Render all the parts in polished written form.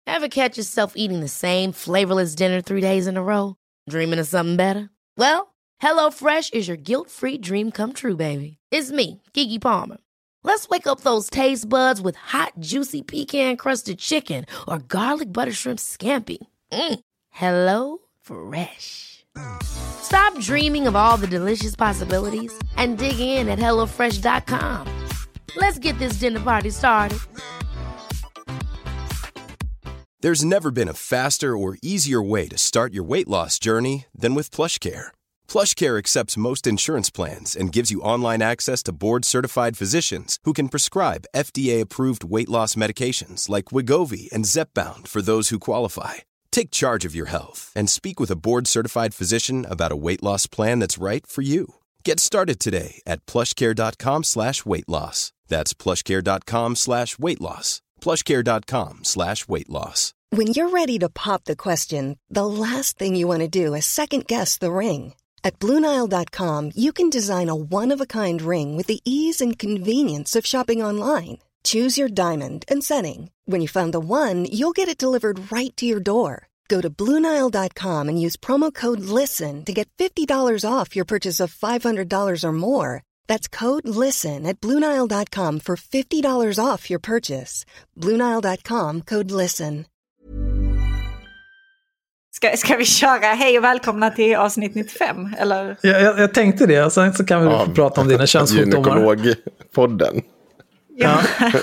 Ever catch yourself eating the same flavorless dinner 3 days in a row? Dreaming of something better? Well, HelloFresh is your guilt-free dream come true, baby. It's me, Keke Palmer. Let's wake up those taste buds with hot, juicy pecan-crusted chicken or garlic butter shrimp scampi. Hello Fresh. Stop dreaming of all the delicious possibilities and dig in at HelloFresh.com. Let's get this dinner party started. There's never been a faster or easier way to start your weight loss journey than with PlushCare. PlushCare accepts most insurance plans and gives you online access to board-certified physicians who can prescribe FDA-approved weight loss medications like Wegovy and Zepbound for those who qualify. Take charge of your health and speak with a board-certified physician about a weight loss plan that's right for you. Get started today at plushcare.com/weightloss. That's plushcare.com/weightloss. plushcare.com/weightloss. When you're ready to pop the question, the last thing you want to do is second-guess the ring. At BlueNile.com, you can design a one-of-a-kind ring with the ease and convenience of shopping online. Choose your diamond and setting. When you find the one, you'll get it delivered right to your door. Go to BlueNile.com and use promo code LISTEN to get $50 off your purchase of $500 or more. That's code LISTEN at BlueNile.com for $50 off your purchase. BlueNile.com, code LISTEN. Ska vi köra hej och välkomna till avsnitt 95? Eller? Jag tänkte det, sen så kan vi prata om dina könssjukdomar. Gynekologpodden. Ja.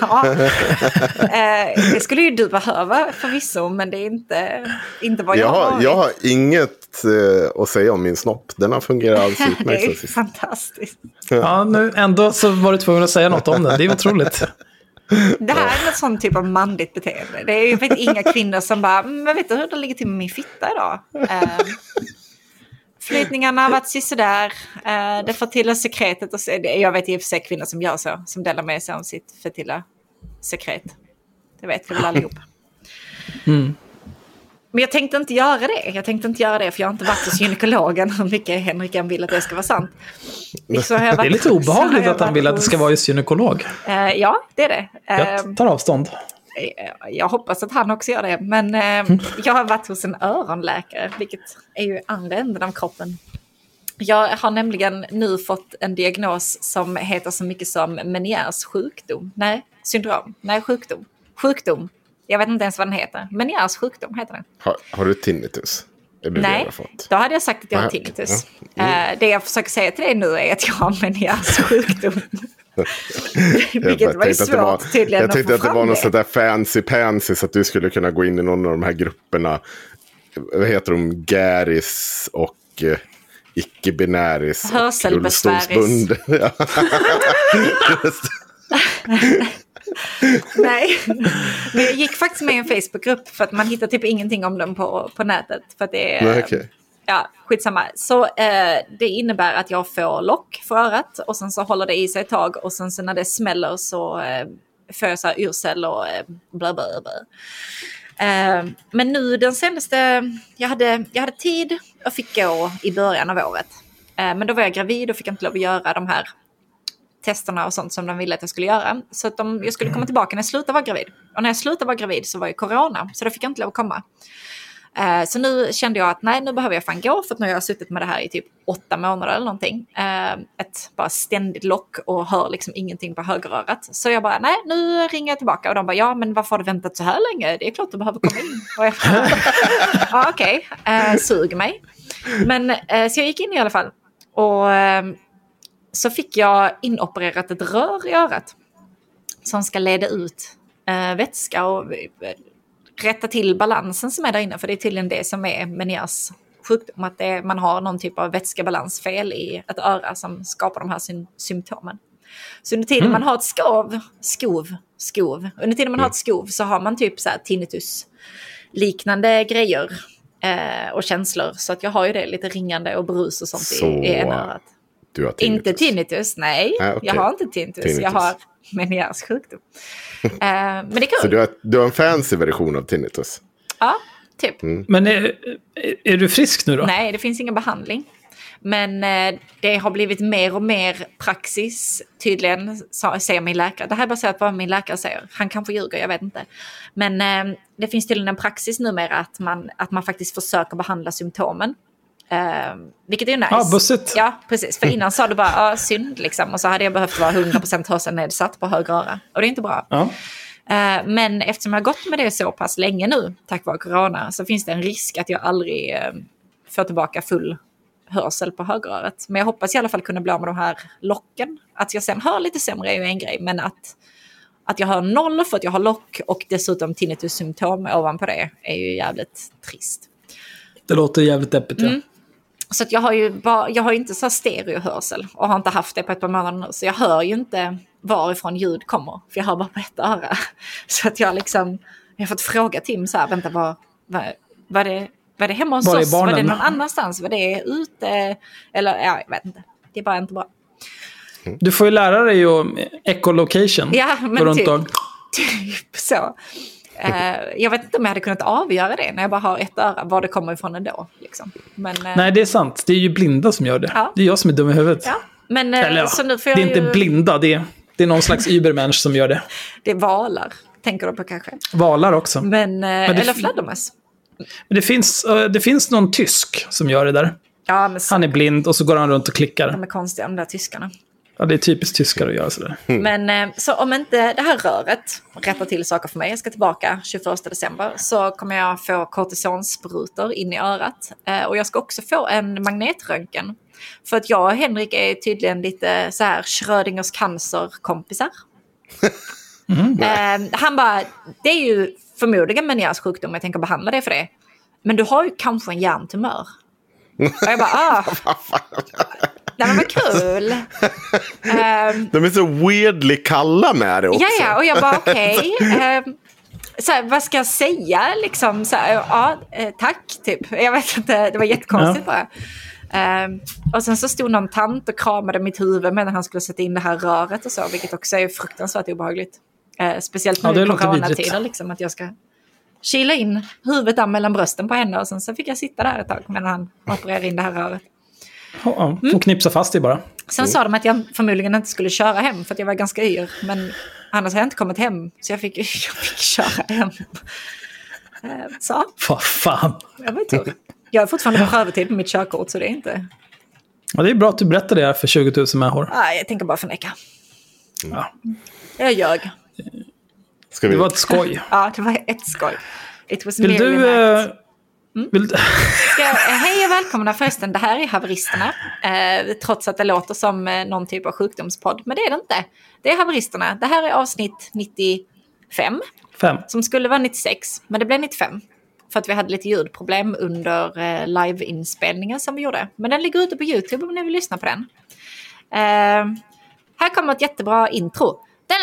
Det skulle ju du behöva förvisso, men det är inte vad jag har. Jag har inget att säga om min snopp. Den har fungerat alldeles utmärkt. Det är fantastiskt. Ja, nu ändå så var du tvungen att säga något om den. Det är otroligt. Det här är ett sånt typ av manligt beteende. Det är ju faktiskt inga kvinnor som bara, men vet du hur det ligger till med min fitta idag? Flytningarna har varit sådär. Det fertila sekretet. Och så, jag vet i och för sig kvinnor som gör så. Som delar med sig om sitt fertila sekret. Det vet vi väl allihop. Mm. Men jag tänkte inte göra det. För jag har inte varit hos gynekologen. Hur mycket Henrik än vill att det ska vara sant. Det är lite obehagligt att han vill att det ska vara just gynekolog. Ja, det är det. Jag tar avstånd. Jag hoppas att han också gör det. Men jag har varit hos en öronläkare. Vilket är ju andra änden av kroppen. Jag har nämligen nu fått en diagnos som heter så mycket som Meniers sjukdom. Nej, syndrom. Nej, sjukdom. Jag vet inte ens vad den heter. Meniers sjukdom heter den. Har du tinnitus? Nej, då hade jag sagt att jag har tinnitus. Det jag försöker säga till dig nu är att jag har Meniers sjukdom. Vilket var ju svårt tydligen. Jag tänkte att det var något sådär fancy så att du skulle kunna gå in i någon av de här grupperna. Vad heter de? Gäris och icke-binäris. Hörselbesväris. Ja. Nej, men jag gick faktiskt med i en Facebookgrupp för att man hittar typ ingenting om dem på nätet. För att det är... Nej, okay. Ja, skitsamma. Så det innebär att jag får lock för örat och sen så håller det i sig ett tag och sen så när det smäller så får jag så här yrsel och bla bla bla. Men nu den senaste, jag hade tid och fick gå i början av året. Men då var jag gravid och fick inte lov att göra de här testerna och sånt som de ville att jag skulle göra. Så att jag skulle komma tillbaka när jag slutade vara gravid. Och när jag slutade vara gravid så var det corona. Så då fick jag inte lov att komma. Så nu kände jag att nej, nu behöver jag fan gå. För att nu har jag suttit med det här i typ 8 månader eller någonting. Ett bara ständigt lock och hör liksom ingenting på högerörat. Så jag bara, nej, nu ringer jag tillbaka. Och de bara, ja men varför har du väntat så här länge? Det är klart du behöver komma in. Och jag ja, okej. Sug mig. Men så jag gick in i alla fall. Och så fick jag inopererat ett rör i örat. Som ska leda ut vätska och rätta till balansen som är där inne. För det är tydligen det som är Meniers sjukdom. Att man har någon typ av vätskebalansfel i ett öra som skapar de här symptomen. Så under tiden man har ett skov. Under tiden man har ett skov så har man typ så här tinnitus liknande grejer och känslor. Så att jag har ju det lite ringande och brus och sånt i ena örat. Du har tinnitus. Inte tinnitus, nej. Okay. Jag har inte tinnitus. Jag har Meniers sjukdom. Men det är kul. Så du har en fancy version av tinnitus? Ja, typ. Men är du frisk nu då? Nej, det finns ingen behandling. Men det har blivit mer och mer praxis, tydligen, säger min läkare. Det här är baserat på vad min läkare säger. Han kanske ljuger, jag vet inte. Men det finns tydligen en praxis numera att man faktiskt försöker behandla symptomen. Vilket är ju nice. Bussigt. Ja, precis. För innan sa du bara synd liksom. Och så hade jag behövt vara 100% hörselnedsatt på höger öra. Och det är inte bra. Ja. Men eftersom jag har gått med det så pass länge nu, tack vare corona, så finns det en risk att jag aldrig får tillbaka full hörsel på högerörat. Men jag hoppas i alla fall kunna bli av med de här locken. Att jag sen hör lite sämre är ju en grej, men att jag hör noll för att jag har lock och dessutom tinnitus-symptom ovanpå det är ju jävligt trist. Det låter jävligt deppigt, ja. Så att jag har ju inte så stereohörsel och har inte haft det på ett par månader nu. Så jag hör ju inte varifrån ljud kommer. För jag hör bara på ett öra. Så att jag har fått fråga Tim så här, vänta, var det hemma hos oss? Var det någon annanstans? Var det ute? Eller, ja, jag vet inte. Det är bara inte bra. Du får ju lära dig ju echolocation. Ja, men typ så. Jag vet inte om jag hade kunnat avgöra det när jag bara har ett öra, var det kommer ifrån ändå. Liksom. Men, nej, det är sant. Det är ju blinda som gör det. Ja. Det är jag som är dum i huvudet. Ja. Men, eller, så nu får jag det är inte blinda, det är någon slags übermensch som gör det. Det är valar, tänker du på kanske? Valar också. Men eller fladdermöss. Men det finns någon tysk som gör det där. Ja, men han är blind och så går han runt och klickar. De är konstiga, de där tyskarna. Ja, det är typiskt tyskar att göra sådär. Men så om inte det här röret rättar till saker för mig, jag ska tillbaka 21 december, så kommer jag få kortisonsprutor in i örat. Och jag ska också få en magnetröntgen. För att jag och Henrik är tydligen lite så här Schrödingers cancerkompisar. Han bara, det är ju förmodligen Meniers sjukdom, jag tänker behandla det för det. Men du har ju kanske en hjärntumör. Och jag bara, det var kul. De är så weirdly kalla med det också. Ja, och jag bara okej. Vad ska jag säga? Liksom, tack, typ. Jag vet inte, det var jättekonstigt bara. Och sen så stod någon tant och kramade mitt huvud medan han skulle sätta in det här röret och så, vilket också är fruktansvärt obehagligt. Speciellt nu i coronatider, liksom, att jag ska kila in huvudet där mellan brösten på henne och sen så fick jag sitta där ett tag medan han opererar in det här röret. Och knipsa fast det bara. Sen sa de att jag förmodligen inte skulle köra hem för att jag var ganska yr. Men annars har jag inte kommit hem. Så jag fick köra hem. Så. Vad fan. Jag är fortfarande på prövotid på mitt körkort så det är inte... Ja, det är bra att du berättar det här för 20 000 människor. Nej, jag tänker bara förneka. Ja. Jag ljög. Det var ett skoj. Ja, det var ett skoj. It was Vill du... Hej och välkomna förresten, det här är Haveristerna. Trots att det låter som någon typ av sjukdomspodd. Men det är det inte. Det är Haveristerna. Det här är avsnitt 95. Som skulle vara 96, men det blev 95. För att vi hade lite ljudproblem under liveinspelningen som vi gjorde. Men den ligger ute på YouTube om ni vill lyssna på den. Här kommer ett jättebra intro.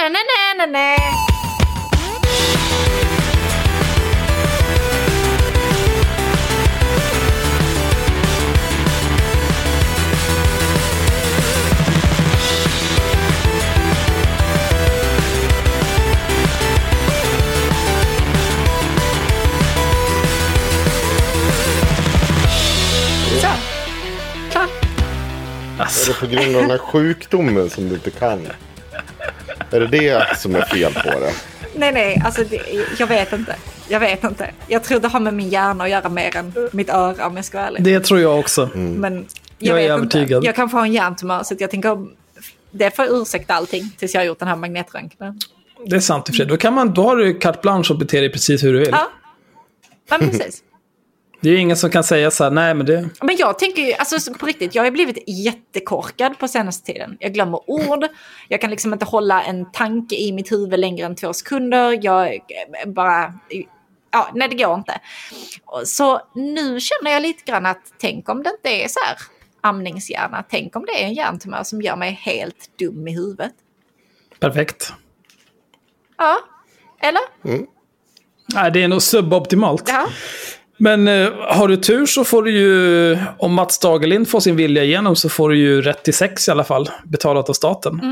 Är det på grund av den här sjukdomen som du inte kan? Är det som är fel på det? Nej, alltså jag vet inte. Jag tror det har med min hjärna att göra mer än mitt öra om jag ska vara ärlig. Det tror jag också. Men jag är övertygad. Inte. Jag kan få en hjärntumör så jag tänker det får ursäkta allting tills jag har gjort den här magnetröntgen. Det är sant i och för sig. Då har du carte blanche och bete dig precis hur du vill. Ja, men precis. Det är ju ingen som kan säga så här, nej men det... Men jag tänker ju, alltså på riktigt, jag har blivit jättekorkad på senaste tiden. Jag glömmer ord, jag kan liksom inte hålla en tanke i mitt huvud längre än 2 sekunder. Jag bara, nej det går inte. Så nu känner jag lite grann att tänk om det inte är så här amningshjärna. Tänk om det är en hjärntumör som gör mig helt dum i huvudet. Perfekt. Ja, eller? Nej, det är nog suboptimalt. Ja. Men har du tur så får du ju, om Mats Dagerlind får sin vilja igenom så får du ju rätt till sex i alla fall, betalat av staten.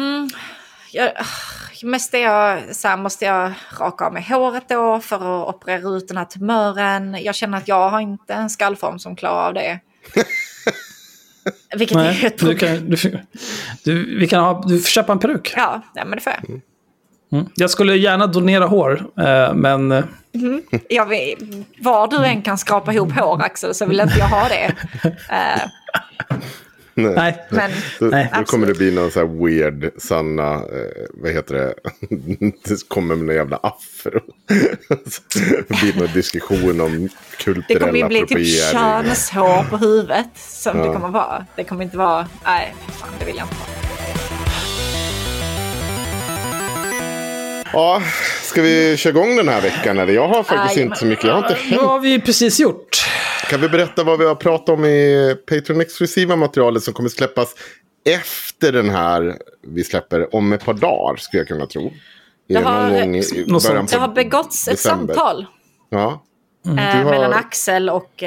Måste jag raka av mig håret då för att operera ut den här tumören? Jag känner att jag har inte en skallform som klarar av det. Vilket är helt du får köpa en peruk. Ja, men det får jag. Jag skulle gärna donera hår, men... Var du än kan skrapa ihop hår, Axel, så vill inte jag ha det. Nej. Men, då kommer det bli någon så här weird, Sanna, vad heter det? Det kommer med någon jävla afro. Det blir någon diskussion om kulturella appropriering. Det kommer bli typ könshår på huvudet som det kommer vara. Det kommer inte vara, nej, fan, det vill jag inte ha. Ja, ska vi köra igång den här veckan? Eller? Jag har faktiskt inte så mycket. Jag har inte hänt. Vad har vi precis gjort? Kan vi berätta vad vi har pratat om i Patreon-exklusiva materialet som kommer släppas efter den här vi släpper om ett par dagar, skulle jag kunna tro. Det har begåtts ett samtal. Ja. Mellan Axel och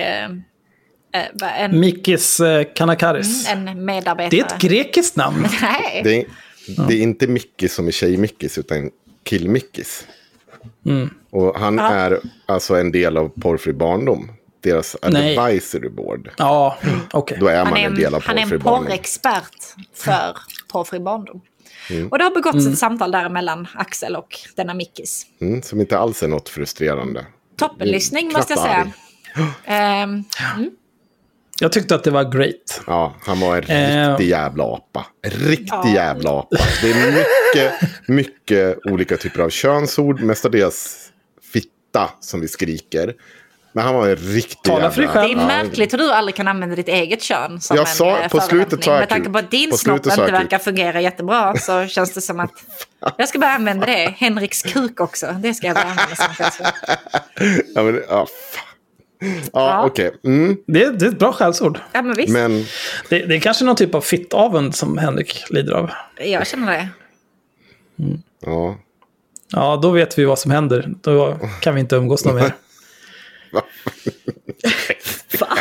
Mikis Kanakaris. En medarbetare. Det är ett grekiskt namn. Nej. Det är inte Mickis som är tjej-Mickis, utan kill-Mickis. Och han är alltså en del av Porrfri barndom. Deras advisory board. Ja, okej. Då är man en del av Han är Porrfri en barndom. porrexpert för Porrfri barndom. Och det har begåtts ett samtal där mellan Axel och denna Mickis. Som inte alls är något frustrerande. Toppenlyssning måste jag säga. Jag tyckte att det var great. Ja, han var en riktig jävla apa. Jävla apa. Det är mycket olika typer av könsord. Mestadels fitta som vi skriker. Men han var en riktig Tala för dig själv. Det är märkligt hur du aldrig kan använda ditt eget kön som jag sa, på slutet sa jag med tanke på att din snopp inte verkar fungera jättebra, så känns det som att jag ska börja använda det. Henriks kuk också. Det ska jag börja använda som skällsord. Okej. Det är ett bra skällsord. Ja, men visst. Men Det är kanske någon typ av fittavund som Henrik lider av. Jag känner det. ja. Ja, då vet vi vad som händer. Då kan vi inte umgås någon mer. Fan.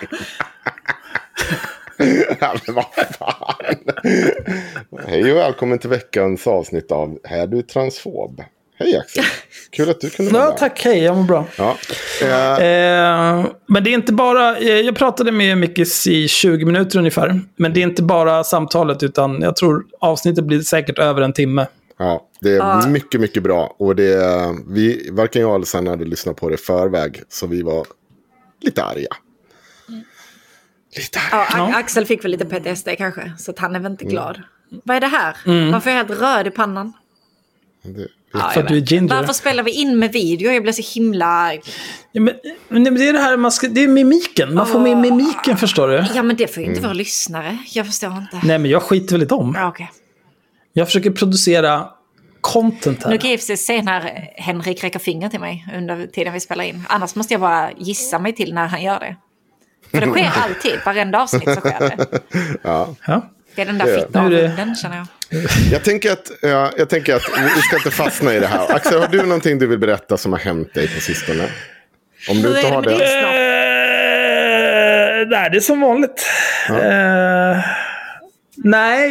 Ja, men vad fan. Hej och välkommen till veckans avsnitt av Är du transfob? Hej Axel. Kul att du kunde vara där. Tack, hej, jag mår bra. Ja. Men det är inte bara... Jag pratade med Mickis i 20 minuter ungefär. Men det är inte bara samtalet, utan jag tror avsnittet blir säkert över en timme. Ja, det är mycket, mycket bra. Och varken jag eller Sanna hade lyssnat på det i förväg. Så vi var lite arga. Ja, Axel fick väl lite PTSD kanske. Så att han är väl inte glad. Vad är det här? Varför är jag helt röd i pannan? För att du är ginger. Varför spelar vi in med video? Jag blir så himla... Ja, men det är det här, det är mimiken. Man får med mimiken, förstår du? Ja, men det får ju inte vara lyssnare. Jag förstår inte. Nej, men jag skiter väl lite om. Ja, okay. Jag försöker producera content här. Nu kan jag se när Henrik räcker finger till mig under tiden vi spelar in. Annars måste jag bara gissa mig till när han gör det. För det sker alltid. Varenda avsnitt så sker det. Ja. Det är den där fitta-avunden, känner jag. Jag tänker att vi ska inte fastna i det här. Axel, har du någonting du vill berätta som har hänt dig på sistone? Om du inte har det. Nej, det är som vanligt. Ja. Nej.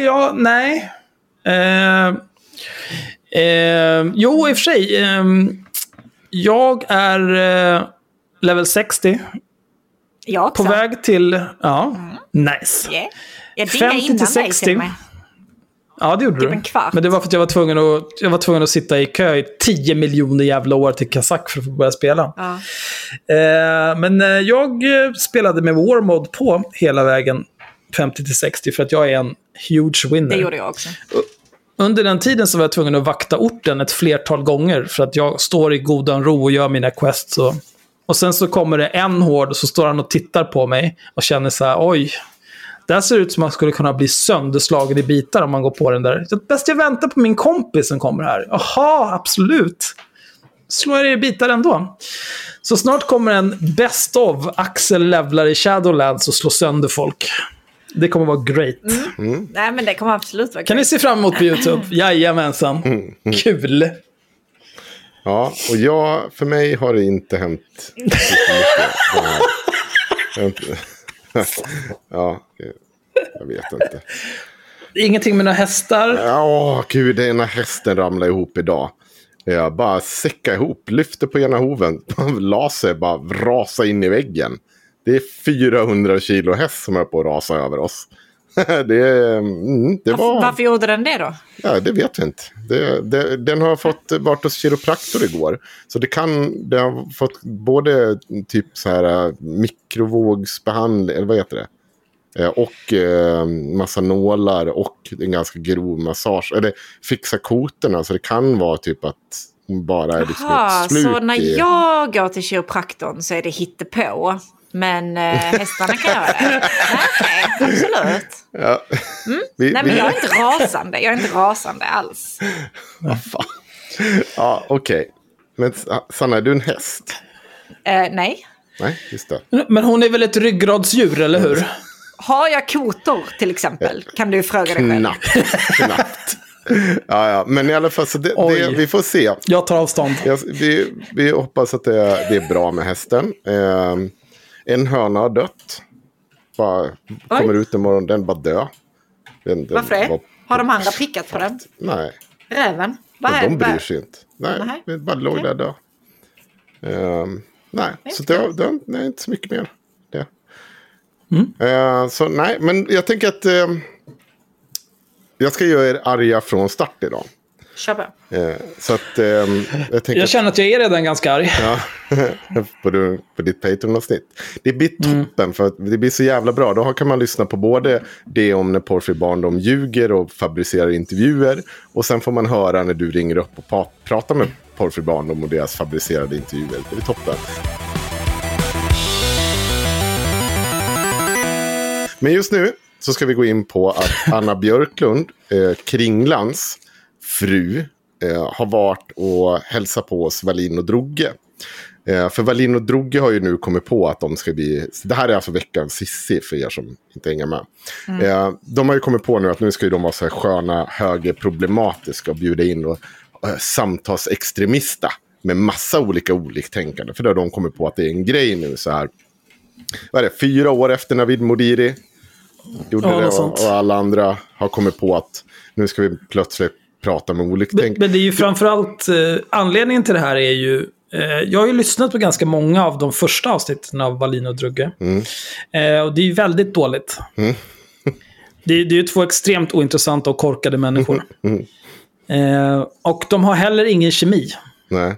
Jo, i och för sig. Jag är level 60. Jag också. På väg till... Ja, nice. Yeah. Jag 50 till 60. Ja, det gjorde typ du. En kvart. Men det var för att jag var tvungen att sitta i kö i 10 miljoner jävla år till Kazak för att få börja spela. Ja. Men jag spelade med War Mode på hela vägen 50 till 60 för att jag är en huge winner. Det gjorde jag också. Under den tiden så var jag tvungen att vakta orten ett flertal gånger för att jag står i godan ro och gör mina quests. Och sen så kommer det en hård och så står han och tittar på mig och känner så här: oj, det här ser ut som att man skulle kunna bli sönderslagen i bitar om man går på den där. Det bäst jag väntar på min kompis som kommer här. Jaha, absolut. Slår jag i bitar ändå. Så snart kommer en best of Axel levlar i Shadowlands och slår sönder folk. Det kommer vara great. Nej, men det kommer absolut vara great. Kan ni se fram emot på YouTube? Jajamensan. Kul. Ja, och för mig har det inte hänt mycket. Ja, jag vet inte. Ingenting med några hästar? Ja, gud, den här hästen ramlade ihop idag. Jag bara säckade ihop, lyfte på ena hoven, la sig, bara rasa in i väggen. Det är 400 kilo häst som är på att rasa över oss. Det var... Varför gjorde den det då? Ja, det vet jag inte. Den har fått varit hos kiropraktor igår. Så det har fått både typ så här mikrovågsbehandling, eller vad heter det? Och massa nålar och en ganska grov massage. Eller fixa koterna, så det kan vara typ att hon bara är liksom ett slut. Så när jag går till kiropraktorn så är det hittepå. Men hästarna kan göra det. Nej, absolut. Ja. Nej, men jag är inte rasande. Jag är inte rasande alls. Vad fan. Ja, okej. Men Sanna, är du en häst? Nej. Nej, just det. Men hon är väl ett ryggradsdjur, eller hur? Har jag kotor till exempel? Kan du fråga dig själv? Knappt. Ja, men i alla fall så vi får se. Jag tar avstånd. Vi hoppas att det är bra med hästen. En höna har dött. Kommer ut imorgon, den bara dö. Varför det? Har de andra pickat på den? Nej. Räven? De bryr sig inte. Nej. Det bara låg där dö. Nej, så det är inte så mycket mer. Så nej, men jag tänker att jag ska göra er arga från start idag. Kör på. Så att jag känner att jag är redan ganska arg. Ja, på ditt Patreon-avsnitt. Det blir toppen för att det blir så jävla bra. Då kan man lyssna på både det om när porrfri barndom ljuger och fabricerar intervjuer. Och sen får man höra när du ringer upp och pratar med porrfri barndom och deras fabricerade intervjuer. Det är toppen. Men just nu så ska vi gå in på att Anna Björklund, Kringlans fru, har varit och hälsat på oss Wallin och Drogge. För Wallin och Drogge har ju nu kommit på att de ska bli... Det här är alltså veckans Sissi för er som inte hänger med. De har ju kommit på nu att nu ska ju de vara så här sköna, högerproblematiska och bjuda in och samtalsextremista med massa olika oliktänkande. För då har de kommit på att det är en grej nu så här. Vad är det? 4 år efter Navid Modiri gjorde det och alla andra har kommit på att nu ska vi plötsligt prata med oliktänkande. Men det är ju framförallt anledningen till det här är ju jag har ju lyssnat på ganska många av de första avsnitten av Wallin och Drugge. Och det är ju väldigt dåligt. Det är ju 2 extremt ointressanta och korkade människor. Och de har heller ingen kemi. Nej.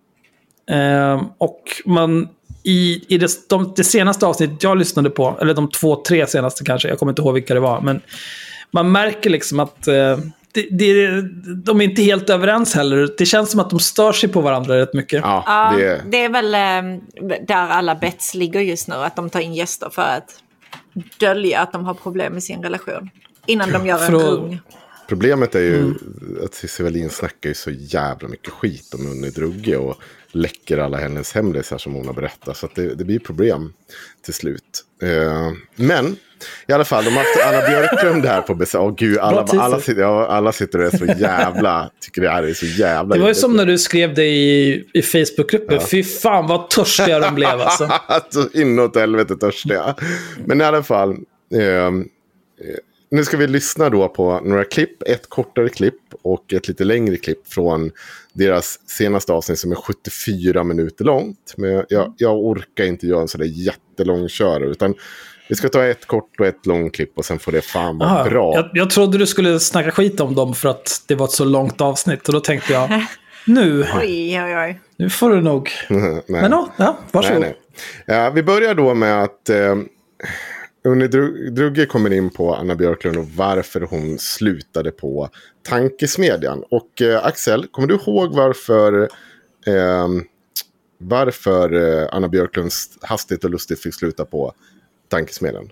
Och man i det senaste avsnittet jag lyssnade på, eller de 2-3 senaste kanske, jag kommer inte ihåg vilka det var, men man märker liksom att de är inte helt överens heller. Det känns som att de stör sig på varandra rätt mycket. Ja, det är väl där alla bets ligger just nu, att de tar in gäster för att dölja att de har problem med sin relation innan de gör en rung. Problemet är ju att Cissi Wallin snackar ju så jävla mycket skit om Unni Drugge och läcker alla hennes hemlisar som hon har berättat. Så att det blir problem till slut. Men i alla fall, de har haft Anna Björklund här på besök. Åh gud, alla sitter och är så jävla, tycker det här är så jävla. Det var ju som när du skrev det i Facebookgruppen. Ja. Fy fan vad törstiga de blev alltså. Alltså inåt helvete törstiga. Men i alla fall, nu ska vi lyssna då på några klipp. Ett kortare klipp och ett lite längre klipp från deras senaste avsnitt som är 74 minuter långt. Men jag orkar inte göra en sådär jättelång köra, utan vi ska ta ett kort och ett långt klipp och sen får det fan vara bra. Jag trodde du skulle snacka skit om dem för att det var ett så långt avsnitt. Och då tänkte jag, nu får du nog. Men varsågod. Nej. Vi börjar då med att Unni Drugge kommer in på Anna Björklund och varför hon slutade på Tankesmedjan. Och Axel, kommer du ihåg varför Anna Björklund hastigt och lustigt fick sluta på Tankesmedjan?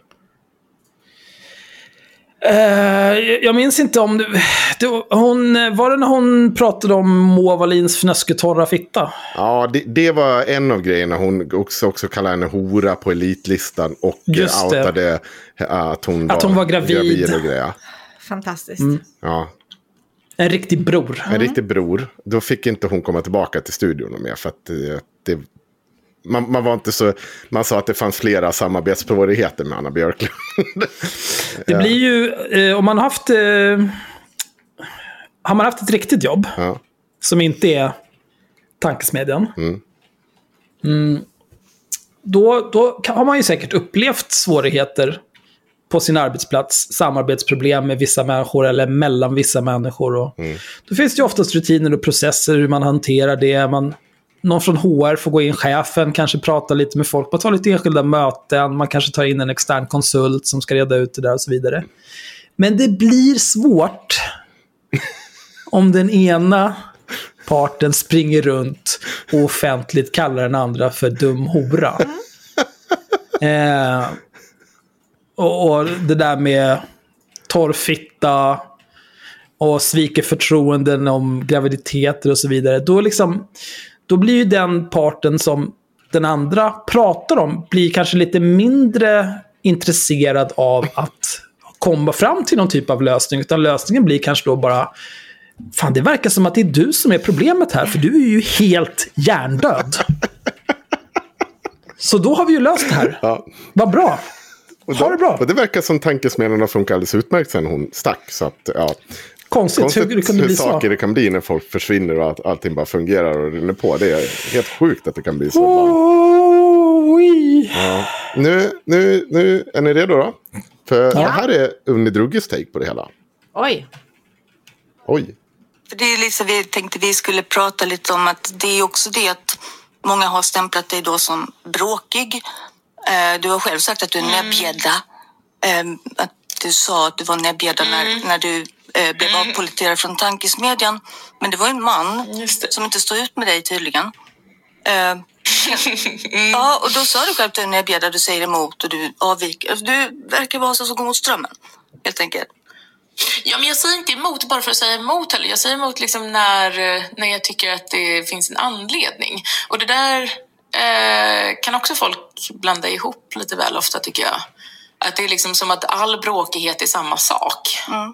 Jag minns inte om var det när hon pratade om Moa Wallins fnösketorra fitta? Ja, det var en av grejerna. Hon också kallade henne hora på elitlistan och outade att hon var gravid och grejer. Fantastiskt. Ja. En riktig bror. En riktig bror. Då fick inte hon komma tillbaka till studion mer för att man var inte så... Man sa att det fanns flera samarbetssvårigheter med Anna Björklund. Det blir ju... Om man har haft ett riktigt jobb som inte är Tankesmedjan, då har man ju säkert upplevt svårigheter på sin arbetsplats, samarbetsproblem med vissa människor eller mellan vissa människor. Och då finns det ju oftast rutiner och processer hur man hanterar det. Någon från HR får gå in, chefen kanske prata lite med folk, man tar lite enskilda möten, man kanske tar in en extern konsult som ska reda ut det där och så vidare. Men det blir svårt om den ena parten springer runt och offentligt kallar den andra för dum hora. Och det där med torrfitta och sviker förtroenden om graviditeter och så vidare. Då blir ju den parten som den andra pratar om blir kanske lite mindre intresserad av att komma fram till någon typ av lösning. Utan lösningen blir kanske då bara, fan, det verkar som att det är du som är problemet här, för du är ju helt hjärndöd. Så då har vi ju löst det här. Ja. Vad bra. Ha det bra. Och det verkar som tankesmedlarna funkar alldeles utmärkt sen hon stack. Så att, ja. Konstigt hur det kan bli så. Saker det kan bli när folk försvinner och att allting bara fungerar och rinner på. Det är helt sjukt att det kan bli så. Ja. Nu är ni redo då? För det här är Unni Drugges take på det hela. Oj. För det är liksom, vi tänkte vi skulle prata lite om att det är också det att många har stämplat dig då som bråkig. Du har själv sagt att du är näbbgädda. Att du sa att du var näbbgädda när du blev avpoliterad från tankesmedjan. Men det var en man som inte står ut med dig tydligen. Ja, och då sa du själv att du är näbbgädda, du säger emot och du avviker. Du verkar vara så som går mot strömmen, helt enkelt. Ja, men jag säger inte emot bara för att säga emot heller. Jag säger emot liksom när jag tycker att det finns en anledning. Och det där kan också folk blanda ihop lite väl ofta, tycker jag. Att det är liksom som att all bråkighet är samma sak. Mm.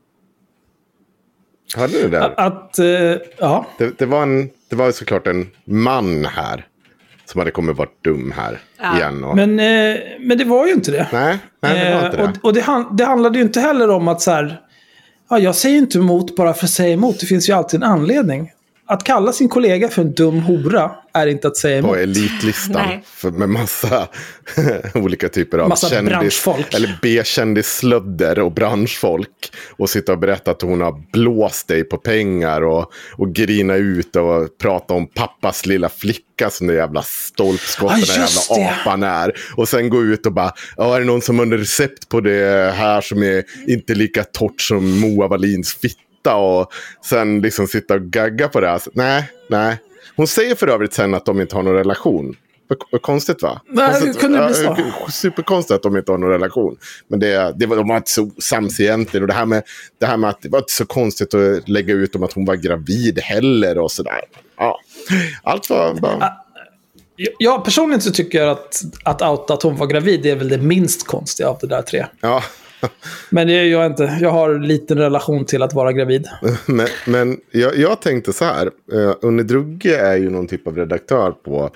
Hörde du det där? Ja. Det var såklart en man här som hade kommit vara dum här igen. Och... Men det var ju inte det. Nej, det var inte det. Och det handlade ju inte heller om att så här, jag säger inte emot bara för att säga emot. Det finns ju alltid en anledning. Att kalla sin kollega för en dum hora är inte att säga emot. På elitlistan med massa olika typer av massa branschfolk. Eller B-kändisslödder och branschfolk. Och sitta och berätta att hon har blåst dig på pengar och grina ut och prata om pappas lilla flicka som det jävla stolpskotten den jävla apan är. Och sen gå ut och bara, är det någon som har recept på det här som är inte lika torrt som Moa Wallins fitta? Och sen liksom sitta och gagga på det här. Nej. Hon säger för övrigt sen att de inte har någon relation. Vad konstigt, va? Nej, det kunde bli så. Superkonstigt att de inte har någon relation. Men de var inte så sams egentligen. Och det här med att det var inte så konstigt att lägga ut om att hon var gravid heller och sådär. Ja, allt var bara... Ja, personligen så tycker jag att outa att hon var gravid, det är väl det minst konstiga av det där tre. Ja. Men det är jag inte. Jag har liten relation till att vara gravid. Men jag tänkte så här. Unni Drugge är ju någon typ av redaktör på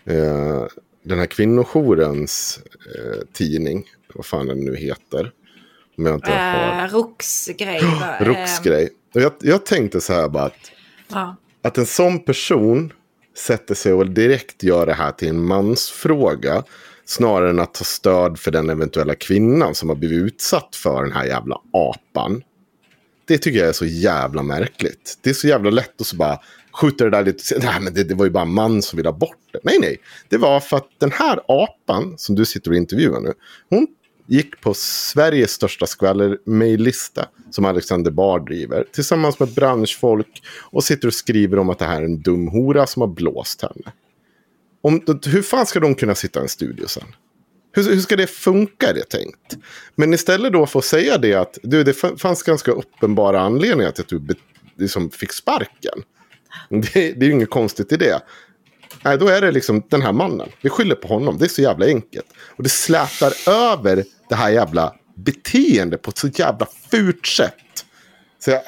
den här kvinnojourens tidning. Vad fan den nu heter. Om jag inte Roxgrej. Roxgrej. Och jag tänkte så här bara att en sån person sätter sig och direkt gör det här till en mansfråga. Snarare än att ta stöd för den eventuella kvinnan som har blivit utsatt för den här jävla apan. Det tycker jag är så jävla märkligt. Det är så jävla lätt att så bara skjuta det där lite. Nej, men det var ju bara en man som ville ha bort det. Nej. Det var för att den här apan som du sitter och intervjuar nu. Hon gick på Sveriges största skvaller-maillista som Alexander Bard driver. Tillsammans med branschfolk. Och sitter och skriver om att det här är en dum hora som har blåst henne. Hur fan ska de kunna sitta i en studio sen? Hur ska det funka, det tänkt? Men istället då få säga det att det fanns ganska uppenbara anledningar till att du liksom fick sparken. Det är ju inget konstigt i det. Nej, då är det liksom den här mannen. Vi skyller på honom. Det är så jävla enkelt. Och det slätar över det här jävla beteendet på ett så jävla fult sätt. Så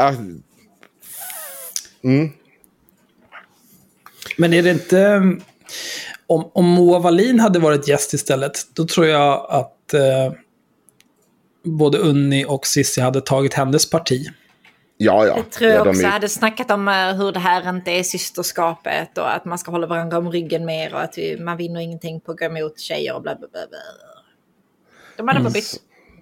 Men är det inte... Om Moa Wallin hade varit gäst istället, då tror jag att både Unni och Sissi hade tagit hennes parti. Ja. Jag tror jag också hade snackat om hur det här inte är systerskapet och att man ska hålla varandra om ryggen mer och att man vinner ingenting på att gå emot tjejer och bla bla bla. De hade bara bytt.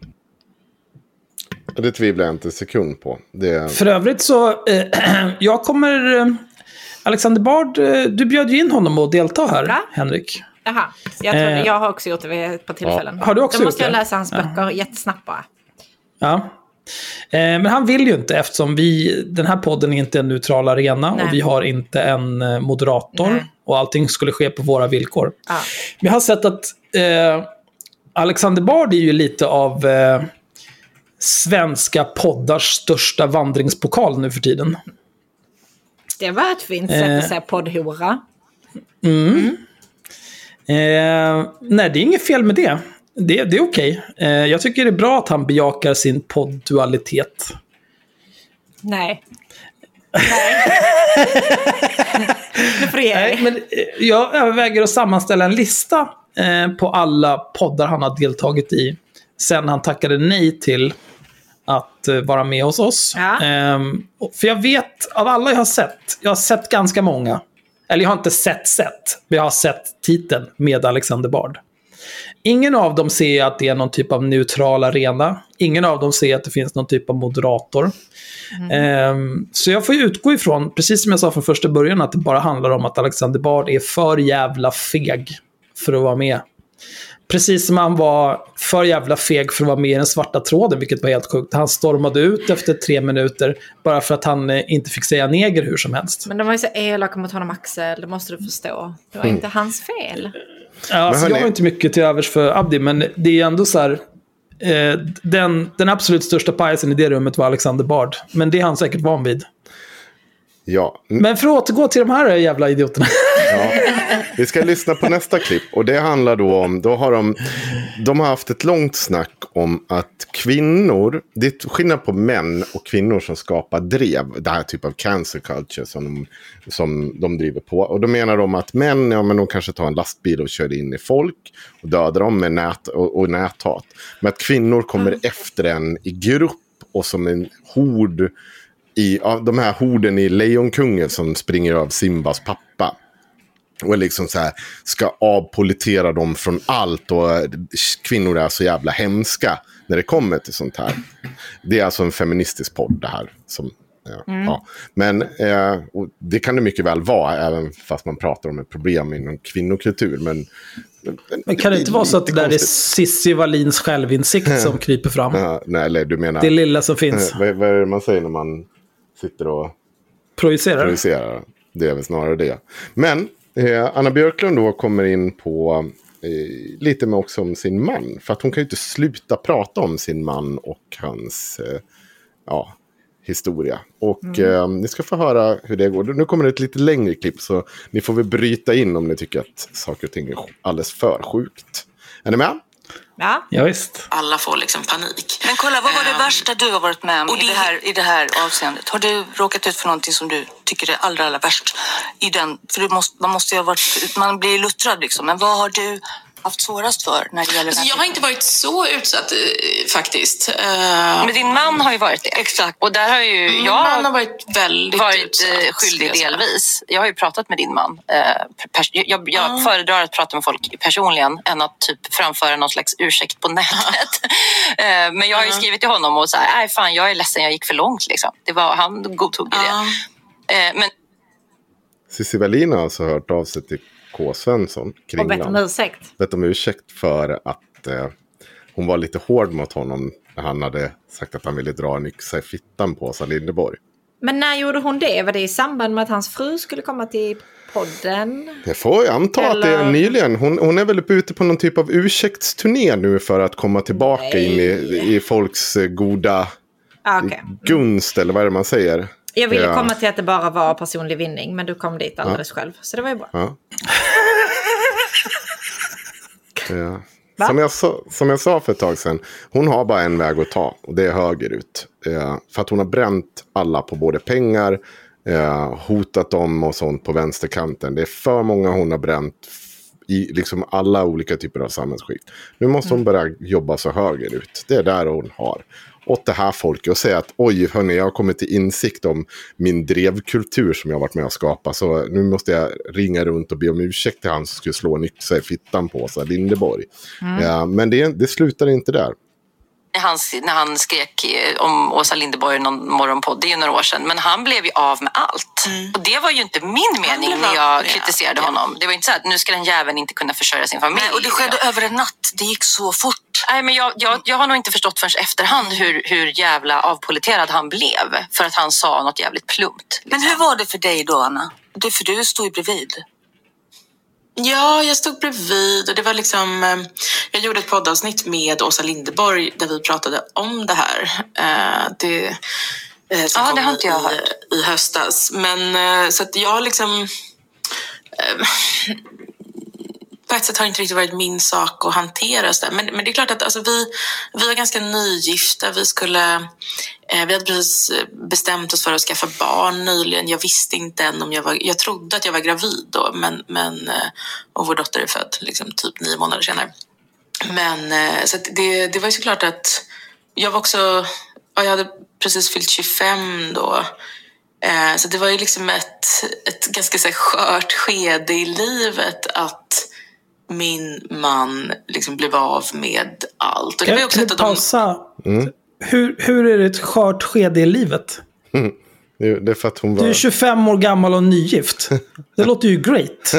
Det tvivlar jag inte en sekund på. För övrigt så, jag kommer... Alexander Bard, du bjöd ju in honom att delta här, Henrik. Jaha, jag har också gjort det vid ett par tillfällen. Ja. Har du också Då gjort måste jag det? läsa hans böcker jättesnabbt bara. Ja. Men han vill ju inte, eftersom den här podden är inte en neutral arena. Nej. Och vi har inte en moderator. Nej. Och allting skulle ske på våra villkor. Ja. Men jag har sett att Alexander Bard är ju lite av svenska poddars största vandringspokal nu för tiden. Det var ett fint sätt att säga poddhora. Nej, det är inget fel med det. Det är okej. Jag tycker det är bra att han bejakar sin poddualitet. Nej. Nej, men jag överväger att sammanställa en lista på alla poddar han har deltagit i sen han tackade nej till att vara med hos oss. Ja. För jag vet, av alla jag har sett ganska många. Eller jag har inte sett, men jag har sett titeln med Alexander Bard. Ingen av dem ser att det är någon typ av neutral arena. Ingen av dem ser att det finns någon typ av moderator. Så jag får ju utgå ifrån, precis som jag sa från första början, att det bara handlar om att Alexander Bard är för jävla feg för att vara med. Precis som han var för jävla feg för att vara med i den svarta tråden, vilket var helt sjukt. Han stormade ut efter 3 minuter bara för att han inte fick säga neger hur som helst. Men de var ju så elaka mot honom, Axel. Det måste du förstå. Det var inte hans fel. Ja, alltså, jag har inte mycket till övers för Abdi, men det är ändå så här... Den absolut största pajsen i det rummet var Alexander Bard. Men det är han säkert van vid. Ja. Men för att återgå till de här jävla idioterna. Ja. Vi ska lyssna på nästa klipp. Och det handlar då om... De har haft ett långt snack om att kvinnor... Det är skillnad på män och kvinnor som skapar drev. Det här typ av cancer culture som de driver på. Och då menar de att män, men de kanske tar en lastbil och kör in i folk och dödar dem med näthat. Men att kvinnor kommer efter en i grupp och som en hord... de här horden i Lejonkungen som springer av Simbas pappa. Och liksom så här ska avpolitera dem från allt. Och kvinnor är så jävla hemska när det kommer till sånt här. Det är alltså en feministisk podd det här. Ja. Men och det kan det mycket väl vara, även fast man pratar om ett problem inom kvinnokultur. Men kan det inte vara så att det där är Cissi Wallins självinsikt som kryper fram? Nej, eller du menar... Det lilla som finns. Vad är det man säger när man sitter och... Projicerar. Det är väl snarare det. Men Anna Björklund då kommer in på lite med också om sin man. För att hon kan ju inte sluta prata om sin man och hans historia. Och ni ska få höra hur det går. Nu kommer det ett lite längre klipp, så ni får väl bryta in om ni tycker att saker och ting är alldeles för sjukt. Är ni med? Ja, visst. Alla får liksom panik. Men kolla, vad var det värsta du har varit med om i det här avseendet? Har du råkat ut för någonting som du tycker är allra värst i den? För man blir luttrad liksom. Men vad har du haft svårast för när det gäller... Jag har inte varit så utsatt faktiskt. Men din man har ju varit det. Exakt. Och där har ju min man har varit väldigt utsatt, skyldig delvis. Jag har ju pratat med din man. Jag föredrar att prata med folk personligen än att typ framföra någon slags ursäkt på nätet. Men jag har ju skrivit till honom och sagt, nej fan, jag är ledsen, jag gick för långt liksom. Han godtog det. Men Cissi Wallin har alltså hört av sig till K. Svensson kring och bett om ursäkt för att hon var lite hård mot honom när han hade sagt att han ville dra en yxa i fittan på Åsa Linderborg. Men när gjorde hon det? Var det i samband med att hans fru skulle komma till podden? Jag får anta att det är nyligen. Hon är väl ute på någon typ av ursäktsturné nu för att komma tillbaka in i folks goda gunst, eller vad är det man säger? Jag ville komma till att det bara var personlig vinning, men du kom dit alldeles själv. Så det var ju bra. Ja. Som jag sa för ett tag sedan, hon har bara en väg att ta, och det är högerut. För att hon har bränt alla på både pengar, hotat dem och sånt på vänsterkanten. Det är för många hon har bränt i liksom alla olika typer av samhällsskikt. Nu måste hon börja jobba så högerut. Det är där hon har. Åt det här folket och säga att oj hörni, jag har kommit till insikt om min drevkultur som jag har varit med att skapa. Så nu måste jag ringa runt och be om ursäkt till han som skulle slå en yxa i fittan på Åsa Linderborg. Ja, men det slutar inte där. När han skrek om Åsa Linderborg någon morgonpodd, det är ju några år sedan, men han blev ju av med allt. Och det var ju inte min mening när jag kritiserade honom. Det var inte så att nu ska den jäveln inte kunna försörja sin familj. Nej, och det skedde över en natt, det gick så fort. Nej, men jag har nog inte förstått förrän efterhand hur jävla avpoliterad han blev för att han sa något jävligt plumpt. Men hur var det för dig då, Anna? För du stod ju bredvid. Ja, jag stod bredvid och det var liksom, jag gjorde ett poddavsnitt med Åsa Linderborg där vi pratade om det här. Det har inte jag hört. I höstas. Men så att jag liksom, på ett sätt har det inte riktigt varit min sak att hantera så där. Men det är klart att alltså, vi var ganska nygifta. Vi hade precis bestämt oss för att skaffa barn nyligen. Jag visste inte än om jag trodde att jag var gravid då. Men och vår dotter är född liksom, typ 9 månader senare. Men så att det var ju såklart att jag var också, jag hade precis fyllt 25 då. Så det var ju liksom ett ganska så här, skört skede i livet att min man liksom blev av med allt. Och det var ju också ett av pausa? Hur är det ett skört skede i livet? Det är för att hon var... Du är 25 år gammal och nygift. Det låter ju great.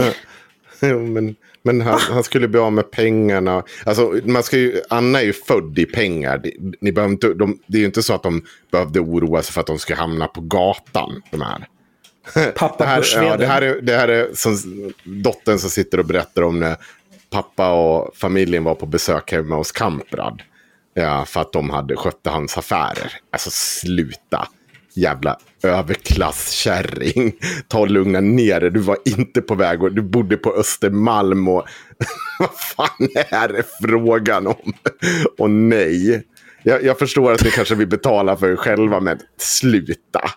Men han skulle bli av med pengarna. Alltså, Anna är ju född i pengar. Ni behöver inte, det är ju inte så att de behövde oroa sig för att de skulle hamna på gatan. De här. Pappa det här är som dottern som sitter och berättar om när pappa och familjen var på besök hemma hos Kamprad. Ja, för att de skötte hans affärer. Alltså sluta. Jävla överklasskärring. Ta och lugna ner dig. Du var inte på väg och du bodde på Östermalm och vad fan är det frågan om? Och nej. Jag förstår att ni kanske vill betala för er själva, men sluta.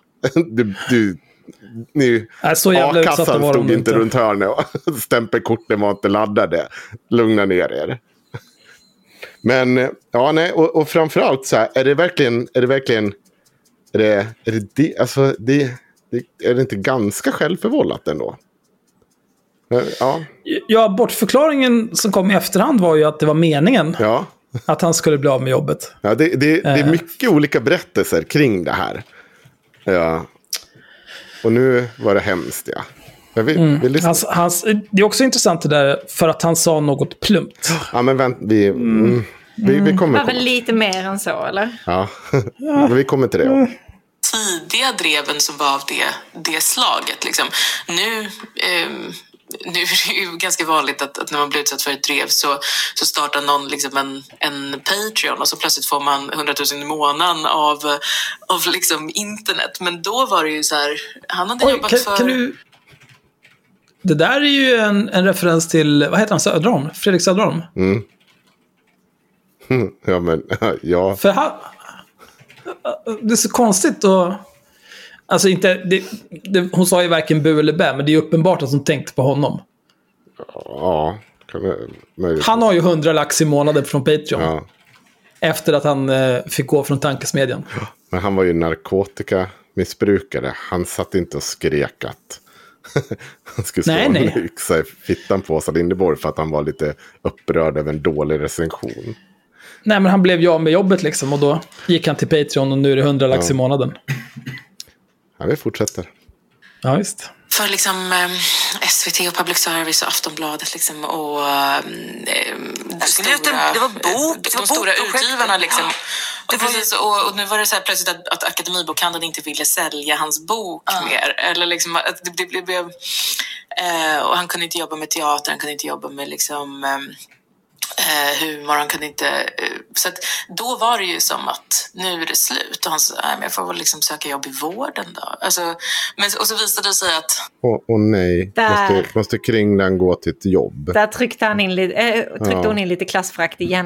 A-kassan stod inte runt hörnet och stämpelkorten var inte laddade. Lugna ner er. Men ja, nej, och framförallt så här, är det inte ganska självförvållat ändå? Ja, bortförklaringen som kom i efterhand var ju att det var meningen att han skulle bli av med jobbet. Ja, det är mycket olika berättelser kring det här. Ja. Och nu var det hemskt, ja. Det är också intressant det där för att han sa något plumpt. Ja, men vänt, vi kommer... Det var väl lite mer än så, eller? Ja, men vi kommer till det. Tidiga dreven som var av det slaget, liksom. Nu är det ju ganska vanligt att när man blir utsatt för ett drev så startar någon liksom en Patreon och så plötsligt får man 100 000 i månaden av liksom internet. Men då var det ju så här, han hade jobbat för... Det där är ju en referens till, vad heter han, Söderholm? Fredrik Söderholm. Ja, men ja. För det är så konstigt och alltså inte hon sa ju varken bu eller bä, men det är uppenbart att hon tänkte på honom. Ja, han har ju 100 lax i månaden från Patreon. Ja. Efter att han fick gå från tankesmedjan. Men han var ju narkotikamissbrukare. Han satt inte och skrek att han skulle slå en yxa i fittan på Åsa Linderborg för att han var lite upprörd över en dålig recension. Nej, men han blev ju av med jobbet liksom och då gick han till Patreon och nu är det 100 lax i månaden. Ja, vi fortsätter. Ja, visst. För liksom SVT och Public Service och Aftonbladet liksom och de stora utgivarna liksom. Och, precis, och nu var det så här plötsligt att Akademibokhandeln inte ville sälja hans bok mer. Eller liksom att det blev och han kunde inte jobba med teater, han kunde inte jobba med liksom humor, han kunde inte så att då var det ju som att nu är det slut och han sa, nej men jag får väl liksom söka jobb i vården då. Alltså, men, och så visade det sig att åh nej, måste Kringlan gå till ett jobb. Där tryckte hon in lite klassfrakt igen.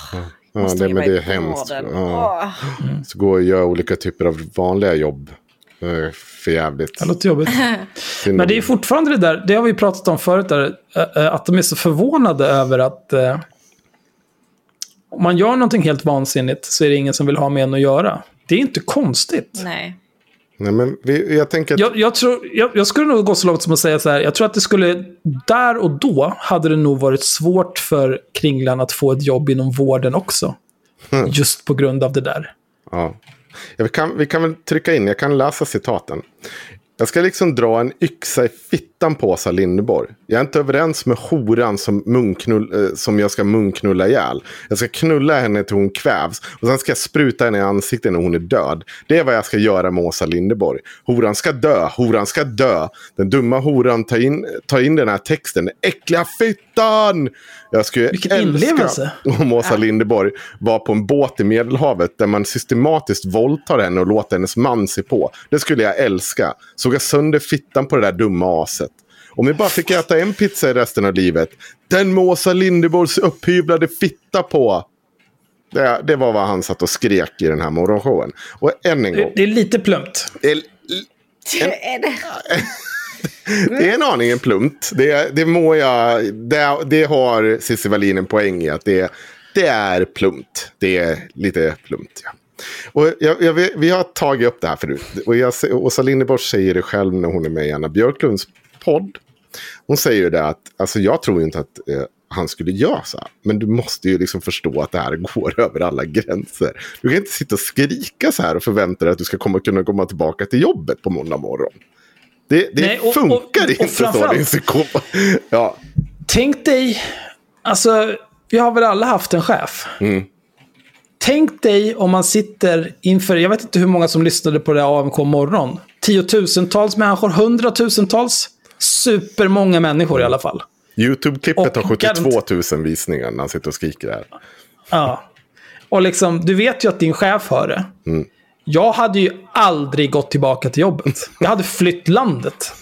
Men det är hemskt. Så gå och göra olika typer av vanliga jobb För jävligt. Det låter jobbigt. Men det är fortfarande det där, det har vi pratat om förut där, att de är så förvånade över att om man gör någonting helt vansinnigt så är det ingen som vill ha med en att göra. Det är inte konstigt. Nej. Nej, men jag tänker att... jag skulle nog gå så långt som att säga så här, jag tror att det skulle, där och då hade det nog varit svårt för Kringlan att få ett jobb inom vården också. Just på grund av det där. Ja. Vi kan väl trycka in, jag kan läsa citaten. Jag ska liksom dra en yxa i fittan på Åsa Linderborg. Jag är inte överens med horan som jag ska munknulla ihjäl. Jag ska knulla henne till hon kvävs. Och sen ska jag spruta henne i ansiktet när hon är död. Det är vad jag ska göra med Åsa Linderborg. Horan ska dö, horan ska dö. Den dumma horan tar in den här texten. Äckliga fittan! Jag skulle älska om Åsa Linderborg var på en båt i Medelhavet där man systematiskt våldtar henne och låter hennes man se på. Det skulle jag älska. Såg jag sönder fittan på det där dumma aset. Om jag bara fick äta en pizza i resten av livet. Den med Åsa Linderborgs upphyvlade fitta på. Det var vad han satt och skrek i den här morgonshowen. Och än en gång. Det är lite plumpt. Det är en aning plumpt. Det må jag... Det har Cissi Wallin en poäng i att det är plumpt. Det är lite plumpt, ja. Och vi har tagit upp det här förut. Och Åsa Linderborg säger det själv när hon är med i Anna Björklunds podd. Hon säger ju det att alltså jag tror inte att han skulle göra så här. Men du måste ju liksom förstå att det här går över alla gränser. Du kan inte sitta och skrika så här och förvänta dig att du ska kunna komma tillbaka till jobbet på måndag morgon. Det funkar inte så. Det är ja. Tänk dig, alltså vi har väl alla haft en chef. Tänk dig om man sitter inför, jag vet inte hur många som lyssnade på det AMK morgon. 10,000-tals människor, 100,000-tals. Supermånga människor i alla fall. YouTube-klippet har 72 000 visningar när han sitter och skriker här. Ja. Och liksom, du vet ju att din chef hör det. Jag hade ju aldrig gått tillbaka till jobbet. Jag hade flytt landet.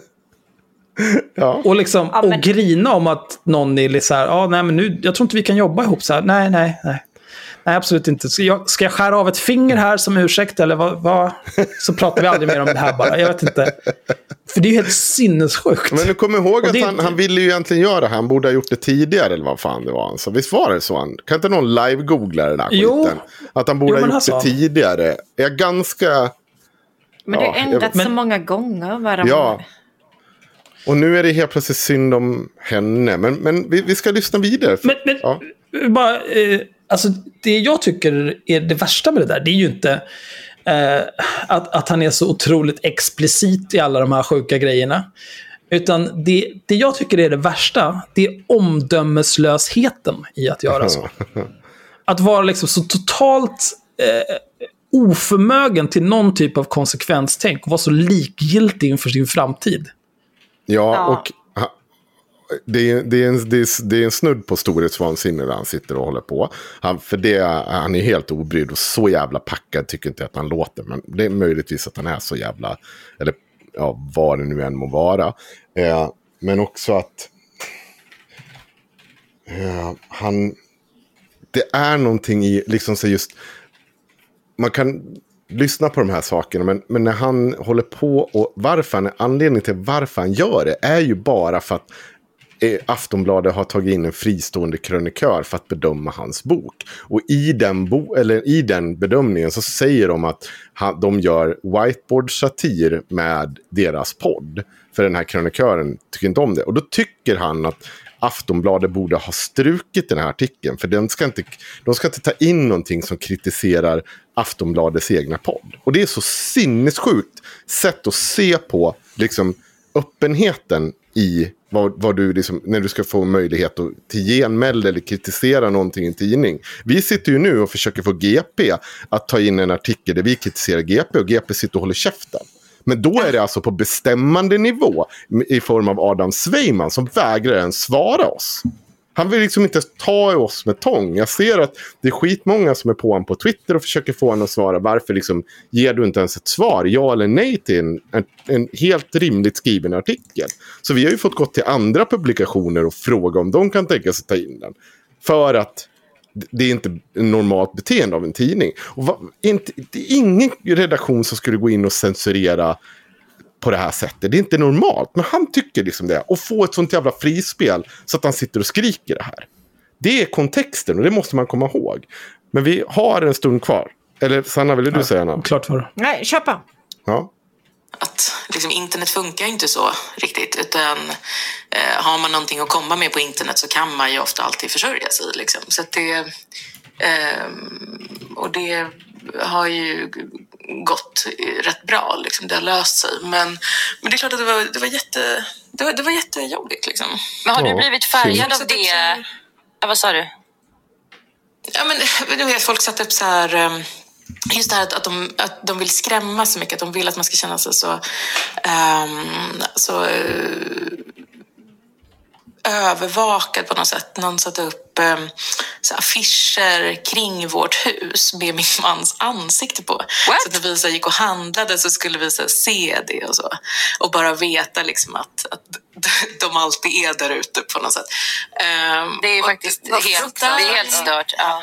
Ja. Och liksom, och grina om att någon är så här, nej men nu, jag tror inte vi kan jobba ihop så här. Nej, absolut inte. Ska jag skära av ett finger här som ursäkt eller vad? Så pratar vi aldrig mer om det här bara. Jag vet inte. För det är ju helt sinnessjukt. Men du kommer ihåg att han ville ju egentligen göra det. Han borde ha gjort det tidigare eller vad fan det var. Så visst var det så? Kan inte någon live-googla det där skiten? Att han borde ha gjort det tidigare. Jag är ganska... Men det har ändrats så många gånger. Ja. Och nu är det helt plötsligt synd om henne. Men vi ska lyssna vidare. Bara... Alltså det jag tycker är det värsta med det där, det är ju inte att han är så otroligt explicit i alla de här sjuka grejerna. Utan det jag tycker är det värsta, det är omdömeslösheten i att göra så. Att vara liksom så totalt oförmögen till någon typ av konsekvenstänk och vara så likgiltig inför sin framtid. Ja, och... Det är en snudd på storhetsvansinne där han sitter och håller på. Han är helt obrydd och så jävla packad, tycker inte att han låter. Men det är möjligtvis att han är så jävla... Eller ja, vad det nu än må vara. Men också att... Det är någonting i... Liksom så just... Man kan lyssna på de här sakerna. Men när han håller på och... Anledningen till varför han gör det är ju bara för att... Aftonbladet har tagit in en fristående krönikör för att bedöma hans bok. Och i den bedömningen så säger de att de gör whiteboard-satir med deras podd. För den här krönikören tycker inte om det. Och då tycker han att Aftonbladet borde ha strukit den här artikeln. För de ska inte ta in någonting som kritiserar Aftonbladets egna podd. Och det är så sinnessjukt sätt att se på liksom öppenheten i vad du liksom, när du ska få möjlighet att till genmäld eller kritisera någonting i en tidning. Vi sitter ju nu och försöker få GP att ta in en artikel där vi kritiserar GP och GP sitter och håller käften. Men då är det alltså på bestämmande nivå i form av Adam Sveiman som vägrar ens svara oss. Han vill liksom inte ta oss med tång. Jag ser att det är skitmånga som är på honom på Twitter och försöker få honom att svara. Varför liksom ger du inte ens ett svar? Ja eller nej till en helt rimligt skriven artikel. Så vi har ju fått gå till andra publikationer och fråga om de kan tänka sig ta in den. För att det är inte normalt beteende av en tidning. Och det är ingen redaktion som skulle gå in och censurera på det här sättet. Det är inte normalt. Men han tycker liksom det. Och få ett sånt jävla frispel så att han sitter och skriker det här. Det är kontexten och det måste man komma ihåg. Men vi har en stund kvar. Eller Sanna, vill du säga något? Klart för. Nej, köpa. Ja. Att liksom, internet funkar inte så riktigt, utan har man någonting att komma med på internet så kan man ju ofta alltid försörja sig liksom. Så att det och det har ju gått rätt bra liksom. Det har löst sig, men det är klart att det var jättejobbigt liksom. Men har du blivit färgad av det? Ja, vad sa du? Ja, men du vet, folk satte upp så här just det här att de vill skrämma så mycket, att de vill att man ska känna sig så övervakad på något sätt. Någon satte upp så affischer kring vårt hus med min mans ansikte på. What? Så att när vi gick och handlade så skulle vi se det och så. Och bara veta liksom att de alltid är där ute på något sätt. Det är faktiskt helt stört. Ja.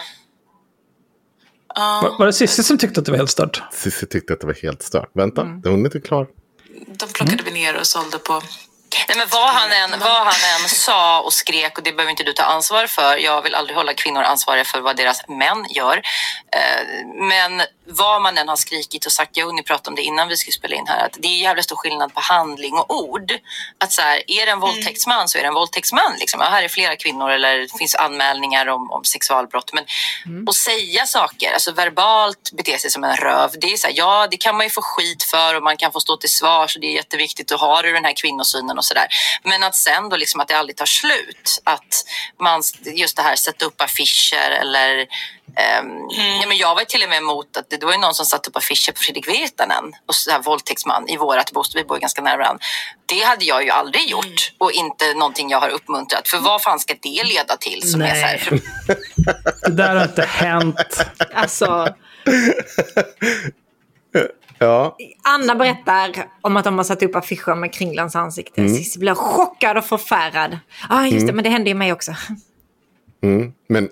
Var det Cissi som tyckte att det var helt stört? Cissi tyckte att det var helt stört. Vänta, det är inte klar. De plockade vi ner och sålde på. Nej, men vad han än sa och skrek, och det behöver inte du ta ansvar för. Jag vill aldrig hålla kvinnor ansvariga för vad deras män gör. Men vad man än har skrikit och sagt, ni pratade om det innan vi skulle spela in här, att det är jävla stor skillnad på handling och ord. Att så här, är det en våldtäktsman så är det en våldtäktsman. Liksom. Ja, här är flera kvinnor, eller det finns anmälningar om sexualbrott. Men att säga saker, alltså verbalt bete sig som en röv, det är så här, det kan man ju få skit för och man kan få stå till svars och det är jätteviktigt att ha den här kvinnosynen och sådär. Men att sen då liksom att det aldrig tar slut, att man just det här sätta upp affischer eller men jag var till och med emot att det var ju någon som satte upp affischer på Fredrik Virtanen och så här våldtäktsman i vårat bostad, vi bor ganska nära varandra. Det hade jag ju aldrig gjort och inte någonting jag har uppmuntrat, för vad fan ska det leda till som är så här? Det där har inte hänt. Alltså Ja. Anna berättar om att de har satt upp affischer med Kringlans ansikte. Cissi blir chockad och förfärad. Just det, men det hände ju mig också. Men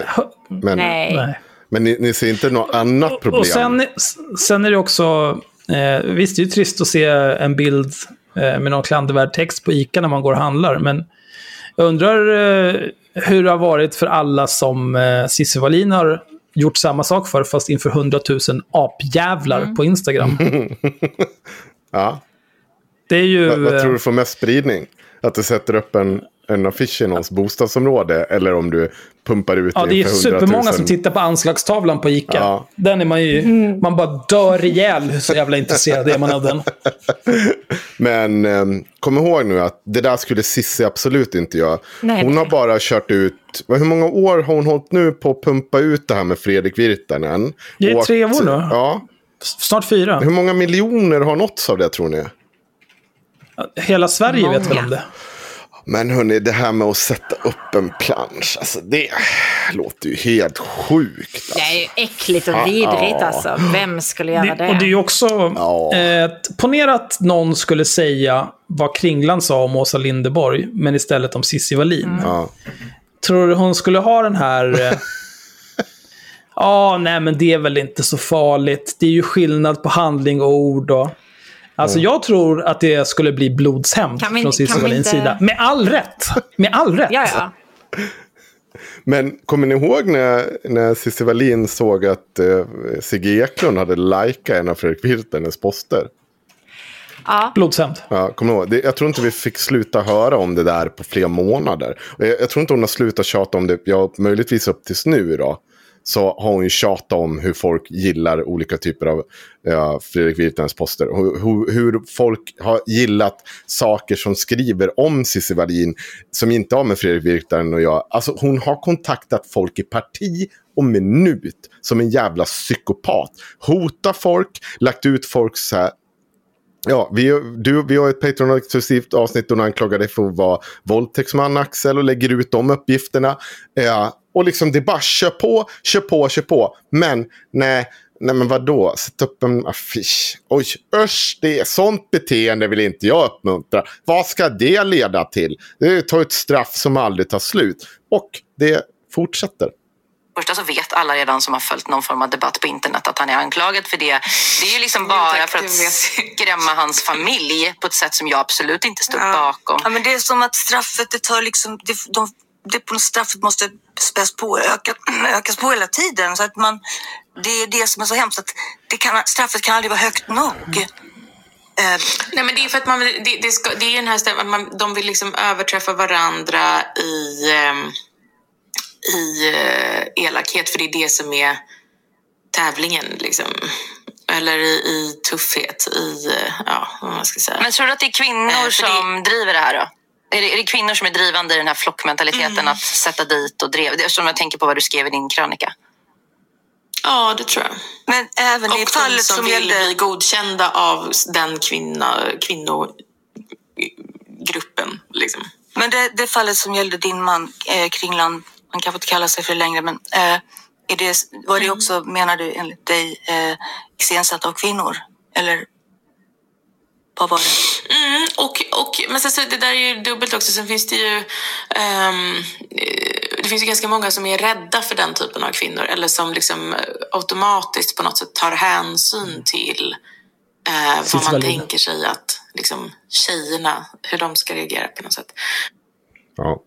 ni ser inte något annat problem. Och sen är det också visst, det är ju trist att se en bild med någon klandervärd text på ICA när man går och handlar, men jag undrar hur det har varit för alla som Cissi Wallin har gjort samma sak för, fast inför 100 000 apjävlar på Instagram. Ja. Det är ju... Vad tror du får mest spridning? Att du sätter upp en affisch i någons bostadsområde, eller om du pumpar ut det är supermånga som tittar på anslagstavlan på ICA. Ja. Den är man ju... Man bara dör ihjäl, så jävla intresserad är man av den. Men kom ihåg nu att det där skulle Cissi absolut inte göra. Hon har bara kört ut... Hur många år har hon hållit nu på att pumpa ut det här med Fredrik Virtanen? Det är 3 år nu. Ja. Snart 4. Hur många miljoner har nåtts av det, tror ni? Hela Sverige vet väl om det. Men hörni, det här med att sätta upp en plansch, alltså det låter ju helt sjukt. Alltså. Det är ju äckligt och vidrigt alltså. Vem skulle göra det? Och det är ju också... ponera att någon skulle säga vad Kringlan sa om Åsa Linderborg, men istället om Cissi Wallin. Tror du hon skulle ha den här... nej, men det är väl inte så farligt. Det är ju skillnad på handling och ord och... Alltså jag tror att det skulle bli blodshämnd från Cissi Wallins sida. Med all rätt. Med all rätt. Ja. Men kommer ni ihåg när Cissi Wallin såg att Sigge Eklund hade likat en av Fredrik Virtanens poster? Ja. Blodshämnd. Ja, kommer ihåg. Jag tror inte vi fick sluta höra om det där på flera månader. Jag tror inte hon har slutat tjata om det. Möjligtvis upp tills nu då. Så har hon ju tjatat om hur folk gillar olika typer av Fredrik Virtanens poster. Hur folk har gillat saker som skriver om Cissi Wallin som inte har med Fredrik Virtanen att göra. Alltså hon har kontaktat folk i parti och minut som en jävla psykopat. Hotar folk, lagt ut folk så här. Ja, vi har ett Patreon-exklusivt avsnitt och anklagar dig för att vara våldtäktsman, Axel, och lägger ut de uppgifterna. Och liksom det bara kör på. Men nej men vadå? Sätt upp en affisch. Oj, det är sånt beteende vill inte jag uppmuntra. Vad ska det leda till? Det tar ett straff som aldrig tar slut. Och det fortsätter. Första så vet alla redan som har följt någon form av debatt på internet att han är anklagad för det. Det är ju liksom bara för att skrämma hans familj på ett sätt som jag absolut inte stod bakom. Ja, men det är som att straffet, det tar liksom, straffet måste späs på, ökas på hela tiden. Så att det är det som är så hemskt, att straffet kan aldrig vara högt nog. Nej, men det är för att det är den här stämman, de vill liksom överträffa varandra i elakhet, för det är det som är tävlingen liksom. Eller i tuffhet, vad man ska säga. Men tror du att det är kvinnor som driver det här då? Är det kvinnor som är drivande i den här flockmentaliteten att sätta dit och drev? Det är som jag tänker på vad du skrev i din krönika. Ja, det tror jag. Men även och i fallet som vill bli godkända av den kvinnogruppen liksom. Men det fallet som gällde din man Kringland, han kanske inte kallar sig för det längre, men var det också, menar du, enligt dig iscensatt av kvinnor? Eller vad var det? Men så det där är ju dubbelt också. Sen finns det ju det finns ju ganska många som är rädda för den typen av kvinnor, eller som liksom automatiskt på något sätt tar hänsyn till vad man tänker sig att liksom tjejerna, hur de ska reagera på något sätt. Ja.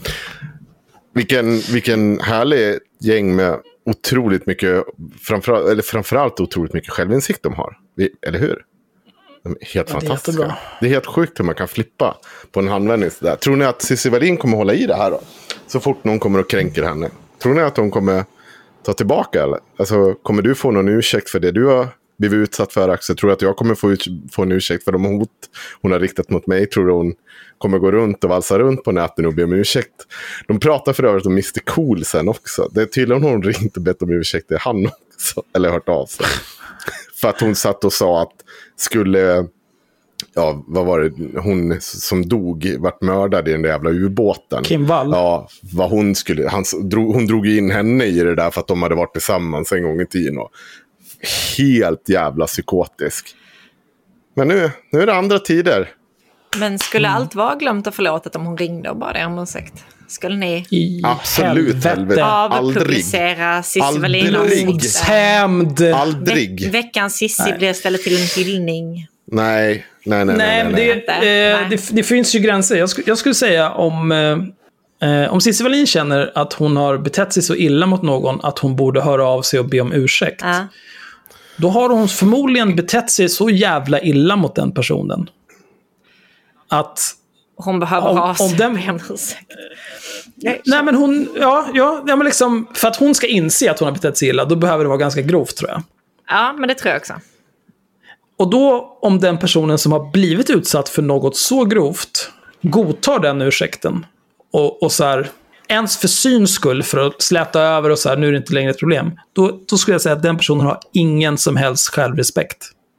Vilken härlig gäng med otroligt mycket, framförallt otroligt mycket självinsikt de har. Eller hur? De är helt fantastiska. Det är helt sjukt hur man kan flippa på en handvändning sådär. Tror ni att Cissi Wallin kommer hålla i det här då? Så fort någon kommer och kränker henne. Tror ni att hon kommer ta tillbaka eller? Alltså, kommer du få någon ursäkt för det du har blivit utsatt för, Axel? Tror du att jag kommer få en ursäkt för de hot hon har riktat mot mig? Tror du hon kommer gå runt och valsa runt på nätet och be om ursäkt? De pratar för övrigt om Mr. Cool sen också. Det är tydligen hon ringt och bett om ursäkt till han också. Eller hört av sig. För att hon satt och sa att skulle... Ja, vad var det? Hon som dog vart mördad i den där jävla ubåten. Kim Wall. Ja, vad hon skulle... Hon drog in henne i det där för att de hade varit tillsammans en gång i tiden. Och helt jävla psykotisk. Men nu är det andra tider. Men skulle allt vara glömt och förlåtet om hon ringde och bad om ursäkt? Skulle ni absolut avpublicera Cissi Wallin? Aldrig. Veckans Cissi blir ställd till en hyllning. Nej. Det finns ju gränser. Jag skulle säga om Cissi Wallin känner att hon har betett sig så illa mot någon att hon borde höra av sig och be om ursäkt. Då har hon förmodligen betett sig så jävla illa mot den personen att hon behöver ha sig be om ursäkt. Nej, men hon men liksom, för att hon ska inse att hon har betett sig illa, då behöver det vara ganska grovt, tror jag. Ja, men det tror jag också. Och då, om den personen som har blivit utsatt för något så grovt godtar den ursäkten och så här, ens för syns skull, för att släta över och så här, nu är det inte längre ett problem, då skulle jag säga att den personen har ingen som helst självrespekt.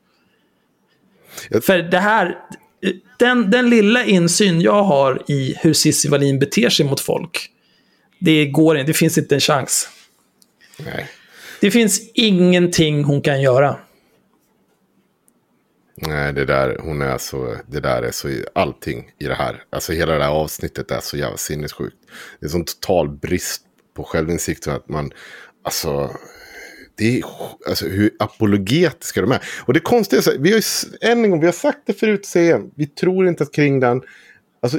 För det här, den lilla insyn jag har i hur Cissi Wallin beter sig mot folk, det går inte, det finns inte en chans. Nej. Det finns ingenting hon kan göra. Nej, det där är så allting i det här. Alltså hela det här avsnittet är så jävla sinnessjukt. Det är sån total brist på självinsikt att man, alltså hur apologetiska de är. Och det konstiga är så, vi har sagt det förut, vi tror inte att Kringland, alltså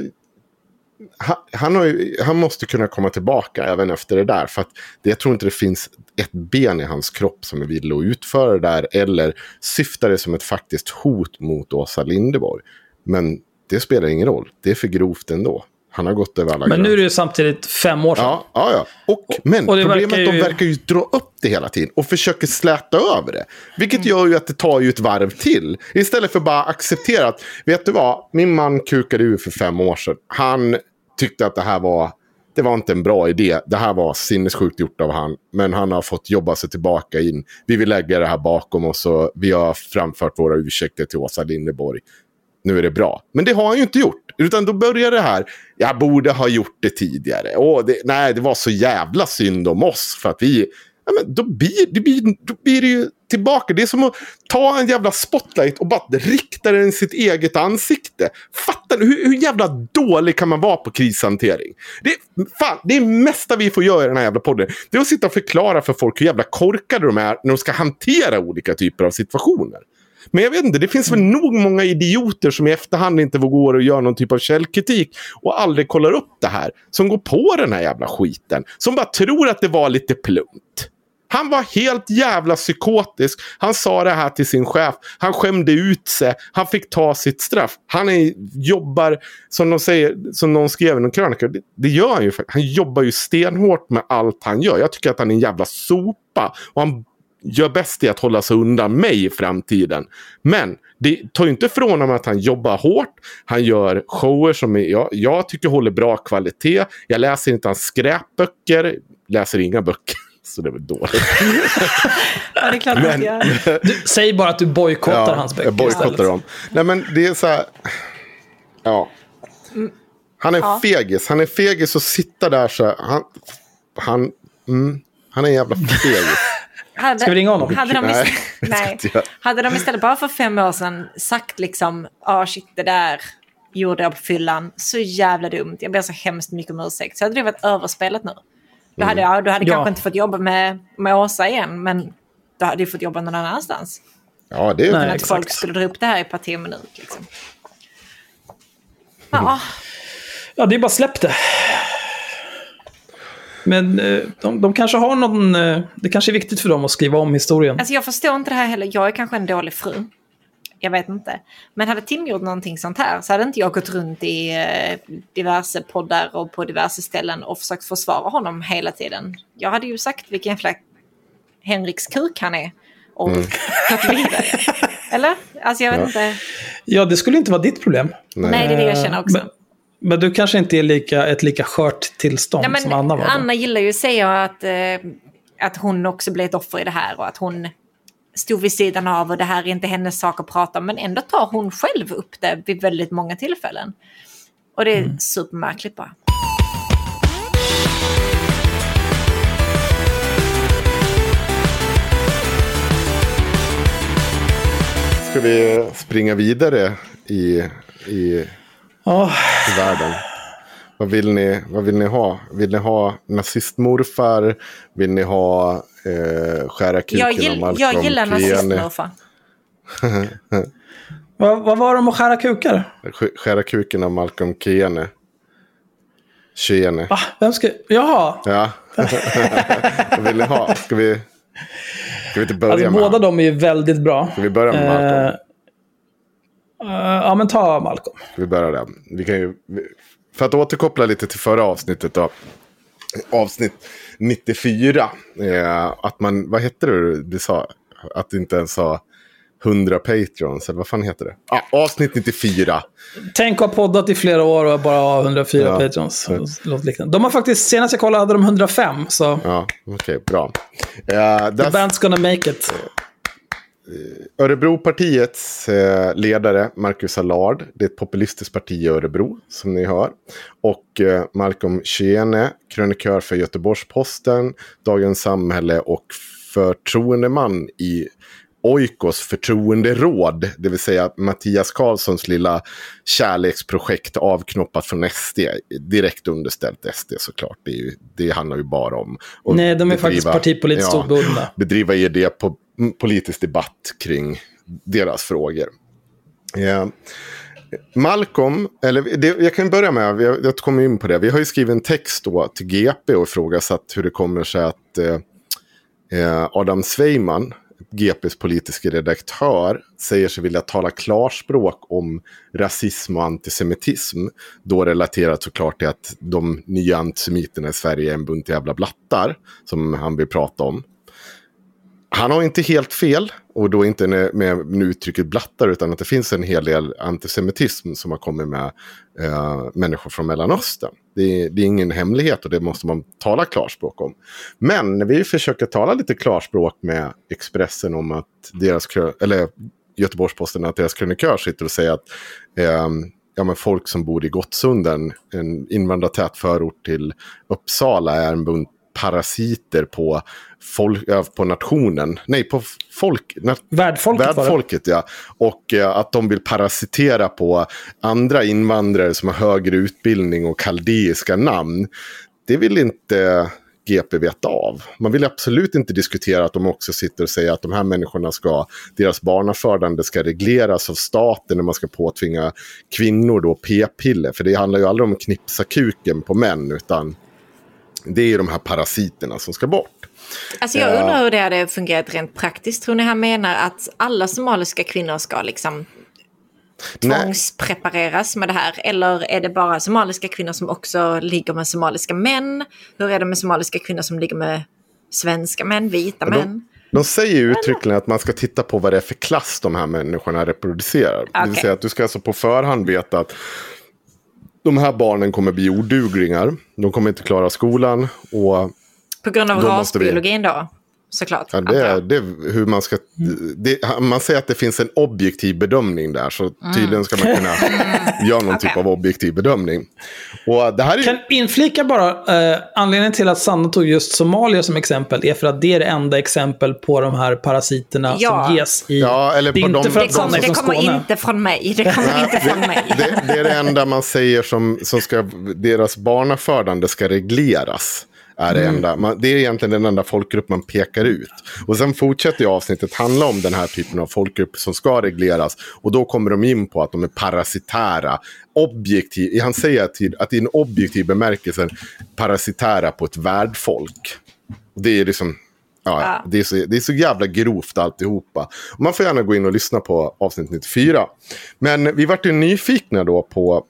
han måste kunna komma tillbaka även efter det där, för att jag tror inte det finns ett ben i hans kropp som är villig att utföra det där eller syftar det som ett faktiskt hot mot Åsa Linderborg. Men det spelar ingen roll, det är för grovt ändå. Han har gått över alla gränser. Men nu är det ju samtidigt 5 år sedan. Ja. Men problemet är att de verkar ju dra upp det hela tiden och försöker släta över det. Vilket gör ju att det tar ju ett varv till. Istället för bara acceptera att, vet du vad, min man kukade ur för 5 år sedan. Han tyckte att det var inte en bra idé. Det här var sinnessjukt gjort av han. Men han har fått jobba sig tillbaka in. Vi vill lägga det här bakom oss och vi har framfört våra ursäkter till Åsa Linderborg. Nu är det bra. Men det har han ju inte gjort. Utan då börjar det här. Jag borde ha gjort det tidigare. Det var så jävla synd om oss. För att vi... Ja, men då blir det ju tillbaka. Det är som att ta en jävla spotlight och bara rikta den i sitt eget ansikte. Fattar du? Hur jävla dålig kan man vara på krishantering? Det är mesta vi får göra i den här jävla podden. Det är att sitta och förklara för folk hur jävla korkade de är när de ska hantera olika typer av situationer. Men jag vet inte, det finns väl nog många idioter som i efterhand inte vågar och göra någon typ av källkritik och aldrig kollar upp det här. Som går på den här jävla skiten. Som bara tror att det var lite plumpt. Han var helt jävla psykotisk. Han sa det här till sin chef. Han skämde ut sig. Han fick ta sitt straff. Han jobbar, som de säger, som någon skrev i någon krönika. Det gör han ju. Han jobbar ju stenhårt med allt han gör. Jag tycker att han är en jävla sopa. Och han gör bäst i att hålla sig undan mig i framtiden. Men det tar ju inte från honom att han jobbar hårt. Han gör shower som jag tycker håller bra kvalitet. Jag läser inte hans skräpböcker. Läser inga böcker. Så det är väl dåligt. Ja, det är klart att jag... Säg bara att du bojkottar hans böcker. Jag bojkottar dem. Nej, men det är så här... Ja. Han är fegis. Han är fegis och sitter där så han är en jävla fegis. Ska vi ringa honom? Hade de istället bara för 5 år sedan sagt liksom, shit, det där gjorde jag på fyllan. Så jävla dumt. Jag ber så hemskt mycket om ursäkt. Så hade det varit överspelat nu. Du hade kanske inte fått jobba med Åsa igen, men du hade ju fått jobba någon annanstans. Ja, det är att exakt. Folk skulle dra upp det här i parti och minut liksom. Ja, det är bara släpp det. Men de kanske har någon... Det kanske är viktigt för dem att skriva om historien. Alltså jag förstår inte det här heller. Jag är kanske en dålig fru. Jag vet inte. Men hade Tim gjort någonting sånt här så hade inte jag gått runt i diverse poddar och på diverse ställen och försökt försvara honom hela tiden. Jag hade ju sagt vilken jävla Henriks kuk han är och gått vidare. Eller? Alltså jag vet inte. Ja, det skulle inte vara ditt problem. Nej, det är det jag känner också. Men du kanske inte är ett lika skört tillstånd som Anna var. Anna gillar ju att säga att hon också blev ett offer i det här och att hon stod vid sidan av och det här är inte hennes sak att prata om, men ändå tar hon själv upp det vid väldigt många tillfällen. Och det är supermärkligt bara. Ska vi springa vidare i världen? Vad vill ni ha? Vill ni ha nazistmorfar? Vill ni ha skära kuken av Malcolm? Jag gillar nazistmorfar. Vad var de att skära kukar? Skära kuken av Malcolm Kiene. Va? Vem ska... Jaha. Ja. Vad vill ni ha? Ska vi inte börja med? Båda de är ju väldigt bra. Ska vi börja med Malcolm? Ja, men ta Malcolm. Ska vi börja där? Vi kan ju... För att återkoppla lite till förra avsnittet då. Avsnitt 94. Att man, vad heter det du sa? Att det inte ens sa 100 Patreons. Eller vad fan heter det? Avsnitt 94. Tänk att ha poddat i flera år och bara ha 104 Patreons. De har faktiskt, senast jag kollade hade de 105. Så. Ja, okej, bra. The band's gonna make it. Örebropartiets ledare Marcus Allard, det är ett populistiskt parti i Örebro som ni hör, och Malcolm Kiene, krönikör för Göteborgs-Posten, Dagens Samhälle och förtroendeman i Oikos förtroenderåd, det vill säga Mattias Karlssons lilla kärleksprojekt avknoppat från SD, direkt underställt SD såklart. Det handlar ju bara om nej, de är faktiskt partipolitiskt obundna. Bedriva idé på politisk debatt kring deras frågor. Malcolm, jag kan börja med, jag kommer in på det. Vi har ju skrivit en text då till GP och ifrågasatt hur det kommer sig att Adam Sveiman, GPs politiska redaktör, säger sig vilja tala klarspråk om rasism och antisemitism. Då relaterat såklart till att de nya antisemiterna i Sverige är en bunt jävla blattar som han vill prata om. Han har inte helt fel, och då inte med uttrycket blattar, utan att det finns en hel del antisemitism som har kommit med människor från Mellanöstern. Det är ingen hemlighet, och det måste man tala klarspråk om. Men när vi försöker tala lite klarspråk med Expressen om att Göteborgs-Posten, att deras krönikör sitter och säger att men folk som bor i Gottsunden, en invandrartät förort till Uppsala, är en bunt parasiter på på nationen. Nej, på värdfolket, ja. Och att de vill parasitera på andra invandrare som har högre utbildning och kaldeiska namn. Det vill inte GP veta av. Man vill absolut inte diskutera att de också sitter och säger att de här människorna deras barnafödande ska regleras av staten när man ska påtvinga kvinnor då p-piller. För det handlar ju aldrig om att knipsa kuken på män, utan det är ju de här parasiterna som ska bort. Alltså jag undrar hur det hade fungerat rent praktiskt. Tror ni han menar att alla somaliska kvinnor ska liksom tvångsprepareras med det här? Eller är det bara somaliska kvinnor som också ligger med somaliska män? Hur är det med somaliska kvinnor som ligger med svenska män, vita män? De säger ju uttryckligen att man ska titta på vad det är för klass de här människorna reproducerar. Okay. Det vill säga att du ska alltså på förhand veta att de här barnen kommer bli oduglingar. De kommer inte klara skolan. Och på grund av rasbiologin då? Såklart. Ja, det är hur man ska... man säger att det finns en objektiv bedömning där. Så tydligen ska man kunna göra någon typ av objektiv bedömning. Och det här är... Kan inflika bara... anledningen till att Sanna tog just Somalia som exempel är för att det är det enda exempel på de här parasiterna som ges i... Ja, eller det på inte för att det kommer inte från mig. Det kommer inte från mig. Det är det enda man säger som ska... Deras barnafödande ska regleras. Är det är egentligen den enda folkgrupp man pekar ut. Och sen fortsätter ju avsnittet handla om den här typen av folkgrupp som ska regleras. Och då kommer de in på att de är parasitära. Han säger att i en objektiv bemärkelse parasitära på ett värdfolk. Det är liksom... Ja. Det är så jävla grovt alltihopa. Och man får gärna gå in och lyssna på avsnitt 94. Men vi vart ju nyfikna då på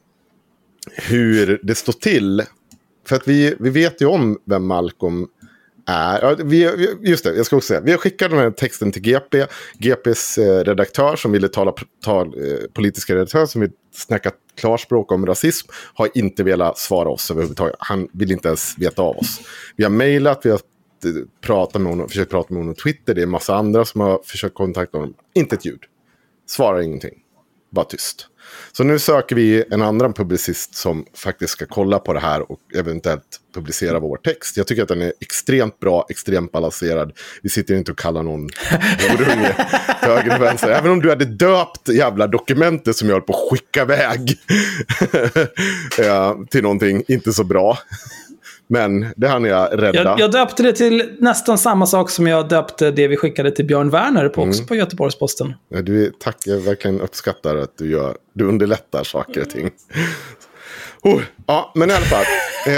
hur det står till. För att vi vet ju om vem Malcolm är. Ja, just det, jag ska också säga. Vi har skickat den här texten till GP. GPs redaktör som ville politiska redaktör som vill snacka klarspråk om rasism har inte velat svara oss överhuvudtaget. Han vill inte ens veta av oss. Vi har mejlat, vi har försökt prata med honom på Twitter. Det är en massa andra som har försökt kontakta honom. Inte ett ljud. Svarar ingenting. Bara tyst. Så nu söker vi en annan publicist som faktiskt ska kolla på det här och eventuellt publicera vår text. Jag tycker att den är extremt bra, extremt balanserad. Vi sitter inte och kallar någon horunge till höger och vänster. Även om du hade döpt jävla dokumentet som jag höll på att skicka iväg till någonting inte så bra. Men det hann jag rädda. Jag döpte det till nästan samma sak som jag döpte det vi skickade till Björn Werner på, också på Göteborgs-Posten. Ja, tack, jag verkligen uppskattar att du underlättar saker och ting. Ja, men i alla fall.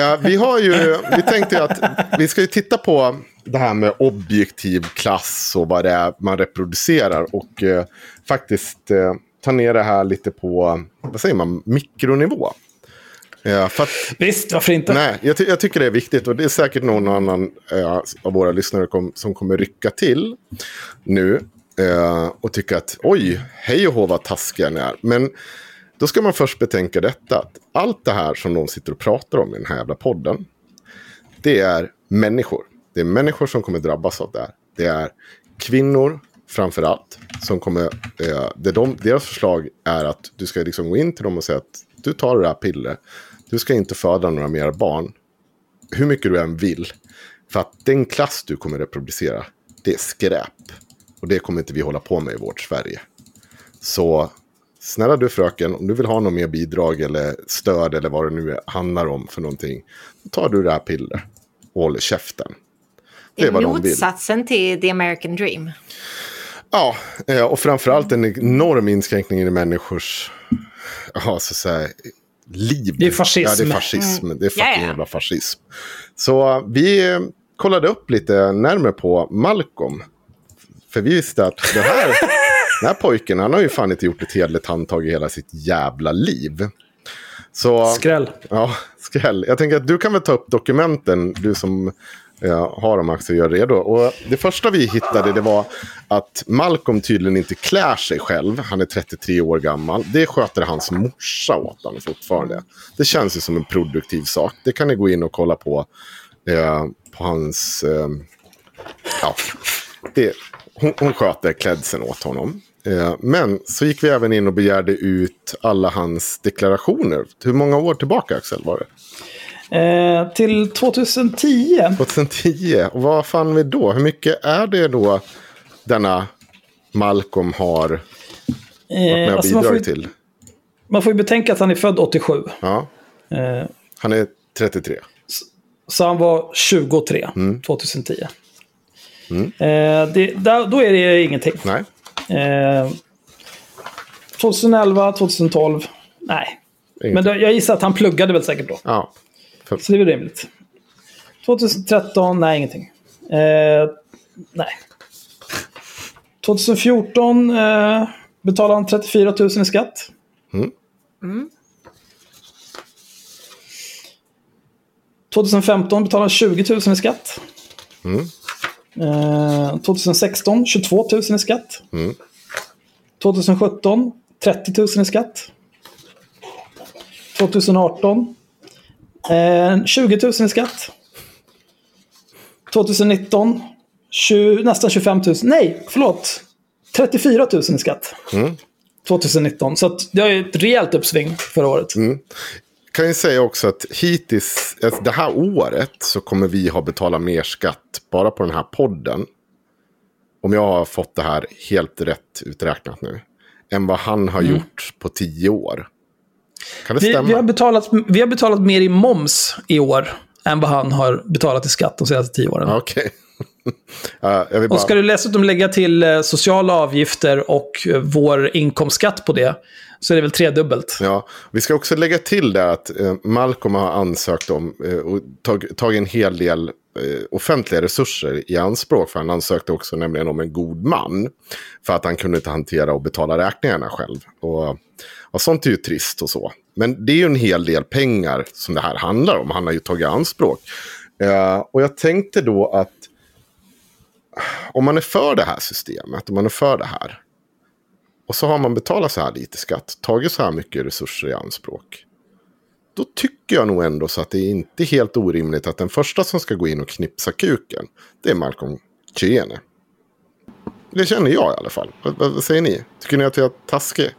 Vi tänkte att vi ska ju titta på det här med objektiv klass och vad det är man reproducerar. Och faktiskt ta ner det här lite på, vad säger man, mikronivå. Ja, för att, visst, varför inte? Nej, jag tycker det är viktigt och det är säkert någon annan av våra lyssnare som kommer rycka till nu och tycka att oj, hej och hå vad taskiga ni är. Men då ska man först betänka detta, att allt det här som de sitter och pratar om i den här jävla podden, det är människor. Det är människor som kommer drabbas av det här. Det är kvinnor framför allt som kommer, deras förslag är att du ska liksom gå in till dem och säga att du tar det här piller. Du ska inte föda några mer barn. Hur mycket du än vill. För att den klass du kommer reproducera, det är skräp. Och det kommer inte vi hålla på med i vårt Sverige. Så snälla du fröken, om du vill ha någon mer bidrag eller stöd eller vad det nu handlar om för någonting. Då tar du det här piller och håller käften. Det är motsatsen till the American dream. Ja, och framförallt en enorm inskränkning i människors så att säga, liv. Det är fascism. Ja, det är fascism. Det är fucking jävla fascism. Så vi kollade upp lite närmare på Malcolm. För vi visste att den här pojken, han har ju fan inte gjort ett hederligt handtag i hela sitt jävla liv. Så, skräll. Ja, skräll. Jag tänker att du kan väl ta upp dokumenten, du som har dem också, gör redo. Och det första vi hittade, det var att Malcolm tydligen inte klär sig själv. Han är 33 år gammal. Det sköter hans morsa åt honom fortfarande. Det känns ju som en produktiv sak. Det kan ni gå in och kolla på hans... hon sköter klädseln åt honom. Men så gick vi även in och begärde ut alla hans deklarationer. Hur många år tillbaka, Axel, var det? Till 2010. 2010. Och vad fann vi då? Hur mycket är det då denna Malcolm har varit med och bidragit till? Man får ju betänka att han är född 87. Ja. Han är 33. Så han var 23 2010. Då är det ingenting. Nej. 2011, 2012. Nej. Men jag gissar att han pluggade väl säkert då. Ja. Så det är väl rimligt. 2013, nej, ingenting. Nej. 2014 betalade han 34 000 i skatt. 2015 betalade han 20 000 i skatt. 2016 22 000 i skatt. 2017 30 000 i skatt. 2018 20 000 i skatt. 2019 nästan 25 000. Nej, förlåt. 34 000 i skatt. 2019. Så att det är ett rejält uppsving förra året. Kan jag säga också att hittills, det här året så kommer vi ha betalat mer skatt bara på den här podden. Om jag har fått det här helt rätt uträknat nu. Än vad han har gjort på 10 år. Kan det stämma? Vi har betalat mer i moms i år än vad han har betalat i skatt de senaste 10 åren. Okej. Och ska du dessutom lägga till sociala avgifter och vår inkomstskatt på det, så är det väl 3-dubbelt. Ja, vi ska också lägga till där att Malcolm har ansökt om och tagit en hel del offentliga resurser i anspråk. För han ansökte också nämligen om en god man. För att han kunde inte hantera och betala räkningarna själv. Och sånt är ju trist och så. Men det är ju en hel del pengar som det här handlar om. Han har ju tagit anspråk. Och jag tänkte då att om man är för det här systemet, om man är för det här, och så har man betalat så här lite skatt, tagit så här mycket resurser i anspråk, då tycker jag nog ändå så att det är inte helt orimligt att den första som ska gå in och knipsa kuken, det är Malcolm Cheyenne. Det känner jag i alla fall. Vad säger ni? Tycker ni att jag är taskig?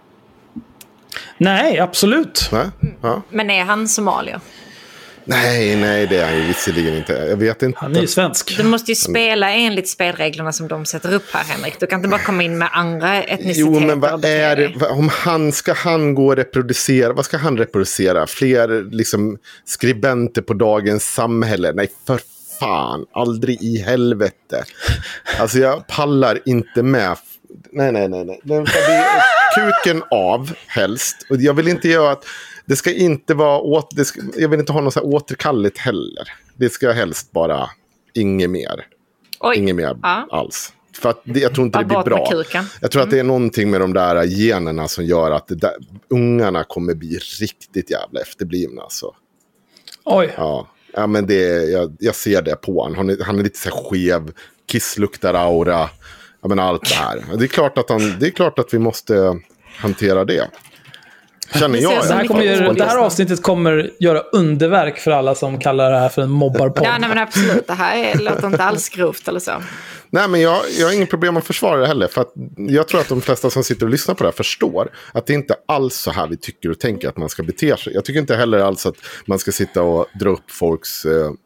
Nej, absolut. Nej? Ja. Men är han somalier? Nej, det är han ju visserligen inte. Jag vet inte. Han är ju svensk. Du måste ju spela enligt spelreglerna som de sätter upp här, Henrik. Du kan inte bara komma in med andra etniciteter. Jo, men vad är det? Om han gå och reproducera? Vad ska han reproducera? Fler liksom skribenter på dagens samhälle? Nej, för fan. Aldrig i helvete. Alltså jag pallar inte med. Nej. Kuken av helst. Och jag vill inte göra att det ska inte vara jag vill inte ha något så här återkalligt heller. Det ska helst bara inget mer. Inget mer alls. För att jag tror inte det blir bra. Jag tror att det är någonting med de där generna som gör att ungarna kommer bli riktigt jävla efterblivna. Så. Oj. Ja, men jag ser det på honom. Han är lite så här skev, kissluktar aura. Ja, men allt det här. Det är klart att vi måste hantera det. Känner jag. Det här avsnittet kommer göra underverk för alla som kallar det här för en mobbarpodd. Ja, nej, men absolut. Det här låter inte alls grovt eller så. Nej, men jag har ingen problem att försvara det heller. För att jag tror att de flesta som sitter och lyssnar på det här förstår att det inte alls så här vi tycker och tänker att man ska bete sig. Jag tycker inte heller alls att man ska sitta och dra upp folks...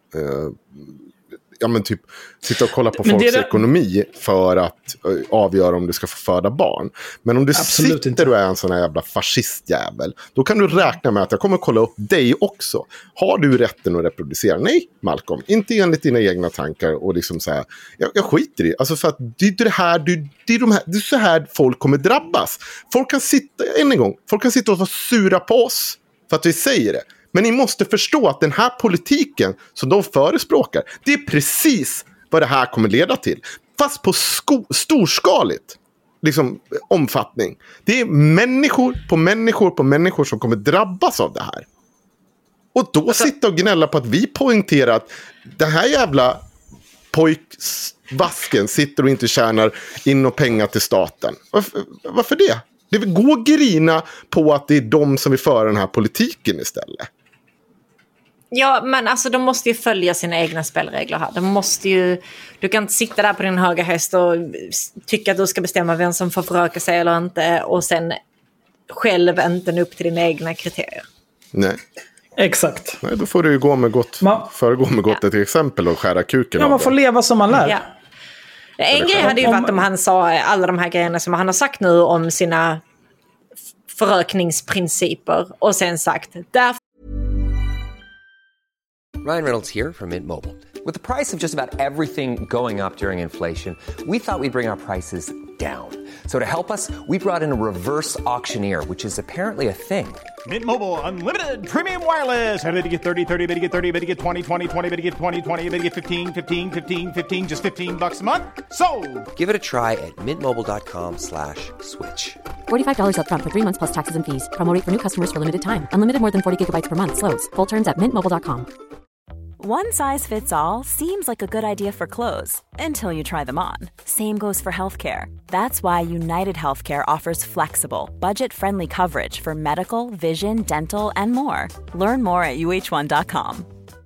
typ sitta och kolla på folks ekonomi för att avgöra om du ska få föda barn. Men om du sitter och är en sån här jävla fascistjävel, då kan du räkna med att jag kommer kolla upp dig också. Har du rätten att reproducera? Nej, Malcolm. Inte enligt dina egna tankar och liksom så här. Jag skiter i. Alltså för att det är så här folk kommer drabbas. Folk kan sitta och vara sura på oss för att vi säger det. Men ni måste förstå att den här politiken som de förespråkar, det är precis vad det här kommer leda till. Fast på storskaligt liksom, omfattning. Det är människor som kommer drabbas av det här. Och då sitta och gnälla på att vi poängterar att den här jävla pojkvasken sitter och inte tjänar in och pengar till staten. Varför det? Det går att grina på att det är de som vill föra den här politiken istället. Ja, men alltså de måste ju följa sina egna spelregler här. Du kan inte sitta där på din höga häst och tycka att du ska bestämma vem som får föröka sig eller inte och sen själv inte nå upp till dina egna kriterier. Nej. Exakt. Nej, då får du ju föregå med gott ett exempel och skära kuken av man får det. leva som man lär. Ja. En grej hade ju varit om han sa alla de här grejerna som han har sagt nu om sina förökningsprinciper och sen sagt Ryan Reynolds here from Mint Mobile. With the price of just about everything going up during inflation, we thought we'd bring our prices down. So to help us, we brought in a reverse auctioneer, which is apparently a thing. Mint Mobile Unlimited Premium Wireless. How to get 30, 30, bit to get 30, bit to get 20, 20, 20, bit to get 20, 20, bit to get 15, 15, 15, 15, just $15 a month? Sold! Give it a try at mintmobile.com/switch. $45 up front for 3 months plus taxes and fees. Promo rate for new customers for limited time. Unlimited more than 40 gigabytes per month. Slows full terms at mintmobile.com. One size fits all seems like a good idea for clothes until you try them on. Same goes for healthcare. That's why United Healthcare offers flexible, budget-friendly coverage for medical, vision, dental, and more. Learn more at uh1.com.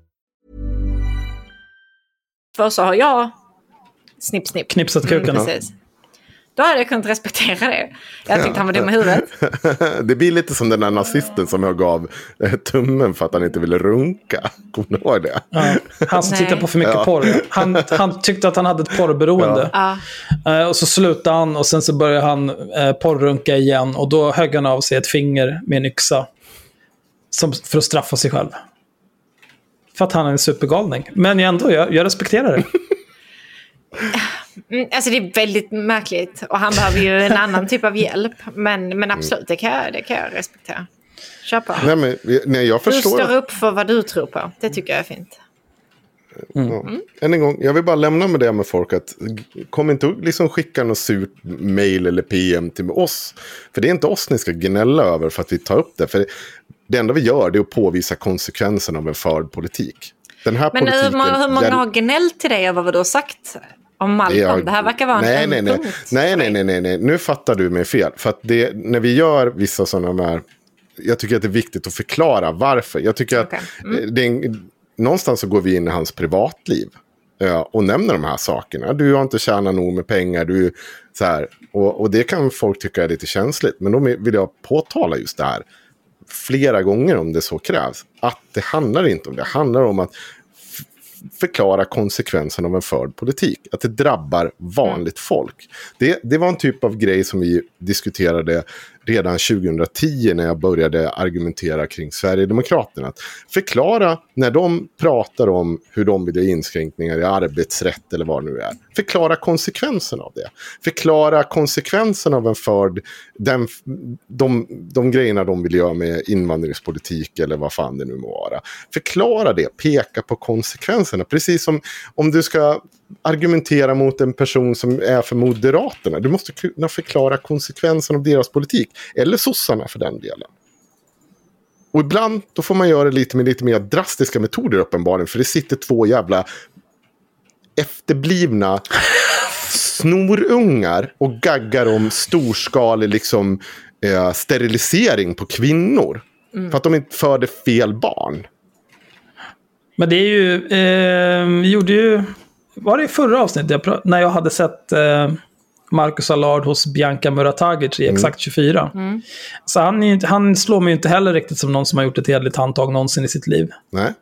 för så har jag snipp. Knipsat kuken. Precis. Då hade jag kunnat respektera det. Jag tyckte han var dum i huvudet. Det blir lite som den där nazisten som jag gav tummen för att han inte ville runka. Kommer du ihåg det? Ja, han som tittade på för mycket porr. Han tyckte att han hade ett porrberoende. Ja. Och så slutade han och sen så började han porrrunka igen. Och då högg han av sig ett finger med en yxa. För att straffa sig själv. För att han är en supergalning. Men jag respekterar det. Alltså det är väldigt märkligt. Och han behöver ju en annan typ av hjälp. Men absolut, det kan jag respektera. Köpa. Nej, jag förstår. Du står upp för vad du tror på. Det tycker jag är fint. Ja. Än en gång, jag vill bara lämna med det med folk att kom inte liksom skicka något surt mail eller PM till oss. För det är inte oss ni ska gnälla över för att vi tar upp det. För det enda vi gör det är att påvisa konsekvenserna av en förd politik. Den här men hur många har gnällt till dig över vad du har sagt om Malcolm? Det här verkar vara en punkt. Nej. Nu fattar du mig fel. För att när vi gör vissa sådana här... Jag tycker att det är viktigt att förklara varför. Jag tycker att någonstans så går vi in i hans privatliv och nämner de här sakerna. Du har inte tjänat nog med pengar. Du, så här, och det kan folk tycka är lite känsligt. Men då vill jag påtala just det här flera gånger om det så krävs. Att det handlar inte om det. Det handlar om att förklara konsekvensen av en förd politik. Att det drabbar vanligt folk. Det var en typ av grej som vi diskuterade redan 2010 när jag började argumentera kring Sverigedemokraterna. Att förklara när de pratar om hur de vill ha inskränkningar i arbetsrätt eller vad det nu är. Förklara konsekvensen av det. Förklara konsekvensen av en förd de grejerna de vill göra med invandringspolitik eller vad fan det nu må vara. Förklara det. Peka på konsekvenserna. Precis som om du ska argumentera mot en person som är för Moderaterna. Du måste kunna förklara konsekvensen av deras politik. Eller sossarna för den delen. Och ibland då får man göra det med lite mer drastiska metoder uppenbarligen. För det sitter två jävla efterblivna snorungar och gaggar om storskalig liksom, sterilisering på kvinnor. För att de inte förde fel barn. Men det är ju... vi gjorde ju... Var det i förra avsnittet när jag hade sett Marcus Allard hos Bianca Muratagic i Exakt 24. Så han slår mig ju inte heller riktigt som någon som har gjort ett hederligt handtag någonsin i sitt liv. Nej.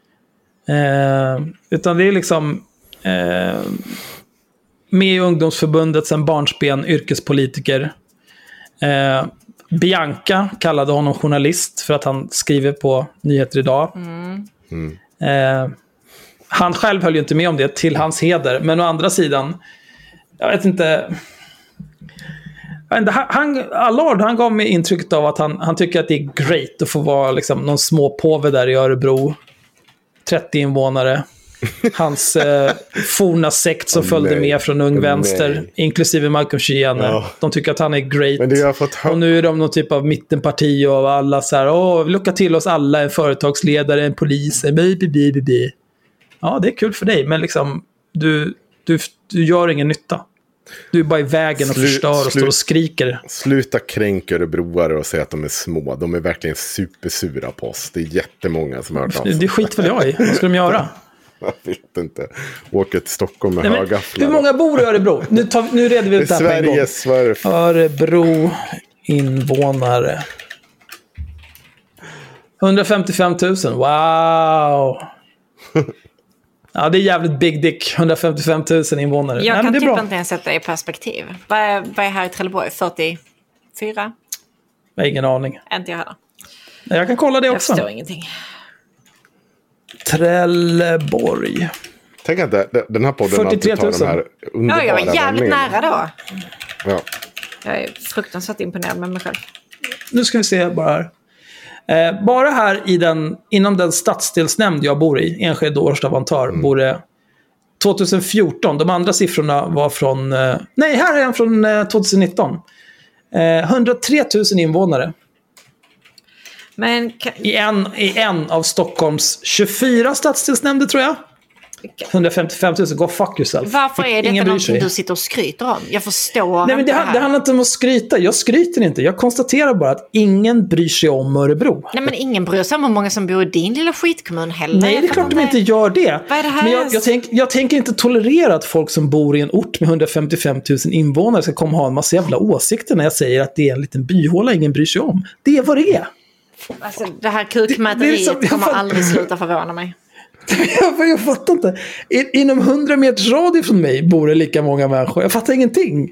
Utan det är liksom med i ungdomsförbundet sen barnsben, yrkespolitiker. Bianca kallade honom journalist för att han skriver på Nyheter idag. Han själv höll ju inte med om det till hans heder. Men å andra sidan, jag vet inte... Allard, han gav mig intrycket av att han tycker att det är great att få vara liksom, någon små påve där i Örebro. 30 invånare. Hans forna sekt som följde med från Ung Vänster, inklusive Malcolm Shiane. Ja. De tycker att han är great. Men och nu är de någon typ av mittenparti och alla så här, vi lockar till oss alla, en företagsledare, en polis, Ja, det är kul för dig, men liksom du gör ingen nytta. Du är bara i vägen och förstör och står och skriker. Sluta kränka örebroare och säga att de är små. De är verkligen supersura på oss. Det är jättemånga som har hört av sig. Det skit väl jag i. Vad ska de göra? Jag vet inte. Åka till Stockholm med högafflar. Hur många bor i Örebro? Nu reder vi ut det här på en gång. Örebro invånare. 155 000, wow. Ja, det är jävligt big dick. 155 000 invånare. Jag kan typ inte ens sätta det i perspektiv. Vad är här i Trelleborg? 44? Jag har ingen aning. Inte jag heller. Jag kan kolla det också. Jag förstår ingenting. Trelleborg. Tänk att den här podden 43 000. alltid tar de här underbara jag var jävligt nära då. Ja. Jag är fruktansvärt imponerad med mig själv. Nu ska vi se bara här. Bara här inom den stadsdelsnämnd jag bor i, Enskede Årstavantör, bor det 2014. De andra siffrorna var från... nej, här är en från 2019. 103 000 invånare. Men I en av Stockholms 24 stadsdelsnämnder, tror jag. 155 000, go fuck yourself. Varför är det någonting du sitter och skryter om? Jag förstår. Nej, men det handlar inte om att skryta. Jag skryter inte. Jag konstaterar bara att ingen bryr sig om Örebro. Nej, men ingen bryr sig om hur många som bor i din lilla skitkommun heller. Nej, det är klart de inte gör det. Vad är det här? Men jag tänker inte tolerera att folk som bor i en ort med 155 000 invånare ska komma och ha en massa jävla åsikter när jag säger att det är en liten byhåla ingen bryr sig om. Det är vad det är. Alltså, det här kukmäteriet kommer aldrig sluta förvåna mig. Jag fattar inte. Inom 100 meters radie från mig bor det lika många människor. Jag fattar ingenting.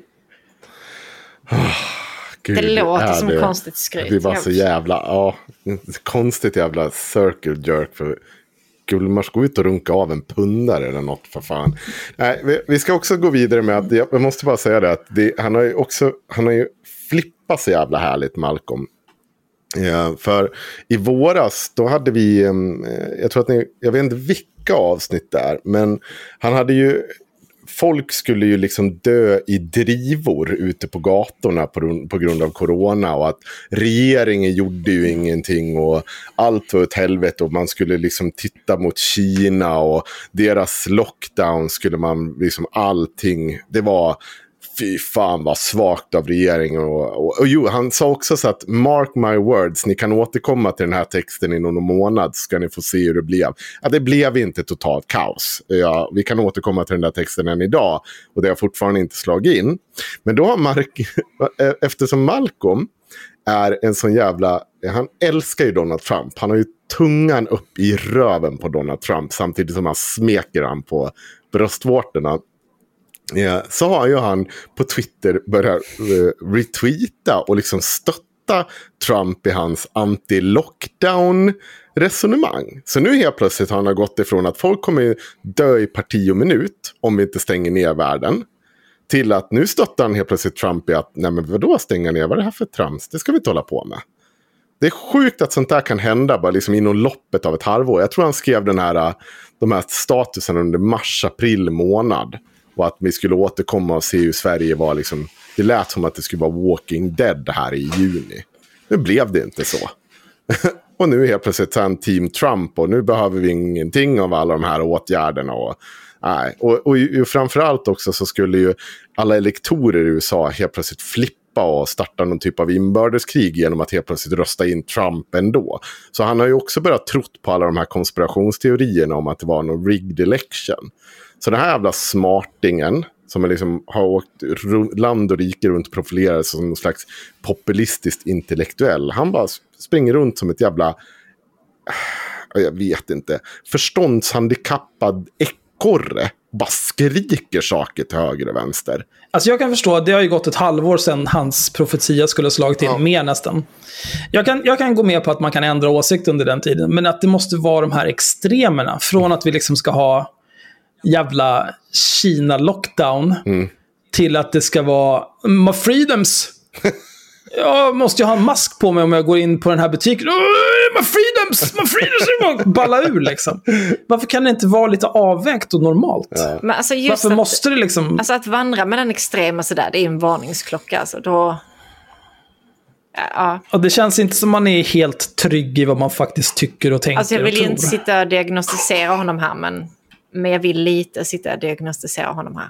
Gud, det låter som ett konstigt skryt. Det var så jävla... konstigt jävla circle jerk. För Gullmars, gå ut och runka av en pundare eller något för fan. Nej, vi ska också gå vidare med att... Jag måste bara säga det. Att han har ju flippat så jävla härligt, Malcolm. Ja, för i våras då hade vi, jag vet inte vilka avsnitt där, men han hade ju, folk skulle ju liksom dö i drivor ute på gatorna på grund av corona, och att regeringen gjorde ju ingenting och allt var ett helvete, och man skulle liksom titta mot Kina och deras lockdown skulle man liksom allting, det var... Fy fan vad svagt av regeringen. Och jo, han sa också så att mark my words, ni kan återkomma till den här texten inom någon månad så ska ni få se hur det blev. Ja, det blev inte totalt kaos. Ja, vi kan återkomma till den där texten än idag och det har fortfarande inte slagit in. Men då har eftersom Malcolm är en sån jävla... Han älskar ju Donald Trump. Han har ju tungan upp i röven på Donald Trump samtidigt som han smeker han på bröstvårtorna. Ja, så har ju han på Twitter börjat retweeta och liksom stötta Trump i hans anti-lockdown-resonemang. Så nu helt plötsligt har han gått ifrån att folk kommer dö i parti och minut om vi inte stänger ner världen, till att nu stöttar han helt plötsligt Trump i att nej men vadå stänga ner, vad är det här för trams? Det ska vi inte hålla på med. Det är sjukt att sånt där kan hända bara liksom inom loppet av ett halvår. Jag tror han skrev de här statusen under mars-april månad. Och att vi skulle återkomma och se hur Sverige var liksom... Det lät som att det skulle vara Walking Dead här i juni. Nu blev det inte så. Och nu helt plötsligt så är en team Trump och nu behöver vi ingenting av alla de här åtgärderna. Och framförallt också så skulle ju alla elektorer i USA helt plötsligt flippa och starta någon typ av inbördeskrig genom att helt plötsligt rösta in Trump ändå. Så han har ju också börjat trott på alla de här konspirationsteorierna om att det var någon rigged election. Så den här jävla smartingen som liksom har åkt land och rike runt och profilerar sig som någon slags populistiskt intellektuell. Han bara springer runt som ett jävla, jag vet inte, förståndshandikappad ekorre. Bara skriker saker till höger och vänster. Alltså jag kan förstå att det har ju gått ett halvår sedan hans profetia skulle ha slagit till, mer nästan. Jag kan gå med på att man kan ändra åsikt under den tiden, men att det måste vara de här extremerna. Från att vi liksom ska ha jävla Kina-lockdown till att det ska vara my freedoms. Jag måste ju ha en mask på mig om jag går in på den här butiken. My freedoms balla ur liksom. Varför kan det inte vara lite avvägt och normalt? Ja. Men alltså just varför måste det liksom... Alltså att vandra med den extrema sådär, det är en varningsklocka. Alltså då... Ja. Och det känns inte som man är helt trygg i vad man faktiskt tycker och tänker. Alltså jag vill och ju tror. inte sitta och diagnostisera honom här, men jag vill lite sitta och diagnostisera honom här.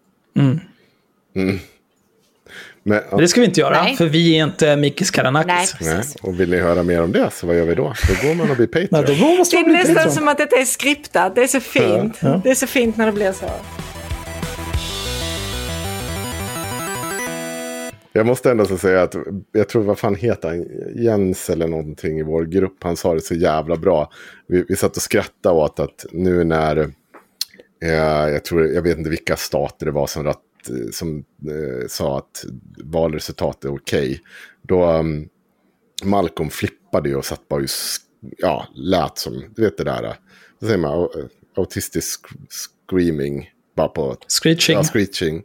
Men det ska vi inte göra, Nej. för vi är inte Mikis Karanakis. Nej, och vill ni höra mer om det, så vad gör vi då? Då går man och blir Patreon. Nej, då måste Det är man bli nästan Patreon. som att det är skriptat. Det är så fint. Ja. Det är så fint när det blir så. Jag måste ändå så säga att jag tror, vad fan heter han? Jens eller någonting i vår grupp. Han sa det så jävla bra. Vi satt och skrattade åt att nu när jag vet inte vilka stater det var som sa att valresultatet är okej. Då Malcolm flippade ju och satt bara lät som, du vet det där. Vad säger man? Autistisk screaming. Bara på... Screeching. Ja, screeching.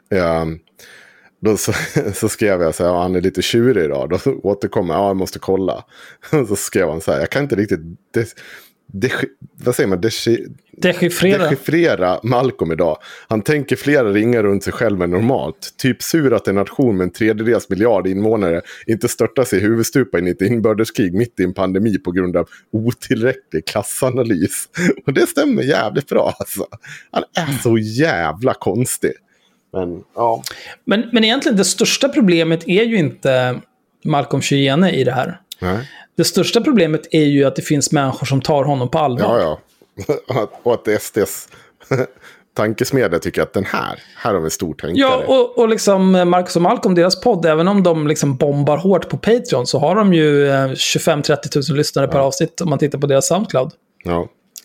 Då så skrev jag så här, han är lite tjurig idag. Då återkommer jag måste kolla. Så skrev han så här, jag kan inte riktigt vad säger man? Dechiffrera Malcolm idag. Han tänker flera ringar runt sig själv än normalt. Typ sur att en nation med 1/3 miljard invånare inte störtar sig i huvudstupa in i ett inbördeskrig mitt i en pandemi på grund av otillräcklig klassanalys. Och det stämmer jävligt bra alltså. Han är så jävla konstig. Men ja. Men egentligen det största problemet är ju inte Malcolm Chyene i det här. Nej. Det största problemet är ju att det finns människor som tar honom på allvar. Ja. Och att SDs tankesmedel tycker att här har vi en stor tänkare. Ja, och liksom Marcus och Malcolm, deras podd, även om de liksom bombar hårt på Patreon, så har de ju 25-30 000 lyssnare per avsnitt om man tittar på deras SoundCloud. Ja.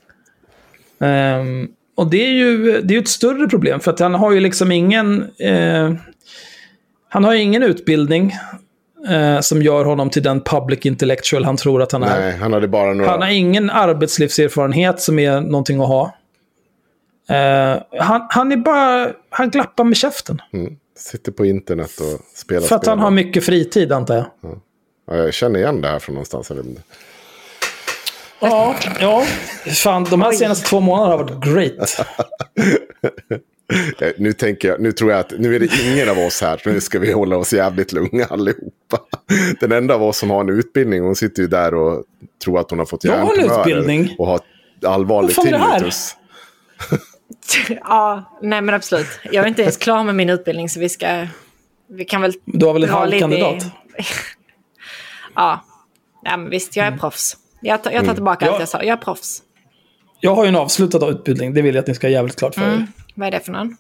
Och det är ju ett större problem, för att han har ju liksom ingen utbildning som gör honom till den public intellectual han tror att han är. Nej, han hade bara några... Han har ingen arbetslivserfarenhet som är någonting att ha. Han glappar med käften. Sitter på internet och spelar. För att han har mycket fritid, antar jag. Ja, jag känner igen det här från någonstans. Jag vet inte. Ja. Fan, de här senaste 2 månaderna har varit great. Nu tror jag att nu är det ingen av oss här. Nu ska vi hålla oss jävligt lugna allihopa. Den enda av oss som har en utbildning, hon sitter ju där och tror att hon har fått hjärntumörer och har allvarlig tinnitus. Ja, nej men absolut. Jag är inte ens klar med min utbildning, så vi kan väl... Du har väl en halvkandidat? Ja, men visst, jag är proffs. Jag tar tillbaka allt jag sa. Jag är proffs. Jag har ju en avslutad utbildning. Det vill jag att ni ska ha jävligt klart för er. Vad är det för någon?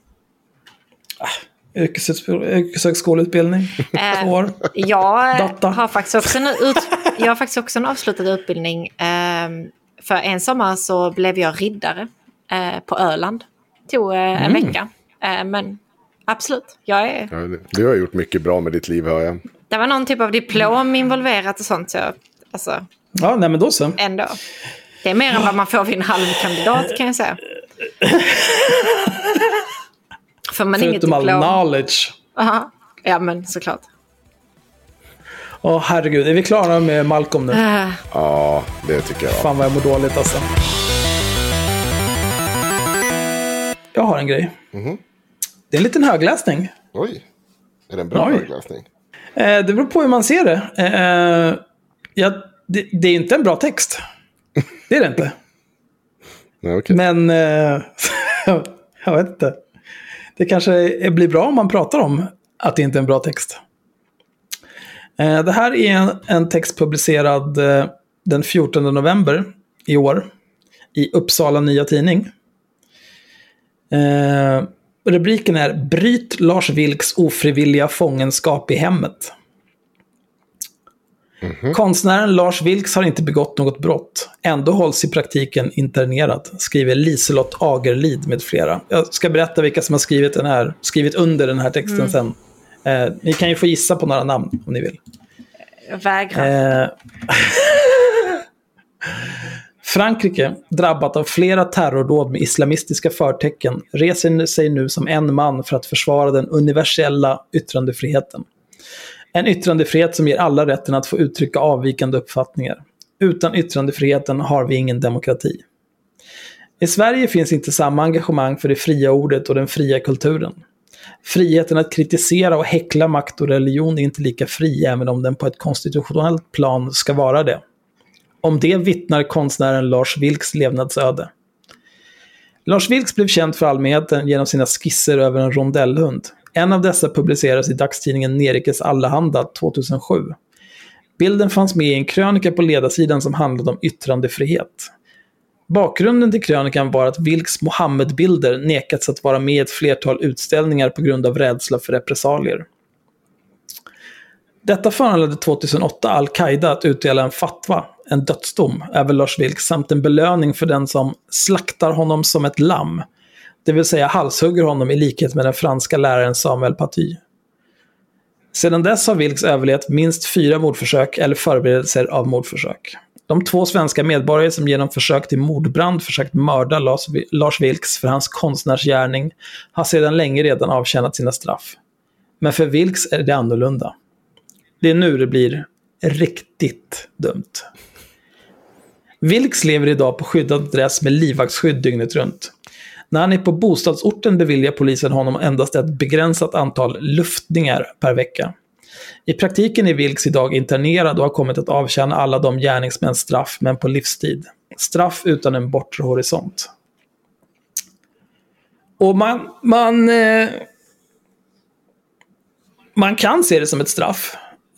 Yrkeshögskoleutbildning. 2 år. Jag har faktiskt också en avslutad utbildning. För en sommar så blev jag riddare på Öland. Tog en vecka. Men absolut, du har gjort mycket bra med ditt liv, hör jag. Det var någon typ av diplom involverat och sånt. Så, ja, nej men då så. Ändå. Det är mer än vad man får vid en halvkandidat, kan jag säga. För man förutom all knowledge. Aha. Ja, men såklart. Herregud, är vi klara med Malcolm nu? Ja, det tycker jag. Fan vad jag mår dåligt alltså. Jag har en grej. Det är en liten högläsning. Oj, är det en bra högläsning? Det beror på hur man ser det. Det är inte en bra text. Det är det inte. Nej, okay. Men jag vet inte. Det kanske blir bra om man pratar om att det inte är en bra text. Det här är en text publicerad den 14 november i år i Uppsala Nya Tidning. Rubriken är "Bryt Lars Vilks ofrivilliga fångenskap i hemmet". Konstnären Lars Vilks har inte begått något brott. Ändå hålls i praktiken internerad, skriver Liselott Agerlid med flera. Jag ska berätta vilka som har skrivit under den här texten sen. Ni kan ju få gissa på några namn om ni vill. Jag vägrar. Frankrike, drabbat av flera terrordåd med islamistiska förtecken, reser sig nu som en man för att försvara den universella yttrandefriheten. En yttrandefrihet som ger alla rätten att få uttrycka avvikande uppfattningar. Utan yttrandefriheten har vi ingen demokrati. I Sverige finns inte samma engagemang för det fria ordet och den fria kulturen. Friheten att kritisera och häckla makt och religion är inte lika fri, även om den på ett konstitutionellt plan ska vara det. Om det vittnar konstnären Lars Vilks levnadsöde. Lars Vilks blev känd för allmänheten genom sina skisser över en rondellhund. En av dessa publiceras i dagstidningen Nerikes Allehanda 2007. Bilden fanns med i en krönika på ledarsidan som handlade om yttrandefrihet. Bakgrunden till krönikan var att Vilks Mohammed-bilder nekats att vara med i ett flertal utställningar på grund av rädsla för repressalier. Detta föranledde 2008 Al-Qaida att utdela en fatwa, en dödsdom, över Lars Vilks samt en belöning för den som slaktar honom som ett lamm. Det vill säga halshugger honom i likhet med den franska läraren Samuel Paty. Sedan dess har Vilks överlevt minst 4 mordförsök eller förberedelser av mordförsök. De 2 svenska medborgare som genom försök till mordbrand försökt mörda Lars Vilks för hans konstnärsgärning har sedan länge redan avtjänat sina straff. Men för Vilks är det annorlunda. Det är nu det blir riktigt dumt. Vilks lever idag på skyddad adress med livvaktsskydd dygnet runt. När han är på bostadsorten beviljar polisen honom endast ett begränsat antal luftningar per vecka. I praktiken är Vilks idag internerad och har kommit att avtjäna alla de gärningsmäns straff, men på livstid. Straff utan en bortre horisont. Och man kan se det som ett straff.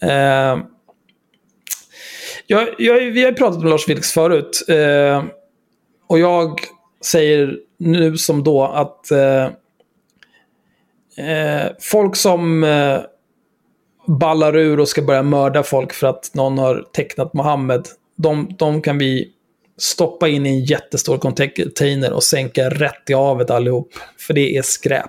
Vi har pratat om Lars Vilks förut. Och jag säger nu som då att folk som ballar ur och ska börja mörda folk för att någon har tecknat Mohammed, de kan vi stoppa in i en jättestor container och sänka rätt i havet allihop. För det är skräp.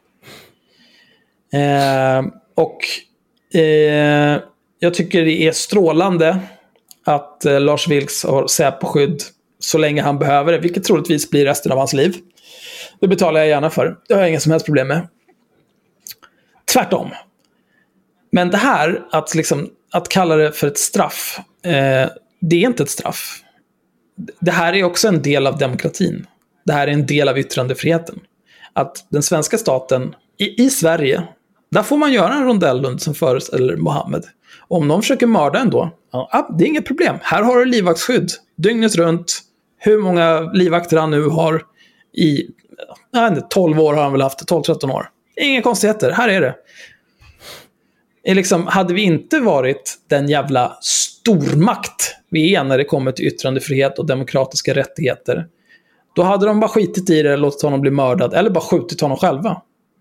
Jag tycker det är strålande att Lars Vilks har Säpo-skydd så länge han behöver det, vilket troligtvis blir resten av hans liv. Det betalar jag gärna för. Det har jag inga som helst problem med. Tvärtom. Men det här, att kalla det för ett straff, det är inte ett straff. Det här är också en del av demokratin. Det här är en del av yttrandefriheten. Att den svenska staten, i Sverige, där får man göra en rondellhund som föreställer Mohammed. Om någon försöker mörda ändå, det är inget problem. Här har du livvaktsskydd, dygnet runt. Hur många livvakter han nu har i 12 år har han väl haft, 12-13 år. Inga konstigheter, här är det. Hade vi inte varit den jävla stormakt vi är när det kommer till yttrandefrihet och demokratiska rättigheter, då hade de bara skitit i det, låtit honom bli mördad eller bara skjutit honom själva.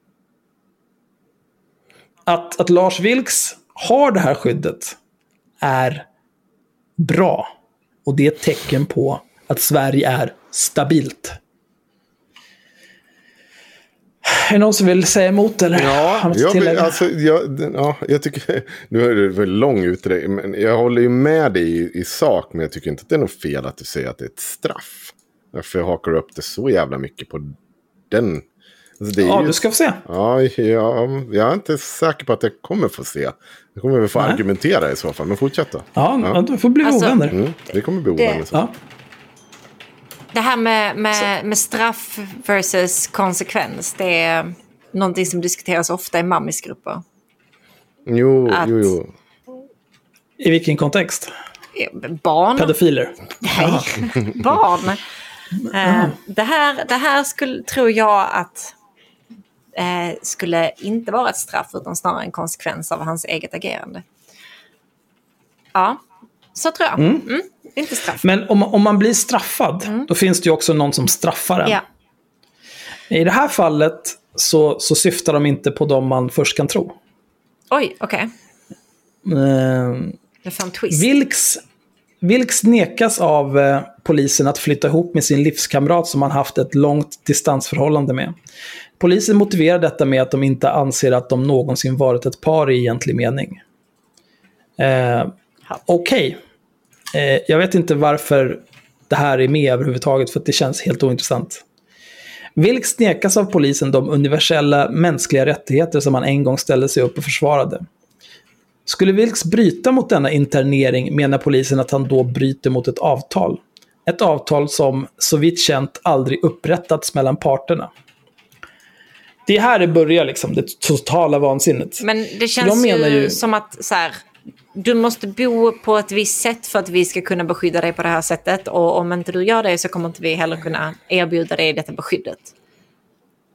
Att Lars Vilks har det här skyddet är bra. Och det är ett tecken på att Sverige är stabilt. Är det någon som vill säga emot eller? Ja, jag tycker, nu är det väl lång utlägg, men jag håller ju med dig i sak, men jag tycker inte att det är något fel att du säger att det är ett straff. Därför jag hakar upp det så jävla mycket på den. Alltså det är ju, du ska få se. Ja, jag är inte säker på att jag kommer få se. Jag kommer väl få argumentera i så fall, men fortsätt då. Ja. Du får bli ovänner. Det kommer bli ovänner. Ja. Det här med straff versus konsekvens, det är någonting som diskuteras ofta i mammisgrupper. Jo. I vilken kontext? Barn. Pedofiler. Nej, barn. Det här tror jag att skulle inte vara ett straff utan snarare en konsekvens av hans eget agerande. Ja, så tror jag. Inte straff. Men om man blir straffad, då finns det ju också någon som straffar en. Ja. I det här fallet så syftar de inte på dem man först kan tro. Oj, okej. Det får en twist. Vilks nekas av polisen att flytta ihop med sin livskamrat som han haft ett långt distansförhållande med. Polisen motiverar detta med att de inte anser att de någonsin varit ett par i egentlig mening. Okej. Jag vet inte varför det här är med överhuvudtaget, för att det känns helt ointressant. Vilks nekas av polisen de universella mänskliga rättigheter som han en gång ställde sig upp och försvarade. Skulle Vilks bryta mot denna internering menar polisen att han då bryter mot ett avtal. Ett avtal som så vitt känt aldrig upprättats mellan parterna. Det är här det börjar det totala vansinnet. Men det känns ju som att så här, du måste bo på ett visst sätt för att vi ska kunna beskydda dig på det här sättet. Och om inte du gör det så kommer inte vi heller kunna erbjuda dig detta beskyddet.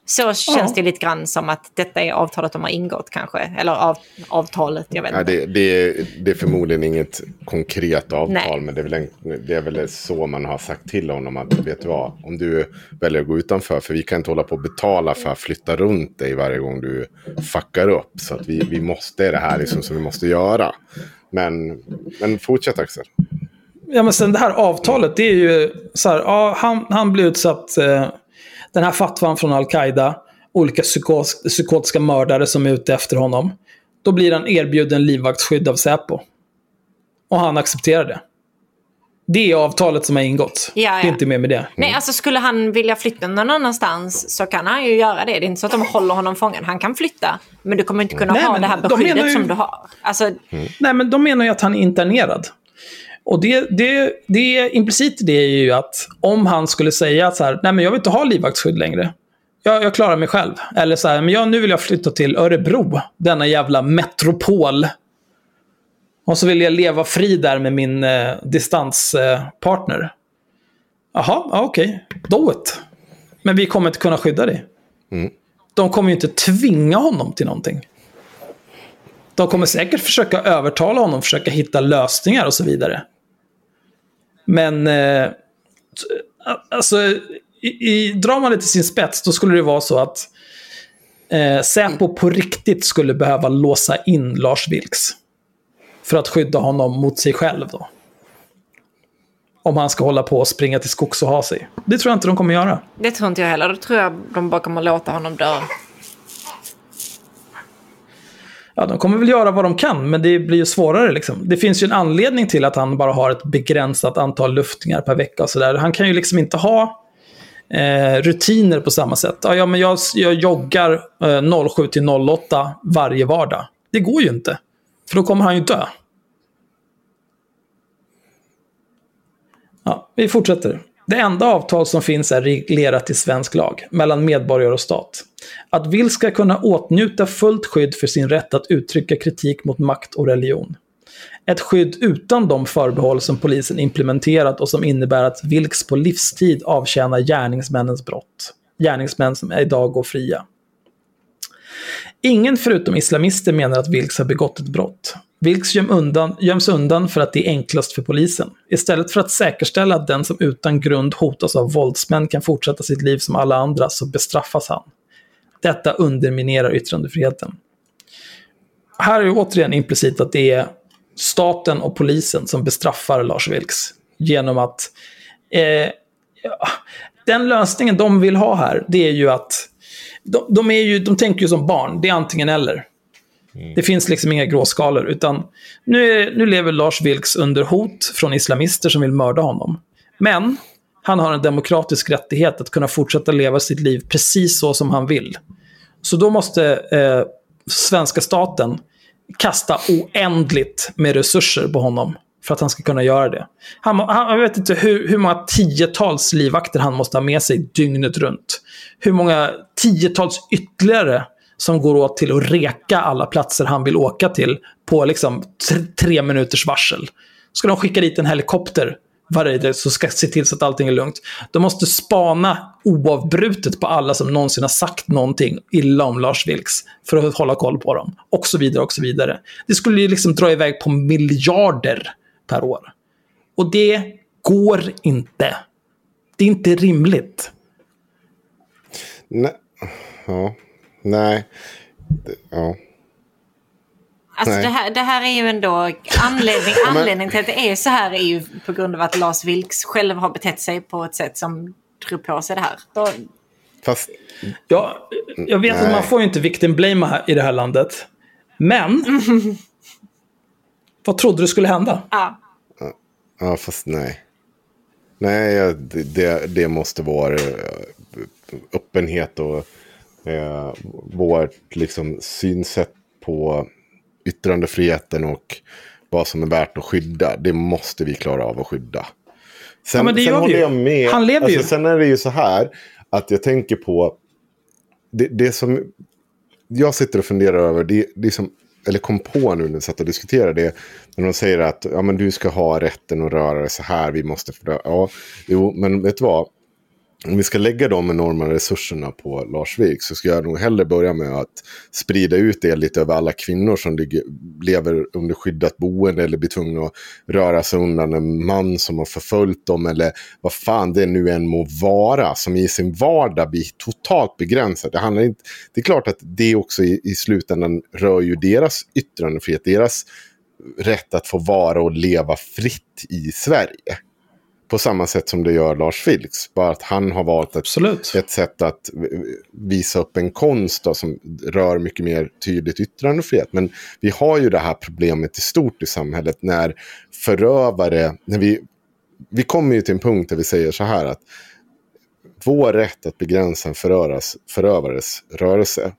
Så känns det lite grann som att detta är avtalet de har ingått kanske. Eller avtalet, jag vet inte. Det är förmodligen inget konkret avtal. Nej. Men det är väl så man har sagt till honom att vet du vad, om du väljer att gå utanför, för vi kan inte hålla på att betala för att flytta runt dig varje gång du fuckar upp. Så att vi måste, det här liksom som vi måste göra. Men fortsätt Axel. Ja, men sen det här avtalet, det är ju så här, ja, han blir utsatt, den här fatwan från Al-Qaida, olika psykotiska mördare som är ute efter honom. Då blir han erbjuden livvaktsskydd av Säpo. Och han accepterar det. Det är avtalet som har ingått. Ja. Det är inte mer med det. Nej, alltså skulle han vilja flytta någon annanstans så kan han ju göra det. Det är inte så att de håller honom fången. Han kan flytta, men du kommer inte kunna ha det här beskyddet som du har. Alltså... Nej, men de menar ju att han är internerad. Och det implicit det är ju att om han skulle säga att så här, nej men jag vill inte ha livvaktsskydd längre. Jag klarar mig själv. Eller så här, men nu vill jag flytta till Örebro, denna jävla metropol. Och så vill jag leva fri där med min distanspartner. Jaha, okej. Do it. Men vi kommer inte kunna skydda dig. De kommer ju inte tvinga honom till någonting. De kommer säkert försöka övertala honom, försöka hitta lösningar och så vidare. Men alltså drar man det till sin spets, då skulle det vara så att Säpo på riktigt skulle behöva låsa in Lars Vilks för att skydda honom mot sig själv då. Om han ska hålla på och springa till skogs och ha sig. Det tror jag inte de kommer göra. Det tror inte jag heller. Då tror jag de bara kommer låta honom dö. Ja, de kommer väl göra vad de kan, men det blir ju svårare liksom. Det finns ju en anledning till att han bara har ett begränsat antal luftningar per vecka och sådär. Han kan ju liksom inte ha rutiner på samma sätt. Ja, men jag joggar 07 till 08 varje vardag. Det går ju inte. För då kommer han ju dö. Ja, vi fortsätter. Det enda avtal som finns är reglerat i svensk lag mellan medborgare och stat. Att Vilks ska kunna åtnjuta fullt skydd för sin rätt att uttrycka kritik mot makt och religion. Ett skydd utan de förbehåll som polisen implementerat och som innebär att Vilks på livstid avtjänar gärningsmännens brott. Gärningsmän som idag går fria. Ingen förutom islamister menar att Vilks har begått ett brott. Vilks göms undan för att det är enklast för polisen. Istället för att säkerställa att den som utan grund hotas av våldsmän kan fortsätta sitt liv som alla andra, så bestraffas han. Detta underminerar yttrandefriheten. Här är återigen implicit att det är staten och polisen som bestraffar Lars Vilks genom att den lösningen de vill ha här, det är ju att de tänker ju som barn, det är antingen eller. Det finns liksom inga gråskalor, utan nu lever Lars Vilks under hot från islamister som vill mörda honom. Men han har en demokratisk rättighet att kunna fortsätta leva sitt liv precis så som han vill. Så då måste svenska staten kasta oändligt med resurser på honom för att han ska kunna göra det. Jag vet inte hur många tiotals livvakter han måste ha med sig dygnet runt. Hur många tiotals ytterligare som går åt till att reka alla platser han vill åka till på liksom 3 minuters varsel. Ska de skicka dit en helikopter varje dag så ska se till så att allting är lugnt. De måste spana oavbrutet på alla som någonsin har sagt någonting illa om Lars Vilks för att hålla koll på dem. Och så vidare och så vidare. Det skulle ju liksom dra iväg på miljarder per år. Och det går inte. Det är inte rimligt. Nej. Ja. Nej. Ja. Alltså det här är ju ändå anledning till att det är så här är ju på grund av att Lars Vilks själv har betett sig på ett sätt som drog på sig det här. Fast... Ja, jag vet att man får ju inte victim blame i det här landet. Men vad trodde du skulle hända? Ja, fast nej. Nej, det måste vara öppenhet och vårt liksom synsätt på yttrandefriheten och vad som är värt att skydda. Det måste vi klara av att skydda. Sen, ja, men det sen håller jag med. Han lever ju. Sen är det ju så här att jag tänker på det som jag sitter och funderar över, det som, eller kom på nu när jag satt och diskuterade det, när de säger att ja, men du ska ha rätten att röra dig så här, vi måste ja, jo, men vet du vad? om vi ska lägga de enorma resurserna på Lars Vilks så ska jag nog hellre börja med att sprida ut det lite över alla kvinnor som lever under skyddat boende eller blir tvungna att röra sig undan en man som har förföljt dem eller vad fan det nu än må vara, som i sin vardag blir totalt begränsad. Det handlar inte, det är klart att det också i slutändan rör ju deras yttrandefrihet, deras rätt att få vara och leva fritt i Sverige. På samma sätt som det gör Lars Vilks. Bara att han har valt ett sätt att visa upp en konst då, som rör mycket mer tydligt yttrandefrihet. Men vi har ju det här problemet i stort i samhället när förövare... När vi kommer ju till en punkt där vi säger så här att vår rätt att begränsa en förövares rörelse,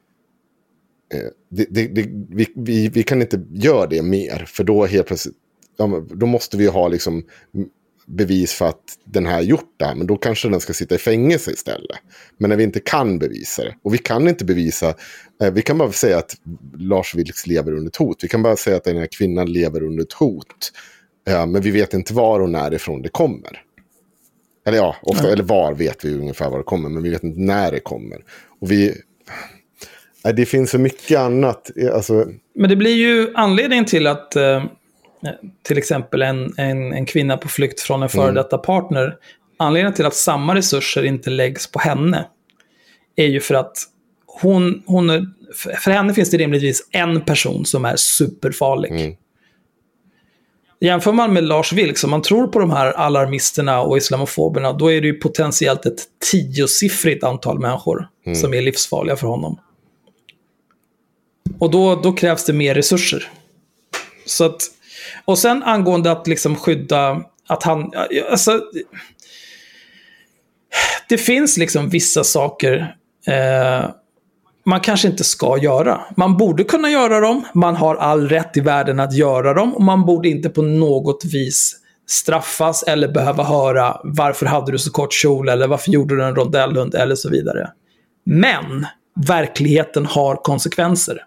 vi kan inte göra det mer. För då helt plötsligt... Då måste vi ha liksom... bevis för att den här gjort det här, men då kanske den ska sitta i fängelse istället. Men när vi inte kan bevisa det, och vi kan inte bevisa, vi kan bara säga att Lars Vilks lever under ett hot, vi kan bara säga att den här kvinnan lever under ett hot, men vi vet inte var och när ifrån det kommer. Eller ja, ofta, eller var vet vi ungefär var det kommer, men vi vet inte när det kommer. Och det finns så mycket annat. Alltså... Men det blir ju anledningen till att till exempel en kvinna på flykt från en före detta partner, anledningen till att samma resurser inte läggs på henne är ju för att för henne finns det rimligtvis en person som är superfarlig. Jämför man med Lars Vilks, om man tror på de här alarmisterna och islamofoberna, då är det ju potentiellt ett 10-siffrigt antal människor som är livsfarliga för honom. Och då krävs det mer resurser. Så att, och sen angående att liksom skydda att han, alltså det finns liksom vissa saker man kanske inte ska göra. Man borde kunna göra dem, man har all rätt i världen att göra dem, och man borde inte på något vis straffas eller behöva höra varför hade du så kort kjol eller varför gjorde du en rondellhund eller så vidare. Men verkligheten har konsekvenser.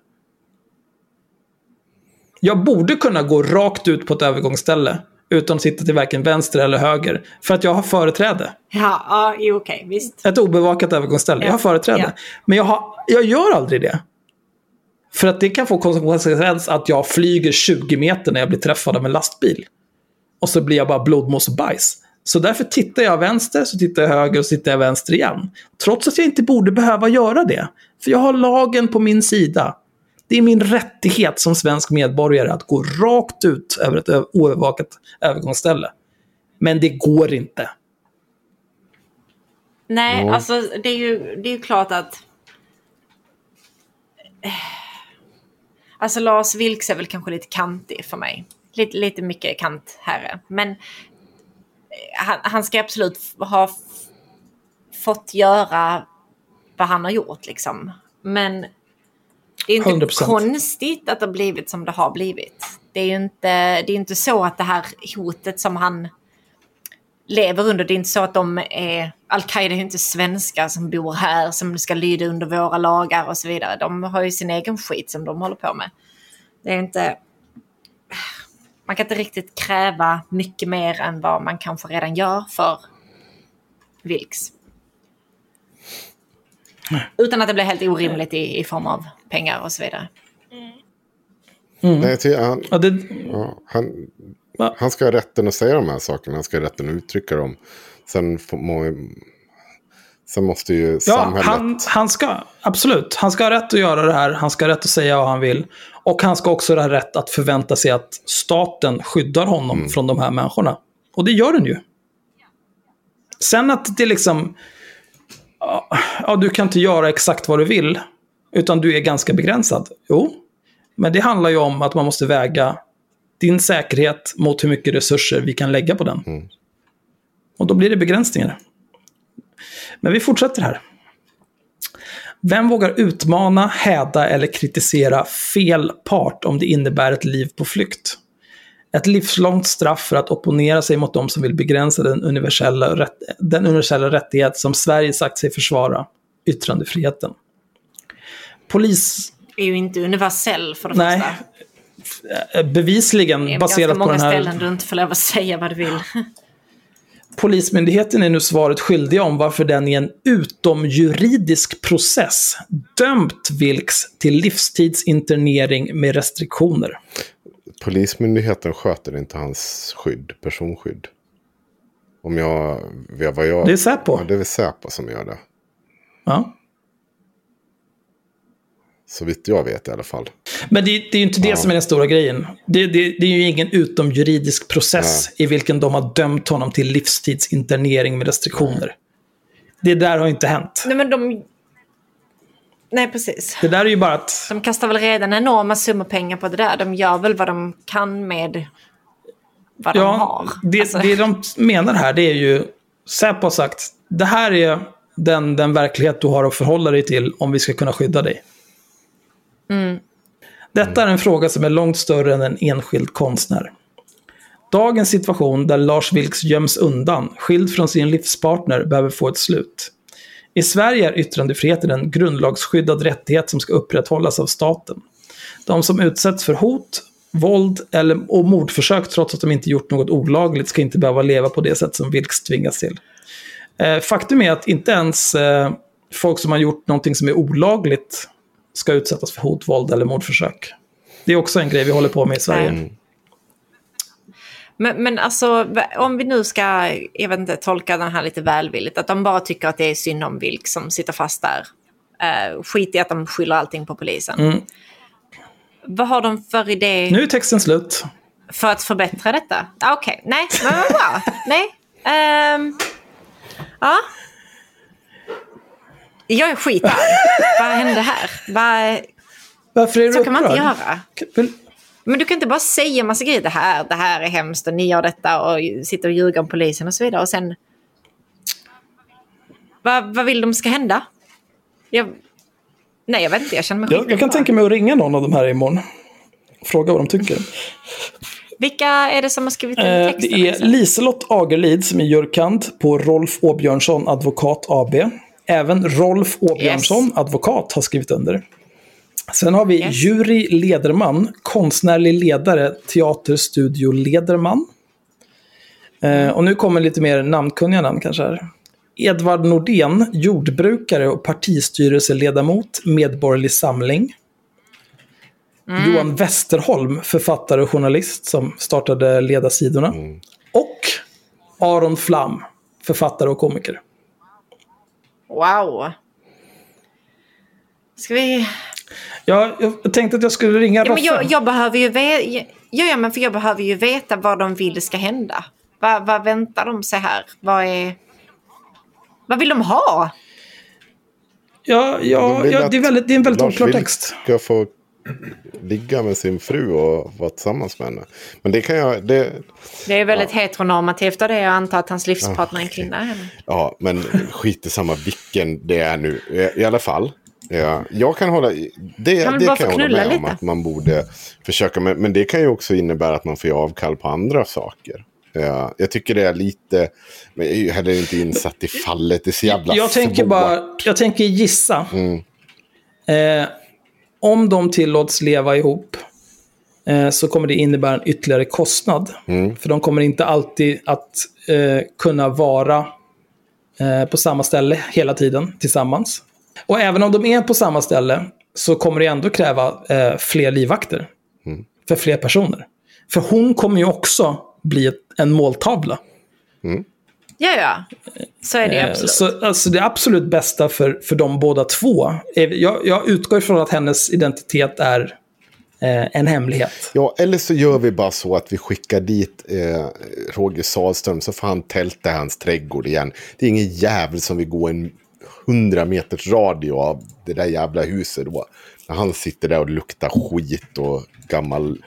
Jag borde kunna gå rakt ut på ett övergångsställe utan att sitta till varken vänster eller höger, för att jag har företräde. Ja, okej, visst. Ett obevakat övergångsställe. Jag har företräde. Ja. Men jag gör aldrig det. För att det kan få konsekvens att jag flyger 20 meter när jag blir träffad av en lastbil. Och så blir jag bara blodmås och bajs. Så därför tittar jag vänster, så tittar jag höger och så tittar jag vänster igen. Trots att jag inte borde behöva göra det. För jag har lagen på min sida. Det är min rättighet som svensk medborgare att gå rakt ut över ett oövervakat övergångsställe. Men det går inte. Nej, alltså det är ju klart att alltså Lars Vilks är väl kanske lite kantig för mig. Lite mycket kant här. Men han ska absolut ha fått göra vad han har gjort liksom. Men det är inte 100%. Konstigt att det har blivit som det har blivit. Det är inte så att det här hotet som han lever under, det är inte så att Al-Qaida är inte svenskar som bor här, som ska lyda under våra lagar och så vidare. De har ju sin egen skit som de håller på med. Det är inte... Man kan inte riktigt kräva mycket mer än vad man kanske redan gör för Vilks. Utan att det blir helt orimligt i form av pengar och så vidare. Han ska ha rätten att säga de här sakerna. Han ska ha rätten att uttrycka dem. Sen måste ju samhället... Han ska, absolut. Han ska ha rätt att göra det här. Han ska ha rätt att säga vad han vill. Och han ska också ha rätt att förvänta sig att staten skyddar honom från de här människorna. Och det gör den ju. Sen att det liksom... Ja, du kan inte göra exakt vad du vill, utan du är ganska begränsad. Jo, men det handlar ju om att man måste väga din säkerhet mot hur mycket resurser vi kan lägga på den. Och då blir det begränsningar. Men vi fortsätter här. Vem vågar utmana, häda eller kritisera fel part om det innebär ett liv på flykt? Ett livslångt straff för att opponera sig mot de som vill begränsa den universella rättighet som Sverige sagt sig försvara, yttrandefriheten. Polis... är ju inte universell för det första. Bevisligen baserat på den här... Det är många ställen du inte får lov att säga vad du vill. Polismyndigheten är nu svaret skyldiga om varför den i en utomjuridisk process dömt Vilks till livstidsinternering med restriktioner. Polismyndigheten sköter inte hans personskydd. Om jag... Det är Säpo. Ja, det är Säpo som gör det. Ja. Så vitt jag vet i alla fall. Men det är ju inte det som är den stora grejen. Det är ju ingen utomjuridisk process i vilken de har dömt honom till livstidsinternering med restriktioner. Det där har inte hänt. Nej, men Nej, precis. Det där är ju bara att... De kastar väl redan enorma summor pengar på det där. De gör väl vad de kan med vad de har. Det de menar här, det är ju... Säpo har sagt, det här är den verklighet du har att förhålla dig till om vi ska kunna skydda dig. Detta är en fråga som är långt större än en enskild konstnär. Dagens situation där Lars Vilks göms undan, skild från sin livspartner, behöver få ett slut. I Sverige är yttrandefriheten en grundlagsskyddad rättighet som ska upprätthållas av staten. De som utsätts för hot, våld och mordförsök trots att de inte gjort något olagligt ska inte behöva leva på det sätt som Vilks tvingas till. Faktum är att inte ens folk som har gjort någonting som är olagligt ska utsättas för hot, våld eller mordförsök. Det är också en grej vi håller på med i Sverige. Men alltså, om vi nu ska, jag vet inte, tolka den här lite välvilligt, att de bara tycker att det är synd om Vilk som sitter fast där. Skit i att de skyller allting på polisen. Vad har de för idé? Nu är texten slut. För att förbättra detta? Okej. Nej, men vad bra. Nej. Ja. Jag är skitar. Vad hände här? Varför är du så kan man inte upprörd? göra. Men du kan inte bara säga en massa grejer. Det här är hemskt och ni gör detta och sitter och ljuger om polisen och så vidare. Och sen... Vad vill de ska hända? Nej, jag vet inte. Jag känner mig jag kan tänka mig att ringa någon av de här imorgon. Fråga vad de tycker. Vilka är det som har skrivit in texten? Det är Liselott Agerlid som är jurkand på Rolf Åbjörnsson Advokat AB. Även Rolf Åbjörnsson Advokat har skrivit under. Sen har vi Jury Lederman, konstnärlig ledare, teaterstudio Lederman. Och nu kommer lite mer namnkunniga namn kanske här. Edvard Nordén, jordbrukare och partistyrelseledamot, Medborgerlig Samling. Johan Westerholm, författare och journalist som startade Ledarsidorna. Och Aron Flam, författare och komiker. Wow. Ska vi... Jag tänkte att jag skulle ringa Roffe. Jag behöver ju jag behöver ju veta vad de vill ska hända. Vad väntar de sig här? Vad vill de ha? Det är en väldigt oklar text. Ska få ligga med sin fru och vara tillsammans med henne. Men det kan jag... Det är väldigt heteronormativt och det är jag antar att hans livspartner är en kvinna. Ja, men skit i samma vilken det är nu. I alla fall. Jag kan hålla... Det kan jag hålla med om att man borde försöka. Men det kan ju också innebära att man får avkall på andra saker. Jag tycker det är lite... Men jag är ju heller inte insatt i fallet. Det är så jävla jag tänker gissa. Om de tillåts leva ihop så kommer det innebära en ytterligare kostnad. För de kommer inte alltid att kunna vara på samma ställe hela tiden tillsammans. Och även om de är på samma ställe så kommer det ändå kräva fler livvakter för fler personer. För hon kommer ju också bli en måltavla. Ja. Så är det absolut. Så alltså, det absolut bästa för de båda två. Jag utgår ifrån att hennes identitet är en hemlighet. Ja, eller så gör vi bara så att vi skickar dit Roger Sahlström så får han tälta hans trädgård igen. Det är ingen jävel som vill gå en 100 meters radio av det där jävla huset då. När han sitter där och luktar skit och gammal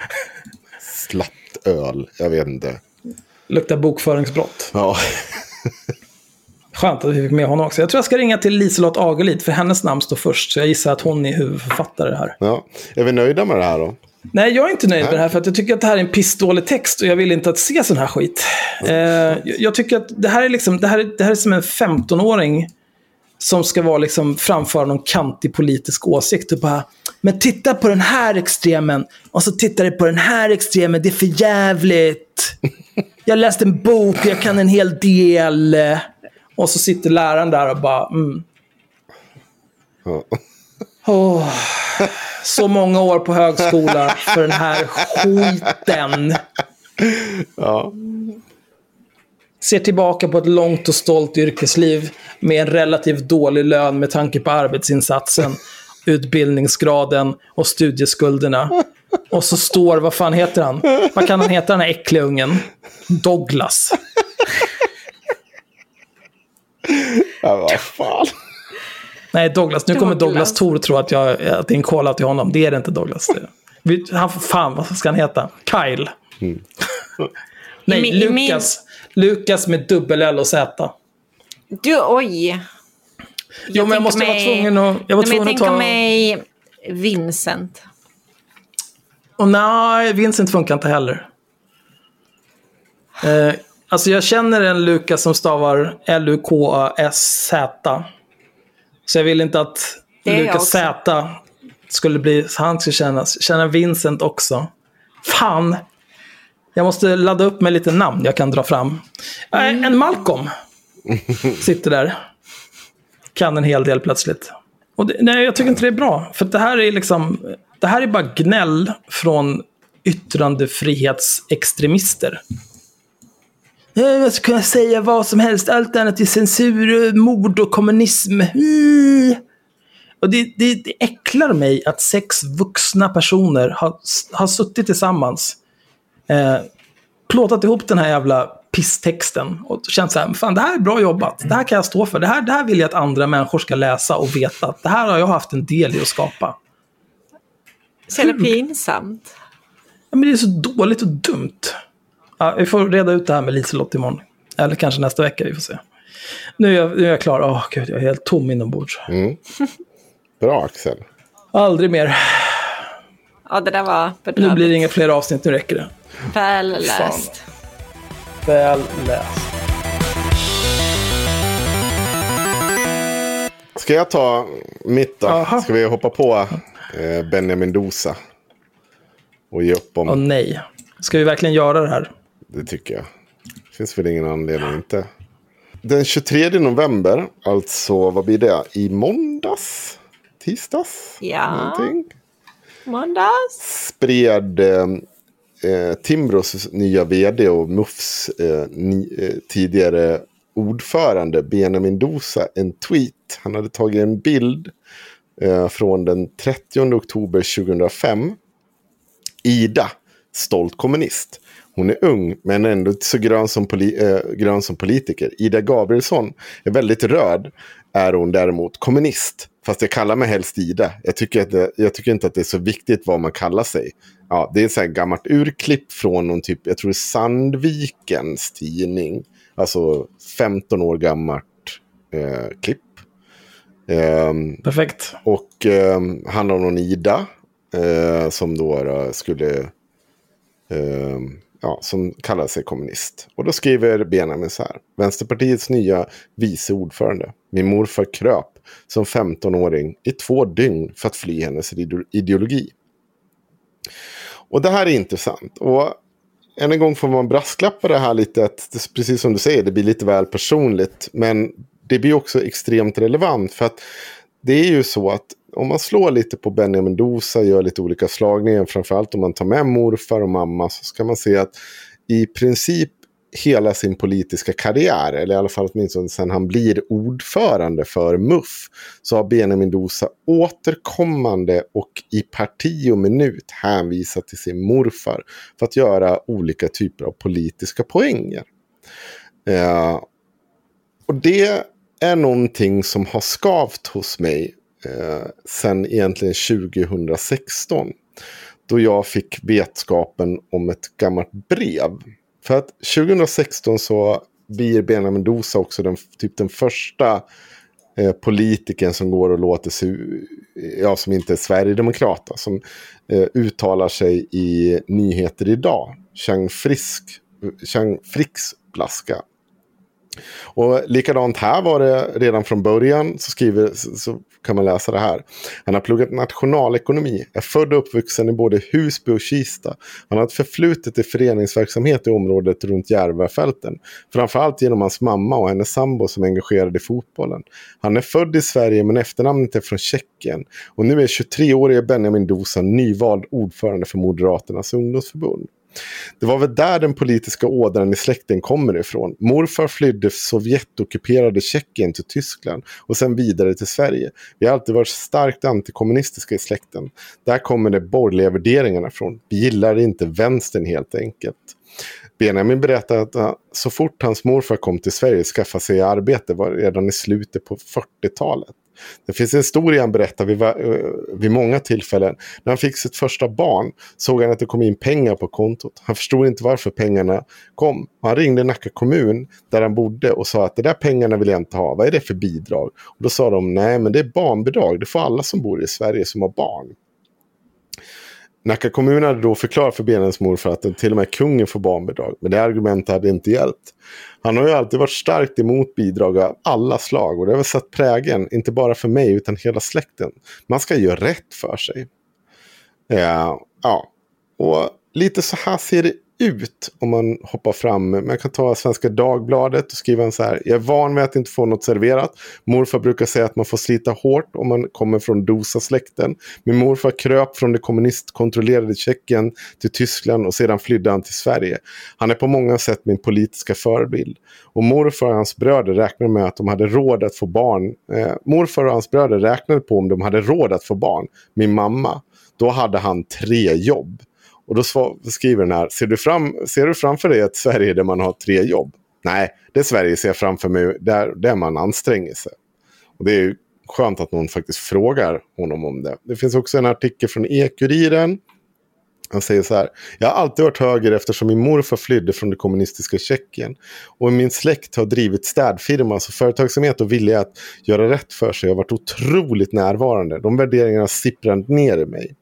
slattöl. Jag vet inte. Luktar bokföringsbrott. Ja. Skönt att vi fick med honom också. Jag tror jag ska ringa till Liselott Agerlid för hennes namn står först. Så jag gissar att hon är huvudförfattare här. Ja. Är vi nöjda med det här då? Nej, jag är inte nöjd med det här för att jag tycker att det här är en pissdålig text och jag vill inte att se sån här skit. Jag tycker att det här är liksom det här är som en 15-åring som ska vara liksom framföra någon kantig politisk åsikt och bara, men titta på den här extremen och så tittar du på den här extremen, det är för jävligt. Jag läste en bok, jag kan en hel del. Och så sitter läraren där och bara... så många år på högskola för den här skiten. Ja. Ser tillbaka på ett långt och stolt yrkesliv med en relativt dålig lön med tanke på arbetsinsatsen, utbildningsgraden och studieskulderna. Och så står, vad fan heter han? Vad kan han heta, den här äckliga ungen? Douglas. Ja, vad fan. Nej, Douglas. Nu kommer Douglas Thor tro att det är en kolla till honom. Det är det inte, Douglas. Han fan, vad ska han heta? Kyle. Nej, Lukas med dubbel L och Z. Oj. Jo, men jag måste vara tvungen att... Jag tänker mig Vincent. Och nej, Vincent funkar inte heller. Alltså jag känner en Lukas som stavar L-U-K-A-S-Z. Så jag vill inte att Lukas Z skulle bli... Han ska känna Vincent också. Fan! Jag måste ladda upp med lite namn jag kan dra fram. En Malcolm sitter där. Kan en hel del plötsligt. Och nej, jag tycker inte det är bra. För det här är liksom... Det här är bara gnäll från yttrandefrihetsextremister. Jag ska kunna säga vad som helst. Allt annat är censur, mord och kommunism. Och det äcklar mig att 6 vuxna personer har suttit tillsammans. Plåtat ihop den här jävla pisstexten. Och känt så här, fan det här är bra jobbat. Det här kan jag stå för. Det här vill jag att andra människor ska läsa och veta. Att det här har jag haft en del i att skapa. Så är det pinsamt. Ja, men det är så dåligt och dumt. Ja, vi får reda ut det här med Liselott imorgon. Eller kanske nästa vecka, vi får se. Nu är jag klar. Gud, jag är helt tom inombords. Bra, Axel. Aldrig mer. Ja, det där var bedrövligt. Nu blir det inga fler avsnitt, nu räcker det. Väl läst. Väl läst. Ska jag ta mitt då? Aha. Ska vi hoppa på Benjamin Mendoza och ge upp om... nej. Ska vi verkligen göra det här? Det tycker jag. Det finns väl ingen anledning inte. Den 23 november, alltså vad blir det? I måndags? Tisdags? Ja. Någonting? Måndags. Spred Timbros nya vd och MUFs tidigare ordförande Benjamin Mendoza en tweet. Han hade tagit en bild från den 30 oktober 2005. Ida, stolt kommunist. Hon är ung men ändå inte så grön som politiker. Ida Gabrielsson är väldigt röd. Är hon däremot kommunist. Fast jag kallar mig helst Ida. Jag tycker inte att det är så viktigt vad man kallar sig. Ja, det är så här gammalt urklipp från någon typ, jag tror det är Sandvikens tidning. Alltså 15 år gammalt klipp. Perfekt. Och handlar om någon Ida som då skulle... som kallar sig kommunist. Och då skriver Benjamin så här. Vänsterpartiets nya vice ordförande. Min morfar kröp som 15-åring i 2 dygn för att fly hennes ideologi. Och det här är intressant. Och än en gång får man brasklappa det här lite. Att det, precis som du säger, det blir lite väl personligt. Men det blir också extremt relevant. För att det är ju så att om man slår lite på Benjamin Mendoza, gör lite olika slagningar, framförallt om man tar med morfar och mamma, så ska man se att i princip hela sin politiska karriär, eller i alla fall åtminstone sen han blir ordförande för MUF, så har Benjamin Mendoza återkommande och i parti och minut hänvisat till sin morfar för att göra olika typer av politiska poänger. Och det är någonting som har skavt hos mig sen egentligen 2016, då jag fick vetskapen om ett gammalt brev. För att 2016 så blir Benjamin Mendoza också den första politikern som går och låter sig, som inte är Sverigedemokrat, som uttalar sig i Nyheter idag. Chang Fricks blaska. Och likadant här var det redan från början, så kan man läsa det här. Han har pluggat nationalekonomi, är född och uppvuxen i både Husby och Kista. Han har ett förflutet i föreningsverksamhet i området runt Järvafälten. Framförallt genom hans mamma och hennes sambo som är engagerade i fotbollen. Han är född i Sverige men efternamnet är från Tjeckien. Och nu är 23-årige Benjamin Dosa nyvald ordförande för Moderaternas ungdomsförbund. Det var väl där den politiska ådran i släkten kommer ifrån. Morfar flydde Sovjetockuperade Tjeckien till Tyskland och sen vidare till Sverige. Vi har alltid varit starkt antikommunistiska i släkten. Där kommer de borgerliga värderingarna från. Vi gillar inte vänstern helt enkelt. Benjamin berättade att så fort hans morfar kom till Sverige skaffa sig arbete var redan i slutet på 40-talet. Det finns en historia han berättar vid många tillfällen. När han fick sitt första barn såg han att det kom in pengar på kontot. Han förstod inte varför pengarna kom. Han ringde Nacka kommun där han bodde och sa att det där pengarna vill jag inte ha. Vad är det för bidrag? Och då sa de, nej men det är barnbidrag. Det får alla som bor i Sverige som har barn. Nacka kommun hade då förklarat för Benjamins morfar att till och med kungen får barnbidrag. Men det argumentet hade inte hjälpt. Han har ju alltid varit starkt emot bidrag av alla slag. Och det har väl satt prägen, inte bara för mig utan hela släkten. Man ska göra rätt för sig. Ja. Och lite så här ser det ut om man hoppar fram. Man kan ta Svenska Dagbladet och skriva en så här. Jag är van vid att inte få något serverat. Morfar brukar säga att man får slita hårt om man kommer från Dosa-släkten. Min morfar kröp från det kommunistkontrollerade Tjeckien till Tyskland och sedan flydde han till Sverige. Han är på många sätt min politiska förebild. Och morfar och hans bröder räknade med att de hade råd att få barn. Morfar och hans bröder räknade på om de hade råd att få barn. Min mamma, då hade han 3 jobb. Och då skriver den här, ser du framför dig ett Sverige där man har 3 jobb? Nej, det Sverige ser jag framför mig där man anstränger sig. Och det är ju skönt att någon faktiskt frågar honom om det. Det finns också en artikel från E-Kuriren. Han säger så här: jag har alltid varit höger eftersom min morfar flydde från det kommunistiska Tjeckien. Och min släkt har drivit städfirma, så företagsamhet och vilja att göra rätt för sig har varit otroligt närvarande. De värderingarna sipprar ner i mig.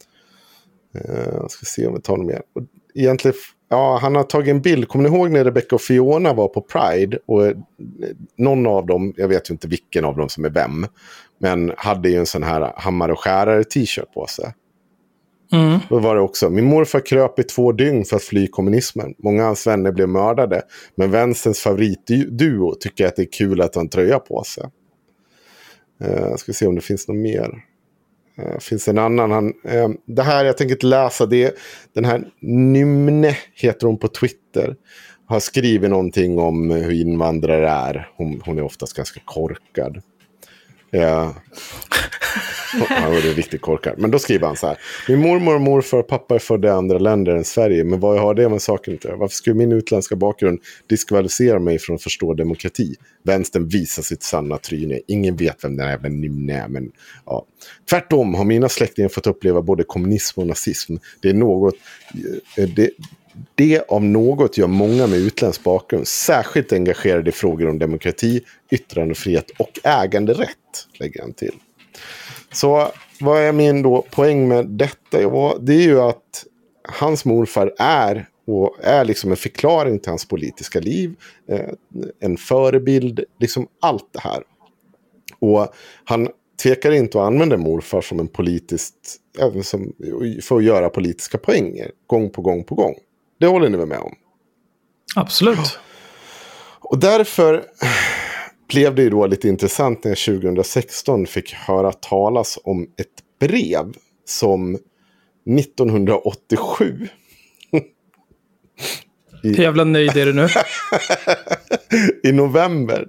Jag ska se om vi tar något mer. Egentligen, han har tagit en bild. Kommer ni ihåg när Rebecca och Fiona var på Pride? Och någon av dem, jag vet ju inte vilken av dem som är vem, men hade ju en sån här hammare och skärare t-shirt på sig. Då var det också, min morfar kröp i 2 dygn för att fly kommunismen. Många av hans vänner blev mördade. Men vänsterns favoritduo tycker att det är kul att ha en tröja på sig. Jag ska se om det finns något mer. Finns en annan, det här jag tänker inte läsa det. Den här Nymne heter hon på Twitter. Har skrivit någonting om hur invandrare är. Hon är oftast ganska korkad. Ja, det är riktigt korkad. Men då skriver han så här: min mormor och morfar och pappa är födda i andra länder än Sverige. Men vad har det med saken att göra? Varför skulle min utländska bakgrund diskvalificera mig från att förstå demokrati? Vänstern visar sitt sanna tryne. Ingen vet vem den här även Nymne, men ja. Tvärtom har mina släktingar fått uppleva både kommunism och nazism. Det är något... Det av något gör många med utländsk bakgrund särskilt engagerade i frågor om demokrati, yttrandefrihet och äganderätt, lägger han till. Så vad är min då poäng med detta? Det är ju att hans morfar är liksom en förklaring till hans politiska liv, en förebild, liksom allt det här. Och han tvekar inte att använda morfar som en politiskt, för att göra politiska poänger, gång på gång på gång. Det håller ni med om? Absolut. Och därför blev det ju då lite intressant när jag 2016 fick höra talas om ett brev som 1987... Hur jävla nöjd är du nu? I november,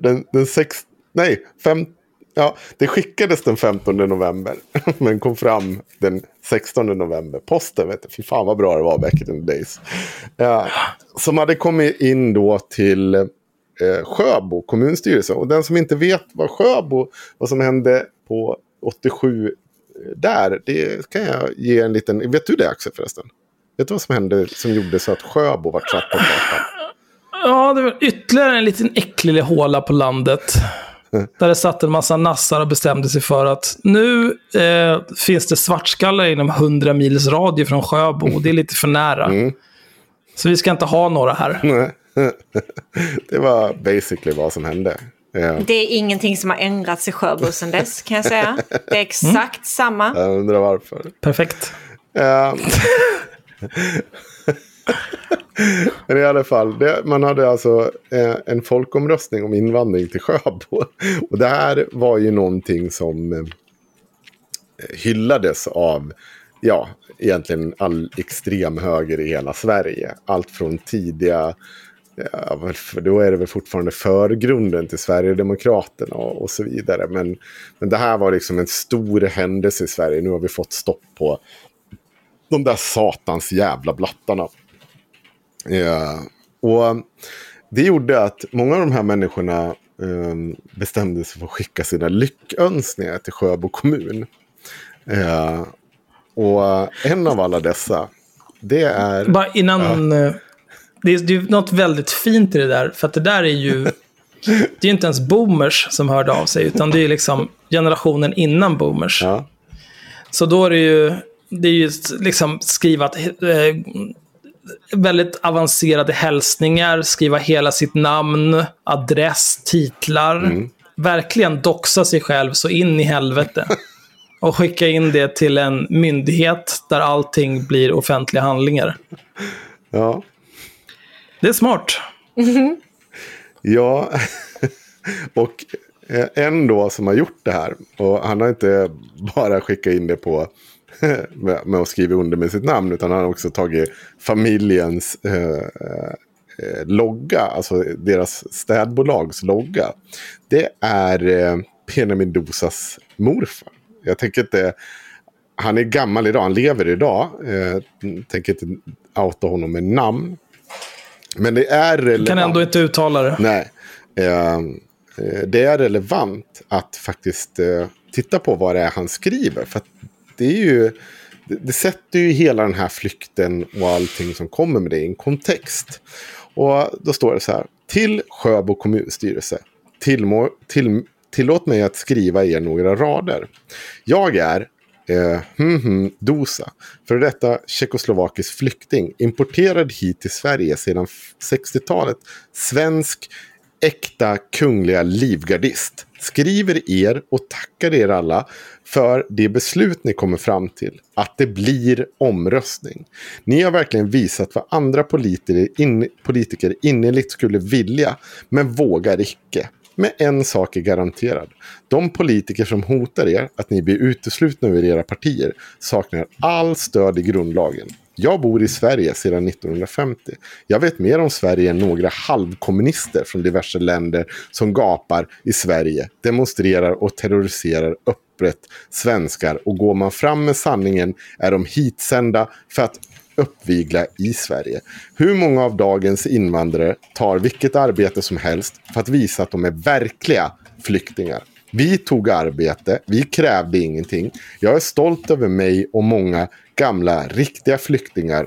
det skickades den 15 november, men kom fram den 16 november. Posten, vet du, fy fan vad bra det var back in the days. Som hade kommit in då till Sjöbo kommunstyrelse. Och den som inte vet vad Sjöbo, vad som hände på 87 där, det kan jag ge en liten... Vet du det, Axel, förresten? Vet du vad som hände som gjorde så att Sjöbo var satt på kartan? Ja, det var ytterligare en liten äcklig håla på landet. Där det satt en massa nassar och bestämde sig för att nu finns det svartskallar inom 100 mils radie från Sjöbo. Och det är lite för nära. Så vi ska inte ha några här. Det var basically vad som hände. Det är ingenting som har ändrats i Sjöbo sedan dess, kan jag säga. Det är exakt samma. Jag undrar varför. Perfekt. Men i alla fall, man hade alltså en folkomröstning om invandring till Sjöbo. Och det här var ju någonting som hyllades av, ja, egentligen all extrem höger i hela Sverige. Allt från tidiga, för då är det väl fortfarande förgrunden till Sverigedemokraterna och så vidare. Men det här var liksom en stor händelse i Sverige. Nu har vi fått stopp på de där satans jävla blattarna. Och det gjorde att många av de här människorna bestämde sig för att skicka sina lyckönskningar till Sjöbo kommun. Och en av alla dessa, det är... Bara innan... Det är ju något väldigt fint i det där. För att det där är ju... Det är inte ens boomers som hörde av sig. Utan det är liksom generationen innan boomers. Ja. Så då är det är ju liksom skrivat... väldigt avancerade hälsningar, skriva hela sitt namn, adress, titlar. Verkligen doxa sig själv så in i helvete. Och skicka in det till en myndighet där allting blir offentliga handlingar. Ja. Det är smart. Ja. Och en då som har gjort det här, och han har inte bara skickat in det på med att skriva under med sitt namn, utan han har också tagit familjens logga, alltså deras städbolags logga. Det är Pena Mendozas morfar. Jag tänker inte, han är gammal idag, han lever idag. Tänker inte outa honom med namn. Men det är relevant. Kan ändå inte uttala det. Nej. Det är relevant att faktiskt titta på vad det är han skriver. För att det är ju, det sätter ju hela den här flykten och allting som kommer med det i en kontext. Och då står det så här: till Sjöbo kommunstyrelse, tillåt mig att skriva er några rader. Jag är Dosa, för detta tjeckoslovakisk flykting, importerad hit till Sverige sedan 60-talet, svensk äkta kungliga livgardist. Skriver er och tackar er alla för det beslut ni kommer fram till. Att det blir omröstning. Ni har verkligen visat vad andra politiker innerligt skulle vilja, men vågar icke. Men en sak är garanterad. De politiker som hotar er att ni blir uteslutna ur era partier saknar all stöd i grundlagen. Jag bor i Sverige sedan 1950. Jag vet mer om Sverige än några halvkommunister från diverse länder som gapar i Sverige, demonstrerar och terroriserar öppet svenskar. Och går man fram med sanningen är de hitsända för att uppvigla i Sverige. Hur många av dagens invandrare tar vilket arbete som helst för att visa att de är verkliga flyktingar? Vi tog arbete, vi krävde ingenting. Jag är stolt över mig och många gamla, riktiga flyktingar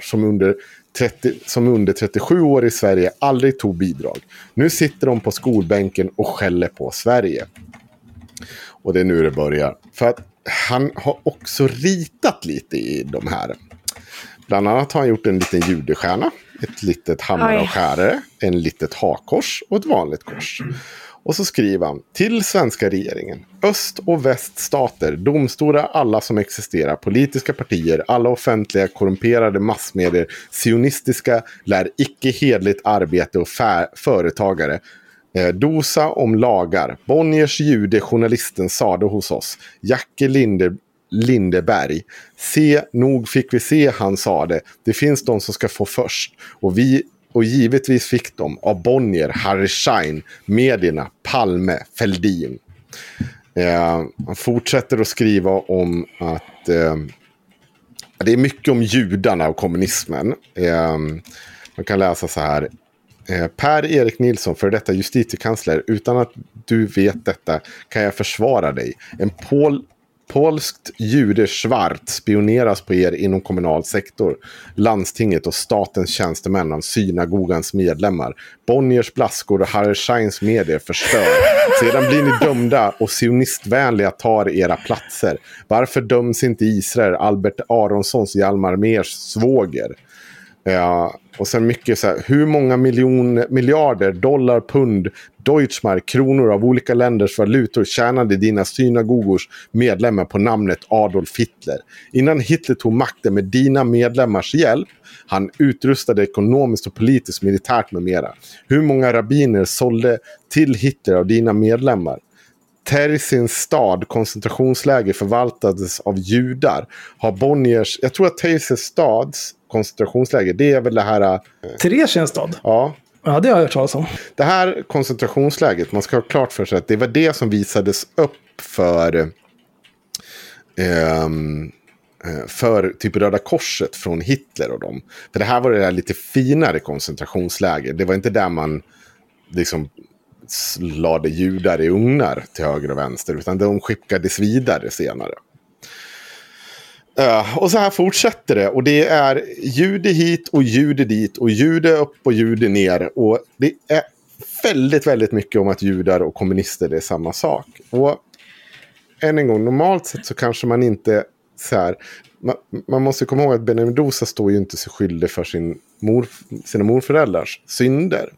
som under 37 år i Sverige aldrig tog bidrag. Nu sitter de på skolbänken och skäller på Sverige. Och det är nu det börjar. För att han har också ritat lite i de här. Bland annat har han gjort en liten judestjärna, ett litet hammare och skärare, en litet hakkors och ett vanligt kors. Och så skriver han: till svenska regeringen, öst- och väststater, domstolar, alla som existerar, politiska partier, alla offentliga, korrumperade massmedier, sionistiska, lär icke hedligt arbete och företagare. Dosa om lagar, Bonniers jude, journalisten sade hos oss, Jacke Lindeberg. Nog fick vi se, han sa det. Det finns de som ska få först. Och givetvis fick de av Bonnier, Harry Schein, medierna, Palme, Fälldin. Han fortsätter att skriva om att det är mycket om judarna och kommunismen. Man kan läsa så här: Per-Erik Nilsson, för detta justitiekansler, utan att du vet detta kan jag försvara dig. En polskt jude svart spioneras på er inom kommunal sektor, landstinget och statens tjänstemän av synagogans medlemmar. Bonniers blaskor och Harry Scheins medier förstör. Sedan blir ni dömda och sionistvänliga tar era platser. Varför döms inte Israel, Albert Aronssons Hjalmar Mers svåger? Och sen mycket så här, hur många miljarder dollar, pund, Deutschmark, kronor av olika länders valutor tjänade dina synagogors medlemmar på namnet Adolf Hitler? Innan Hitler tog makten med dina medlemmars hjälp, han utrustade ekonomiskt och politiskt, militärt med mera. Hur många rabbiner sålde till Hitler av dina medlemmar? Terzins stad, koncentrationsläger, förvaltades av judar. Har Bonniers, jag tror att Terzins stads koncentrationsläger, det är väl det här... Theresiens stad? Ja. Ja, det har jag hört talas om. Det här koncentrationsläget, man ska ha klart för sig att det var det som visades upp för typ Röda Korset från Hitler och dem. För det här var det där lite finare koncentrationsläger. Det var inte där man liksom lade judar i ugnar till höger och vänster, utan de skickades vidare senare. Och så här fortsätter det, och det är jude hit och jude dit och jude upp och jude ner, och det är väldigt, väldigt mycket om att judar och kommunister är samma sak. Och än en gång, normalt sett så kanske man inte så här, man måste komma ihåg att Benjamin Mendoza står ju inte så skyldig för sina morföräldrars synder.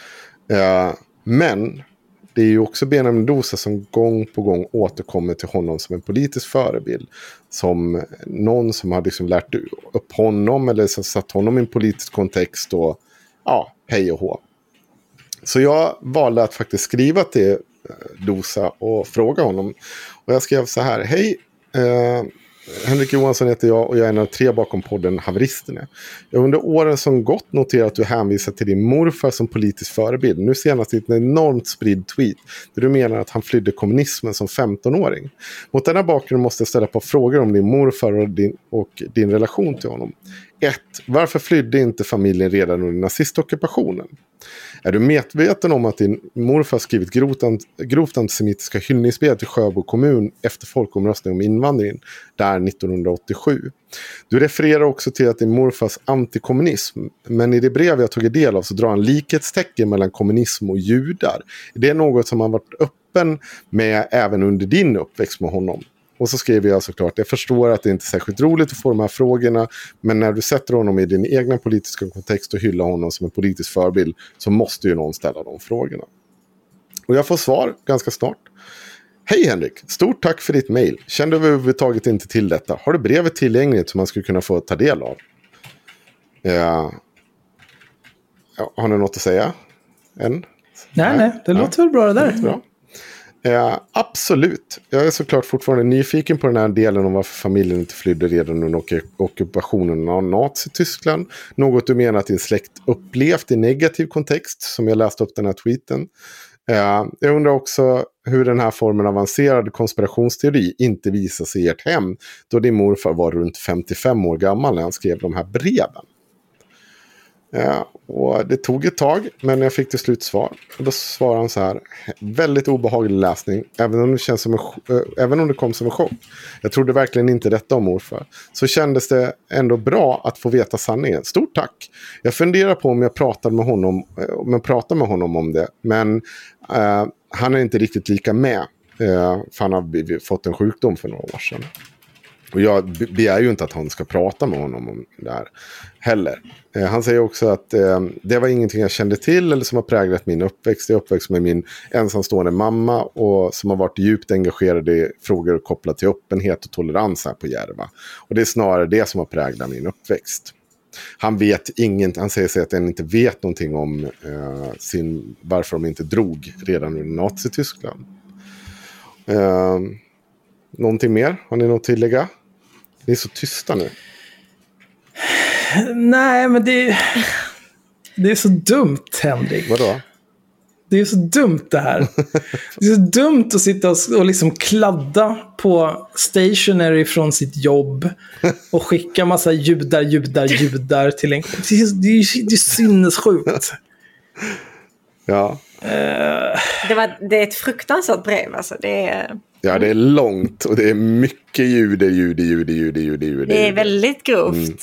Men det är ju också Benjamin Mendoza som gång på gång återkommer till honom som en politisk förebild. Som någon som har liksom lärt upp honom eller satt honom i en politisk kontext och ja, hej och hå. Så jag valde att faktiskt skriva till Dosa och fråga honom. Och jag skrev så här: hej, Henrik Johansson heter jag och jag är en av 3 bakom podden Haveristerna. Jag har under åren som gått noterat att du hänvisar till din morfar som politisk förebild. Nu senast i en enormt spridd tweet där du menar att han flydde kommunismen som 15-åring. Mot denna bakgrund måste jag ställa ett par frågor om din morfar och din relation till honom. 1. Varför flydde inte familjen redan under nazistockupationen? Är du medveten om att din morfar skrivit grovt antisemitiska hyllningsbrev till Sjöbo kommun efter folkomröstningen om invandringen där 1987? Du refererar också till att din morfars antikommunism, men i det brev jag tagit del av så drar han likhetstecken mellan kommunism och judar. Det är något som har varit öppen med även under din uppväxt med honom. Och så skrev jag såklart: jag förstår att det inte är särskilt roligt att få de här frågorna, men när du sätter honom i din egna politiska kontext och hyllar honom som en politisk förebild så måste ju någon ställa de frågorna. Och jag får svar ganska snart. Hej Henrik, stort tack för ditt mejl. Kände överhuvudtaget inte till detta. Har du brevet tillgängligt som man skulle kunna få ta del av? Har ni något att säga? Nej, det låter väl bra det där. Bra. Absolut. Jag är såklart fortfarande nyfiken på den här delen om varför familjen inte flydde redan under ockupationen av Nazi-Tyskland. Något du menar att din släkt upplevt i negativ kontext, som jag läste upp den här tweeten. Jag undrar också hur den här formen av avancerad konspirationsteori inte visar sig i ert hem, då din morfar var runt 55 år gammal när han skrev de här breven. Och det tog ett tag, men jag fick till slut svar. Och då svarade han så här: väldigt obehaglig läsning, även om det kom som en chock. Jag trodde verkligen inte detta om morfar. Så kändes det ändå bra att få veta sanningen. Stort tack. Jag funderar på om jag pratar med honom om det, men han är inte riktigt lika med. För han har fått en sjukdom för några år sedan. Och jag begär ju inte att han ska prata med honom om det här heller. Han säger också att det var ingenting jag kände till eller som har präglat min uppväxt. Jag är uppväxt med min ensamstående mamma och som har varit djupt engagerad i frågor kopplat till öppenhet och tolerans här på Järva. Och det är snarare det som har präglat min uppväxt. Han säger sig att han inte vet någonting om varför de inte drog redan under Nazi-Tyskland. Någonting mer? Har ni något att tillägga? Ni är så tysta nu. Nej, men det är så dumt, Henrik. Vadå? Det är så dumt det här. Det är så dumt att sitta och liksom kladda på stationery från sitt jobb och skicka massa judar till en... Det är sinnessjukt. Ja. Det är ett fruktansvärt brev, alltså. Ja, det är långt och det är mycket jude. Det är väldigt grovt.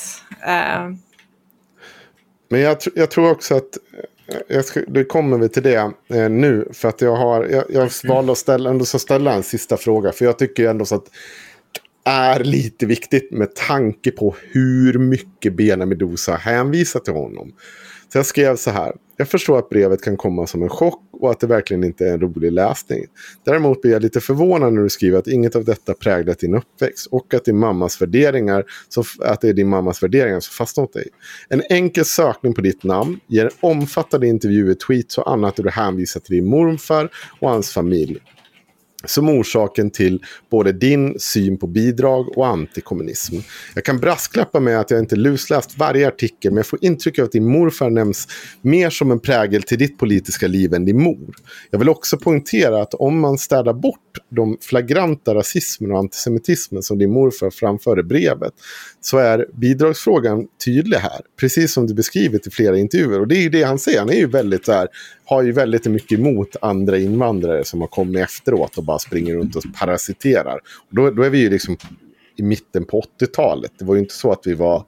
Men jag tror också att det kommer vi till det nu, för att jag valde att ställa en sista fråga, för jag tycker ändå så att är lite viktigt med tanke på hur mycket Benjamin Mendoza hänvisar till honom. Så jag skrev så här: jag förstår att brevet kan komma som en chock och att det verkligen inte är en rolig läsning. Däremot blir jag lite förvånad när du skriver att inget av detta präglat din uppväxt och att det är din mammas värderingar som fastnar åt dig. En enkel sökning på ditt namn ger omfattande intervjuer, tweets och annat där du hänvisar till din morfar och hans familj som orsaken till både din syn på bidrag och antikommunism. Jag kan brasklappa med att jag inte lusläst varje artikel, men jag får intryck av att din morfar nämns mer som en prägel till ditt politiska liv än din mor. Jag vill också poängtera att om man städar bort de flagranta rasismen och antisemitismen som din morfar framför i brevet, så är bidragsfrågan tydlig här. Precis som du beskrivit i flera intervjuer. Och det är ju det han säger. Han är ju väldigt så här, har ju väldigt mycket emot andra invandrare som har kommit efteråt och bara springer runt och parasiterar. Och då är vi ju liksom i mitten på 80-talet. Det var ju inte så att vi var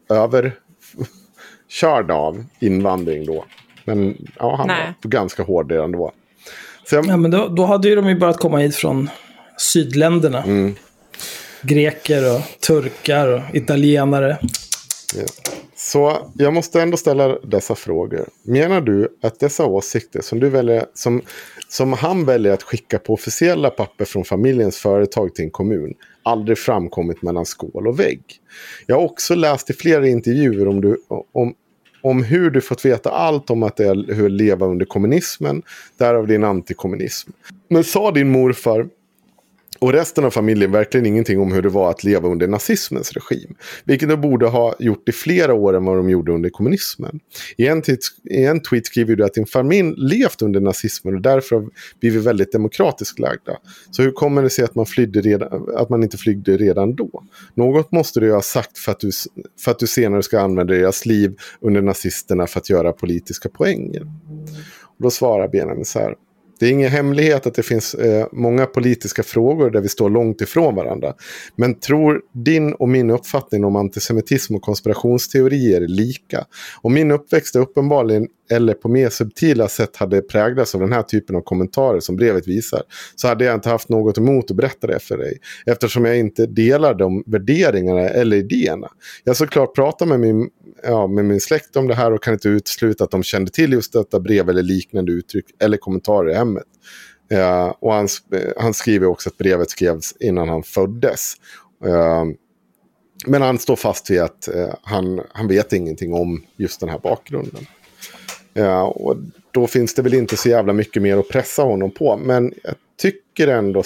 överkörda av invandring då. Men ja, han var ganska hård redan då. Så ja, men då hade ju de ju börjat komma hit från sydländerna. Greker och turkar och italienare. Ja. Så jag måste ändå ställa dessa frågor. Menar du att dessa åsikter som du väljer, som han väljer att skicka på officiella papper från familjens företag till en kommun aldrig framkommit mellan skål och vägg? Jag har också läst i flera intervjuer om hur du fått veta allt om att det är hur leva under kommunismen, därav din antikommunism. Men sa din morfar och resten av familjen verkligen ingenting om hur det var att leva under nazismens regim, vilket de borde ha gjort i flera år än vad de gjorde under kommunismen. I en tweet skriver du att din familj levt under nazismen och därför har blivit väldigt demokratiskt lagda. Så hur kommer det sig att man inte flydde redan då? Något måste du ha sagt för att du senare ska använda deras liv under nazisterna för att göra politiska poänger. Och då svarar Benjamin så här: det är ingen hemlighet att det finns många politiska frågor där vi står långt ifrån varandra. Men tror din och min uppfattning om antisemitism och konspirationsteorier är lika? Om min uppväxt uppenbarligen eller på mer subtila sätt hade präglats av den här typen av kommentarer som brevet visar, så hade jag inte haft något emot att berätta det för dig, eftersom jag inte delar de värderingarna eller idéerna. Jag såklart pratar med min släkt om det här och kan inte utesluta att de kände till just detta brev eller liknande uttryck eller kommentarer i hemmet. Och han skriver också att brevet skrevs innan han föddes. Men han står fast vid att han vet ingenting om just den här bakgrunden. Och då finns det väl inte så jävla mycket mer att pressa honom på. Men jag tycker ändå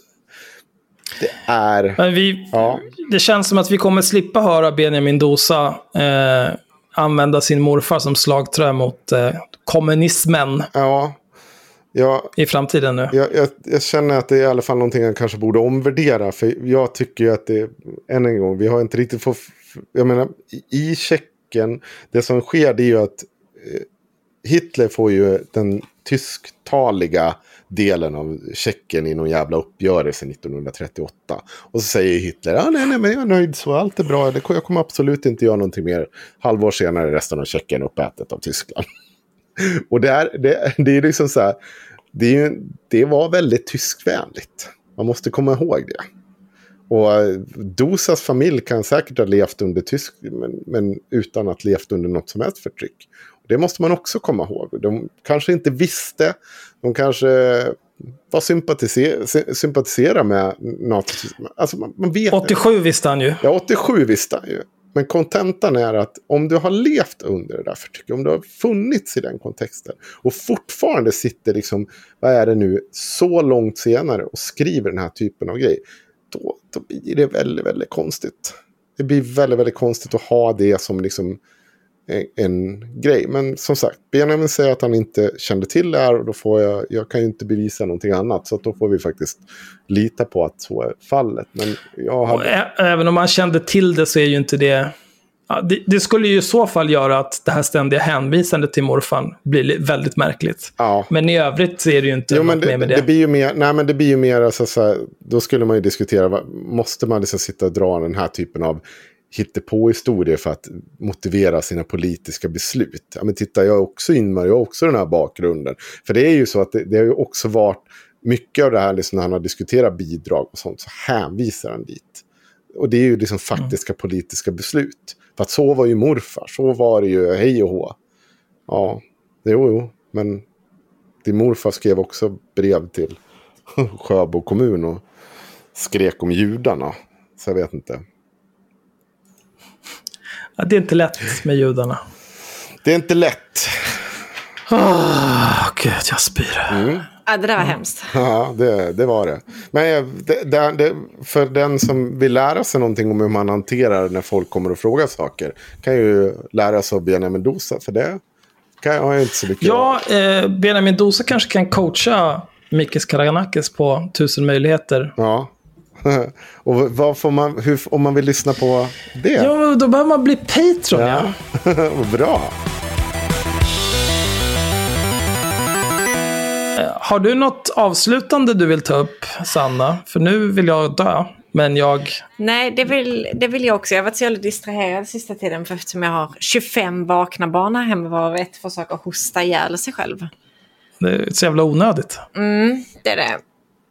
det är... Det känns som att vi kommer slippa höra Benjamin Mendoza använda sin morfar som slagträ mot kommunismen. I framtiden nu. Jag känner att det är i alla fall någonting han kanske borde omvärdera. För jag tycker ju att det, än en gång, vi har inte riktigt fått... Jag menar, i Tjeckien, det som sker det är ju att Hitler får ju den tysktaliga delen av Tjeckien i någon jävla uppgörelse 1938. Och så säger Hitler, nej, men jag är nöjd så, allt är bra. Jag kommer absolut inte göra någonting mer. Halvår senare är resten av Tjeckien uppätet av Tyskland. Och det är liksom så här, det var väldigt tyskvänligt. Man måste komma ihåg det. Och Dosas familj kan säkert ha levt under tysk, men utan att levt under något som helst förtryck. Och det måste man också komma ihåg. De kanske inte visste, de kanske var sympatisera med nazism. Alltså man vet 87 visste han ju. Ja, 87 visste han ju. Men kontentan är att om du har levt under det där förtrycket, om du har funnits i den kontexten och fortfarande sitter liksom, vad är det nu, så långt senare och skriver den här typen av grej, då blir det väldigt, väldigt konstigt. Det blir väldigt, väldigt konstigt att ha det som liksom en grej. Men som sagt, Benjamin säger att han inte kände till det här och då får jag kan ju inte bevisa någonting annat, så att då får vi faktiskt lita på att så är fallet. Men även om man kände till det så är ju inte det... Ja, det skulle ju i så fall göra att det här ständiga hänvisande till morfan blir väldigt märkligt. Ja. Men i övrigt så är det ju inte något med det. Det blir ju mer, nej, men det blir ju mer alltså, så här, då skulle man ju diskutera, måste man liksom sitta och dra den här typen av hittepå-historier för att motivera sina politiska beslut. Ja, men titta, jag är också inmar, jag har också den här bakgrunden. För det är ju så att det har ju också varit mycket av det här liksom, när han har diskuterat bidrag och sånt, så hänvisar han dit. Och det är ju liksom faktiska politiska beslut. För att så var ju morfar. Så var det ju hej och hå. Ja, jo. Men din morfar skrev också brev till Sjöbo kommun och skrek om judarna. Så jag vet inte. Ja, det är inte lätt med judarna. Det är inte lätt. Gud, jag spyr. Ja, det där var hemskt. Ja, det var det. Men för den som vill lära sig någonting om hur man hanterar när folk kommer och frågar saker, kan ju lära sig av Benjamin Mendoza. För det har jag inte så mycket. Ja, Benjamin Mendoza kanske kan coacha Mikis Karaganakis på 1000 möjligheter. Ja. Och vad får man, om man vill lyssna på det? Ja, då behöver man bli Patreon. Ja. Bra. Har du något avslutande du vill ta upp, Sanna? För nu vill jag dö, men jag... Nej, det vill jag också. Jag har varit så jävla distraherad sista tiden för eftersom jag har 25 vakna barn här hemma var och ett försöker hosta ihjäl sig själv. Det är så jävla onödigt. Det är det.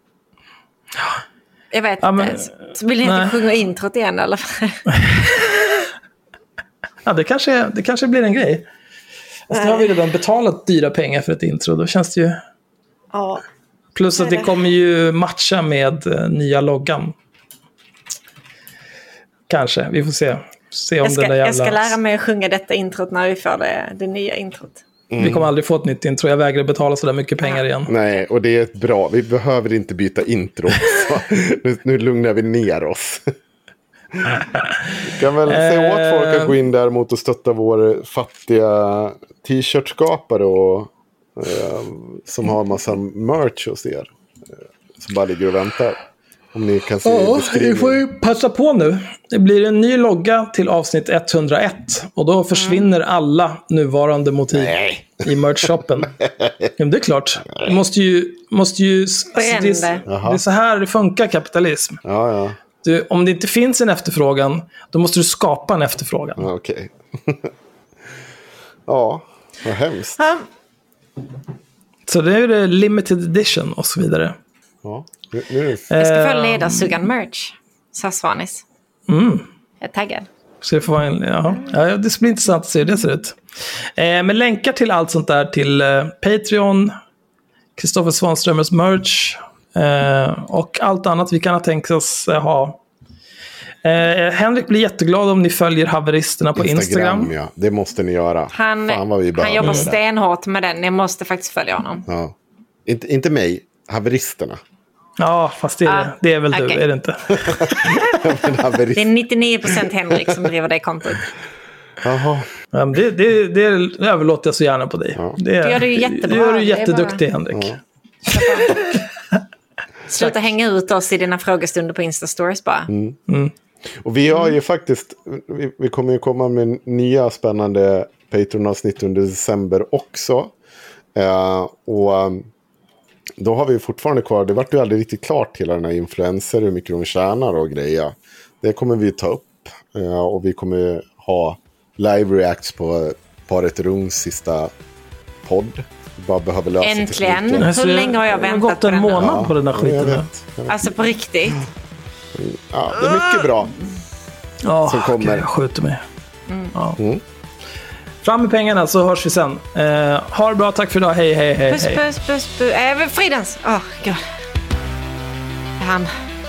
Jag vet inte. Så vill jag inte sjunga introt igen i alla fall. Ja, det kanske blir en grej. Alltså, nu har vi redan betalat dyra pengar för ett intro. Då känns det ju... Ja. Plus att det kommer ju matcha med nya loggan. Kanske, vi får se om den där jävla... Jag ska lära mig att sjunga detta introt när vi får det nya introt. Vi kommer aldrig få ett nytt intro. Jag vägrar betala så där mycket pengar igen. Nej, och det är ett bra. Vi behöver inte byta intro. nu lugnar vi ner oss. Kan väl säga åt folk att gå in däremot och stötta vår fattiga t-shirt-skapare och som har massa merch hos er. Som bara ligger och väntar. Om ni kan se vi får ju passa på nu. Det blir en ny logga till avsnitt 101. Och då försvinner alla nuvarande motiv i merch-shoppen. Men det är klart. Det måste ju det är så här det funkar, kapitalism. Ja. Om det inte finns en efterfrågan, då måste du skapa en efterfrågan. Okej. Ja, vad hemskt. Så det är det limited edition och så vidare. Ja. Jag ska få ledarsugan merch. Sa Svanis. Jag är taggad. Så det får vara det blir intressant att se hur det ser ut. Men länkar till allt sånt där till Patreon, Kristoffer Svanströmers merch och allt annat vi kan ha tänkt oss ha. Henrik blir jätteglad om ni följer haveristerna på Instagram. Ja, det måste ni göra. Han jobbar stenhårt med den. Ni måste faktiskt följa honom. Ja. Inte mig, haveristerna. Ja, fast det är väl du, är det inte? Det är 99% Henrik som driver det kontot. Jaha. Ja, det överlåter jag så gärna på dig. Ja. Det gör du jättebra. Det gör du jätteduktig, Henrik. Ja. Sluta hänga ut oss i dina frågestunder på Insta-stories bara. Och vi har ju faktiskt, vi kommer ju komma med nya spännande Patreon-avsnitt under december också. Och då har vi fortfarande kvar, det vart ju aldrig riktigt klart hela den här influencer, hur mycket de tjänar och grejer. Det kommer vi ta upp. Och vi kommer ha live reacts på Paret Rungs sista podd. Bara behöver lösa äntligen. Hur länge har jag väntat på den? Det har gått en månad på den här skiten. Alltså på riktigt. Ja, det är mycket bra. Som kommer. Jag skjuter mig. Fram med pengarna så hörs vi sen. Ha det bra, tack för idag. Hej. Puss. Fridens. God. Han.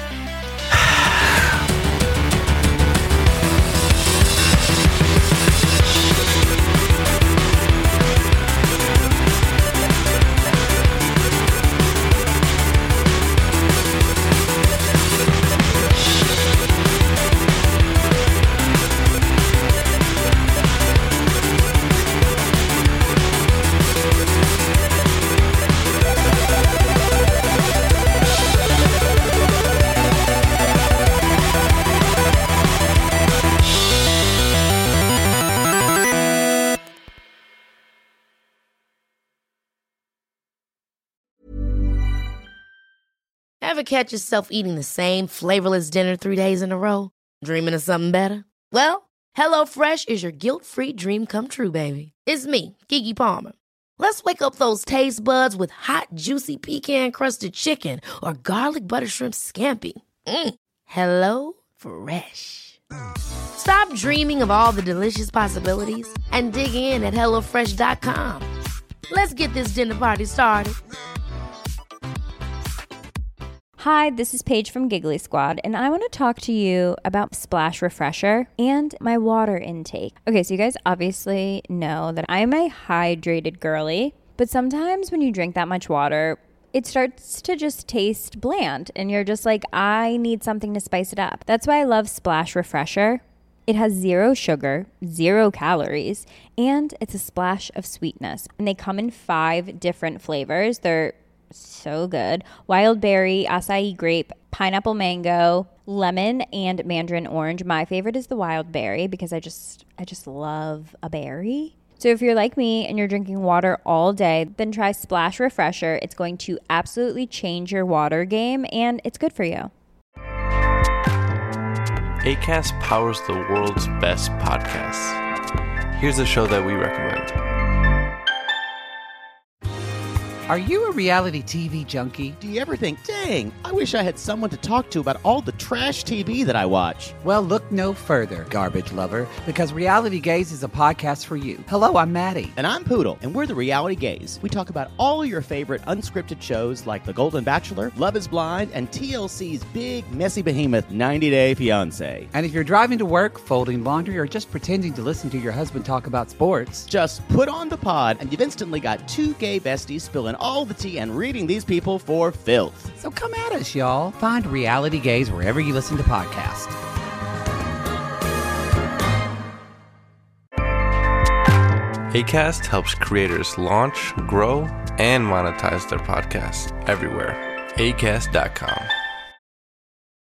Ever catch yourself eating the same flavorless dinner 3 days in a row? Dreaming of something better? Well, HelloFresh is your guilt-free dream come true, baby. It's me, Keke Palmer. Let's wake up those taste buds with hot, juicy pecan-crusted chicken or garlic butter shrimp scampi. Hello Fresh. Stop dreaming of all the delicious possibilities and dig in at HelloFresh.com. Let's get this dinner party started. Hi, this is Paige from Giggly Squad, and I want to talk to you about Splash Refresher and my water intake. Okay, so you guys obviously know that I'm a hydrated girly, but sometimes when you drink that much water, it starts to just taste bland, and you're just like, I need something to spice it up. That's why I love Splash Refresher. It has 0 sugar, 0 calories, and it's a splash of sweetness. And they come in 5 different flavors. They're so good. Wild berry, acai grape, pineapple mango, lemon, and mandarin orange. My favorite is the wild berry because I just love a berry. So if you're like me and you're drinking water all day, then try Splash Refresher. It's going to absolutely change your water game, and it's good for you. Acast powers the world's best podcasts. Here's a show that we recommend. Are you a reality TV junkie? Do you ever think, dang, I wish I had someone to talk to about all the trash TV that I watch? Well, look no further, garbage lover, because Reality Gaze is a podcast for you. Hello, I'm Maddie. And I'm Poodle, and we're the Reality Gaze. We talk about all your favorite unscripted shows like The Golden Bachelor, Love is Blind, and TLC's big, messy behemoth, 90 Day Fiancé. And if you're driving to work, folding laundry, or just pretending to listen to your husband talk about sports, just put on the pod, and you've instantly got 2 gay besties spilling all the tea and reading these people for filth. So come at us, y'all. Find Reality Gaze wherever you listen to podcasts. Acast helps creators launch, grow, and monetize their podcasts everywhere. Acast.com.